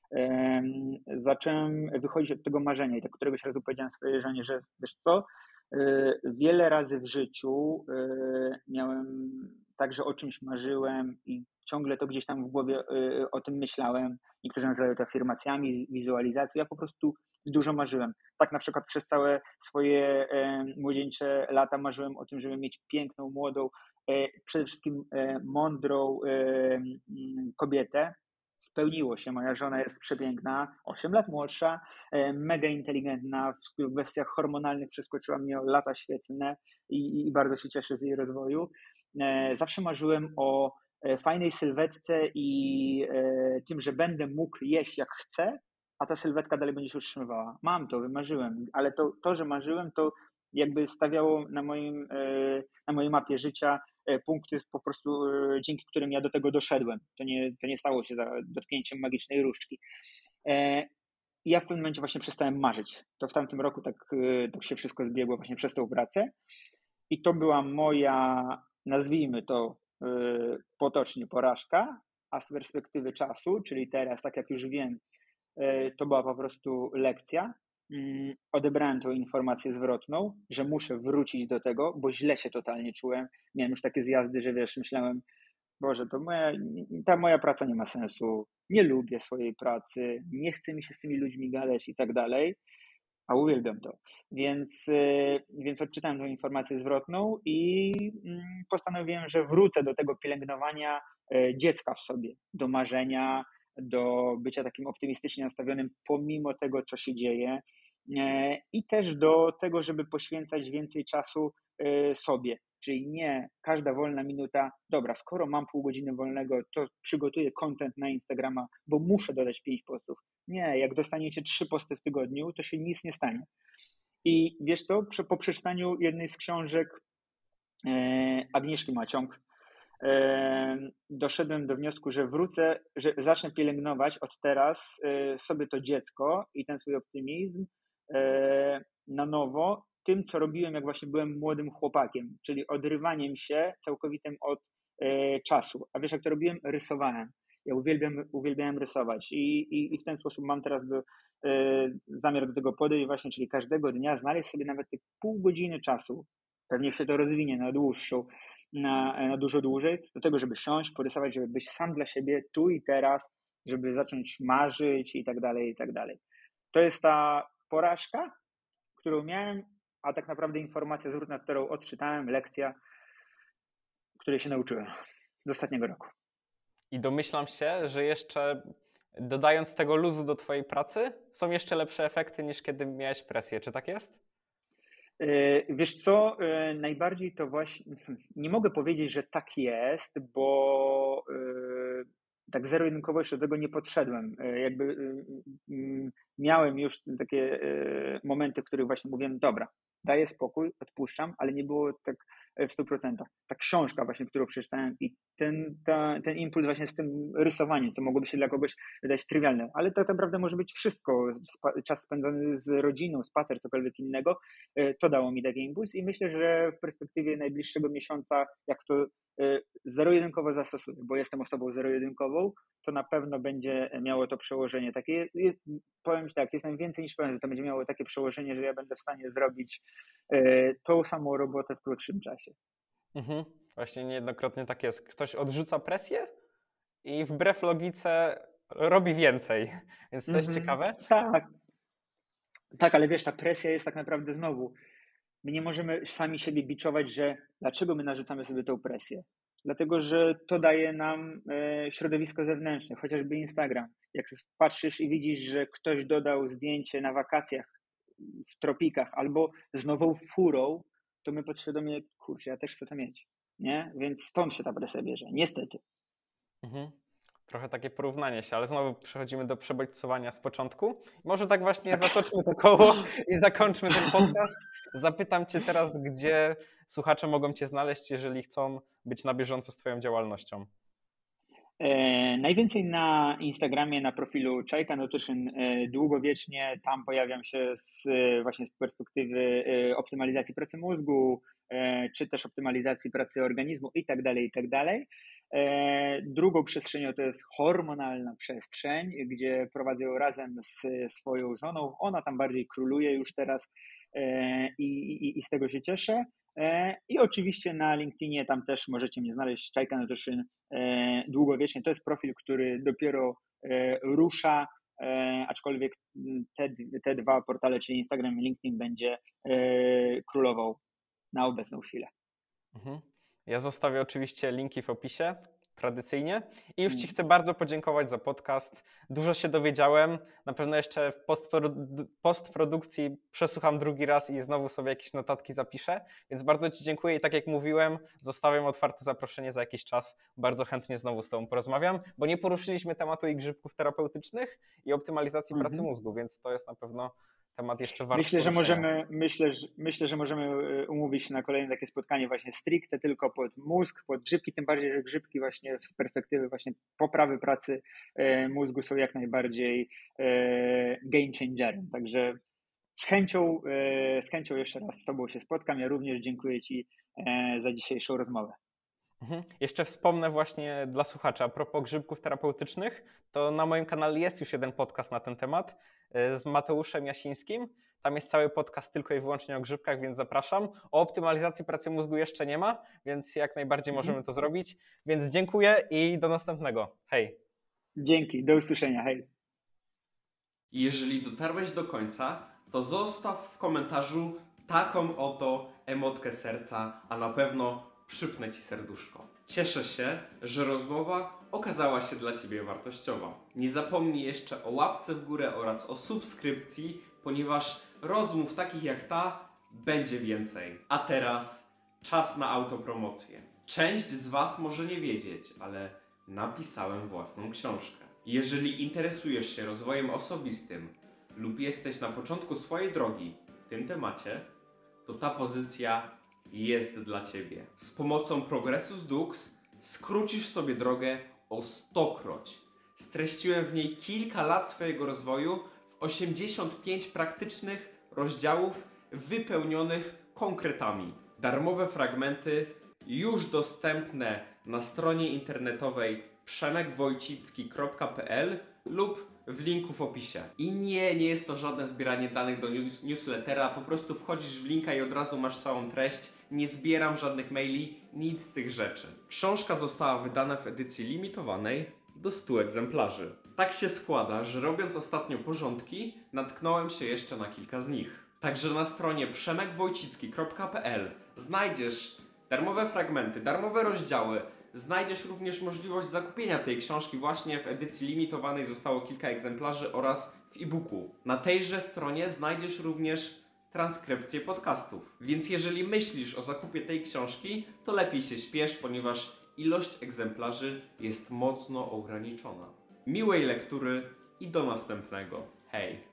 E, zacząłem wychodzić od tego marzenia i tak któregoś razu powiedziałem swojej żonie, że wiesz co, e, wiele razy w życiu e, miałem tak, że o czymś marzyłem i ciągle to gdzieś tam w głowie e, o tym myślałem. Niektórzy nazywają to afirmacjami, wizualizacją. Ja po prostu dużo marzyłem. Tak na przykład przez całe swoje e, młodzieńcze lata marzyłem o tym, żeby mieć piękną, młodą, e, przede wszystkim e, mądrą e, m, kobietę. Spełniło się. Moja żona jest przepiękna, osiem lat młodsza, e, mega inteligentna, w kwestiach hormonalnych przeskoczyła mnie o lata świetlne i, i bardzo się cieszę z jej rozwoju. E, zawsze marzyłem o e, fajnej sylwetce i e, tym, że będę mógł jeść jak chcę, a ta sylwetka dalej będzie się utrzymywała. Mam to, wymarzyłem, ale to, to że marzyłem, to jakby stawiało na moim, e, na mojej mapie życia e, punkty po prostu, e, dzięki którym ja do tego doszedłem. To nie, to nie stało się za dotknięciem magicznej różdżki. E, I ja w pewnym momencie właśnie przestałem marzyć. To w tamtym roku tak, e, tak się wszystko zbiegło właśnie przez tą pracę. I to była moja, nazwijmy to y, potocznie, porażka, a z perspektywy czasu, czyli teraz, tak jak już wiem, y, to była po prostu lekcja. Y, odebrałem tą informację zwrotną, że muszę wrócić do tego, bo źle się totalnie czułem. Miałem już takie zjazdy, że wiesz, myślałem, Boże, to moja, ta moja praca nie ma sensu, nie lubię swojej pracy, nie chce mi się z tymi ludźmi gadać i tak dalej. A uwielbiam to. Więc, więc odczytałem tę informację zwrotną i postanowiłem, że wrócę do tego pielęgnowania dziecka w sobie, do marzenia, do bycia takim optymistycznie nastawionym pomimo tego, co się dzieje i też do tego, żeby poświęcać więcej czasu sobie. Czyli nie każda wolna minuta, dobra, skoro mam pół godziny wolnego, to przygotuję content na Instagrama, bo muszę dodać pięć postów. Nie, jak dostaniecie trzy posty w tygodniu, to się nic nie stanie. I wiesz co, po przeczytaniu jednej z książek e, Agnieszki Maciąg e, doszedłem do wniosku, że wrócę, że zacznę pielęgnować od teraz e, sobie to dziecko i ten swój optymizm e, na nowo tym, co robiłem, jak właśnie byłem młodym chłopakiem, czyli odrywaniem się całkowitym od e, czasu. A wiesz, jak to robiłem? Rysowałem. Ja uwielbiam, uwielbiałem rysować i, i, i w ten sposób mam teraz do, e, zamiar do tego podejść właśnie, czyli każdego dnia znaleźć sobie nawet te pół godziny czasu, pewnie się to rozwinie na dłuższą, na, na dużo dłużej, do tego, żeby siąść, porysować, żeby być sam dla siebie tu i teraz, żeby zacząć marzyć i tak dalej, i tak dalej. To jest ta porażka, którą miałem, a tak naprawdę informacja zwrotna, którą odczytałem, lekcja, której się nauczyłem do ostatniego roku. I domyślam się, że jeszcze dodając tego luzu do twojej pracy, są jeszcze lepsze efekty niż kiedy miałeś presję. Czy tak jest? Wiesz co, najbardziej to właśnie, nie mogę powiedzieć, że tak jest, bo tak zero-jedynkowo jeszcze do tego nie podszedłem. Jakby miałem już takie momenty, w których właśnie mówiłem, dobra, daję spokój, odpuszczam, ale nie było tak w stu procentach. Ta książka właśnie, którą przeczytałem i ten, ta, ten impuls właśnie z tym rysowaniem, to mogłoby się dla kogoś wydać trywialne, ale tak naprawdę może być wszystko, czas spędzony z rodziną, spacer, cokolwiek innego, to dało mi taki impuls i myślę, że w perspektywie najbliższego miesiąca, jak to zero-jedynkowo zastosuję, bo jestem osobą zero-jedynkową, to na pewno będzie miało to przełożenie. Takie, powiem Ci tak, jestem więcej niż pewien, że to będzie miało takie przełożenie, że ja będę w stanie zrobić e, tą samą robotę w krótszym czasie. Mhm. Właśnie niejednokrotnie tak jest. Ktoś odrzuca presję i wbrew logice robi więcej. Więc to jest Mhm. ciekawe. Tak. Tak, ale wiesz, ta presja jest tak naprawdę znowu, my nie możemy sami siebie biczować, że dlaczego my narzucamy sobie tą presję. Dlatego, że to daje nam e, środowisko zewnętrzne, chociażby Instagram. Jak patrzysz i widzisz, że ktoś dodał zdjęcie na wakacjach w tropikach albo z nową furą, to my podświadomie, kurczę, ja też chcę to mieć. Nie? Więc stąd się ta presja bierze, niestety. Mhm. Trochę takie porównanie się, ale znowu przechodzimy do przebodźcowania z początku. Może tak właśnie zatoczmy to koło i zakończmy ten podcast. Zapytam Cię teraz, gdzie słuchacze mogą Cię znaleźć, jeżeli chcą być na bieżąco z Twoją działalnością. E, najwięcej na Instagramie, na profilu Czajka Nutrition e, długowiecznie. Tam pojawiam się z, e, właśnie z perspektywy e, optymalizacji pracy mózgu, e, czy też optymalizacji pracy organizmu i tak dalej, i tak dalej. E, drugą przestrzenią to jest hormonalna przestrzeń, gdzie prowadzę ją razem z swoją żoną. Ona tam bardziej króluje już teraz e, i, i, i z tego się cieszę. E, I oczywiście na LinkedInie tam też możecie mnie znaleźć, Czajka Nutrition e, długowiecznie. To jest profil, który dopiero e, rusza, e, aczkolwiek te, te dwa portale, czyli Instagram i LinkedIn, będzie e, królował na obecną chwilę. Mhm. Ja zostawię oczywiście linki w opisie, tradycyjnie. I już Ci Mm. chcę bardzo podziękować za podcast. Dużo się dowiedziałem. Na pewno jeszcze w postprodu- postprodukcji przesłucham drugi raz i znowu sobie jakieś notatki zapiszę. Więc bardzo Ci dziękuję i tak jak mówiłem, zostawiam otwarte zaproszenie za jakiś czas. Bardzo chętnie znowu z Tobą porozmawiam, bo nie poruszyliśmy tematu i grzybków terapeutycznych i optymalizacji Mhm. pracy mózgu, więc to jest na pewno temat jeszcze warty Myślę, że poruszenia. możemy, myślę, że, myślę, że możemy e, umówić się na kolejne takie spotkanie właśnie stricte tylko pod mózg, pod grzybki, tym bardziej, że grzybki właśnie z perspektywy właśnie poprawy pracy e, mózgu są jak najbardziej e, game changerem. Także z chęcią, e, z chęcią jeszcze raz z Tobą się spotkam. Ja również dziękuję Ci e, za dzisiejszą rozmowę. Mhm. Jeszcze wspomnę właśnie dla słuchaczy, a propos grzybków terapeutycznych, to na moim kanale jest już jeden podcast na ten temat y, z Mateuszem Jasińskim. Tam jest cały podcast tylko i wyłącznie o grzybkach, więc zapraszam. O optymalizacji pracy mózgu jeszcze nie ma, więc jak najbardziej Mhm. możemy to zrobić. Więc dziękuję i do następnego. Hej! Dzięki, do usłyszenia, hej. I jeżeli dotarłeś do końca, to zostaw w komentarzu taką oto emotkę serca, a na pewno przypnę Ci serduszko. Cieszę się, że rozmowa okazała się dla Ciebie wartościowa. Nie zapomnij jeszcze o łapce w górę oraz o subskrypcji, ponieważ rozmów takich jak ta będzie więcej. A teraz czas na autopromocję. Część z Was może nie wiedzieć, ale napisałem własną książkę. Jeżeli interesujesz się rozwojem osobistym lub jesteś na początku swojej drogi w tym temacie, to ta pozycja jest dla Ciebie. Z pomocą Progressus Dux skrócisz sobie drogę o stokroć. Streściłem w niej kilka lat swojego rozwoju w osiemdziesiąt pięć praktycznych rozdziałów wypełnionych konkretami. Darmowe fragmenty już dostępne na stronie internetowej przemek wojcicki kropka p l lub w linku w opisie. I nie, nie jest to żadne zbieranie danych do news newslettera, po prostu wchodzisz w linka i od razu masz całą treść. Nie zbieram żadnych maili, nic z tych rzeczy. Książka została wydana w edycji limitowanej do stu egzemplarzy. Tak się składa, że robiąc ostatnio porządki, natknąłem się jeszcze na kilka z nich. Także na stronie przemek wojcicki kropka p l znajdziesz darmowe fragmenty, darmowe rozdziały. Znajdziesz również możliwość zakupienia tej książki właśnie w edycji limitowanej, zostało kilka egzemplarzy, oraz w e-booku. Na tejże stronie znajdziesz również transkrypcję podcastów. Więc jeżeli myślisz o zakupie tej książki, to lepiej się śpiesz, ponieważ ilość egzemplarzy jest mocno ograniczona. Miłej lektury i do następnego. Hej!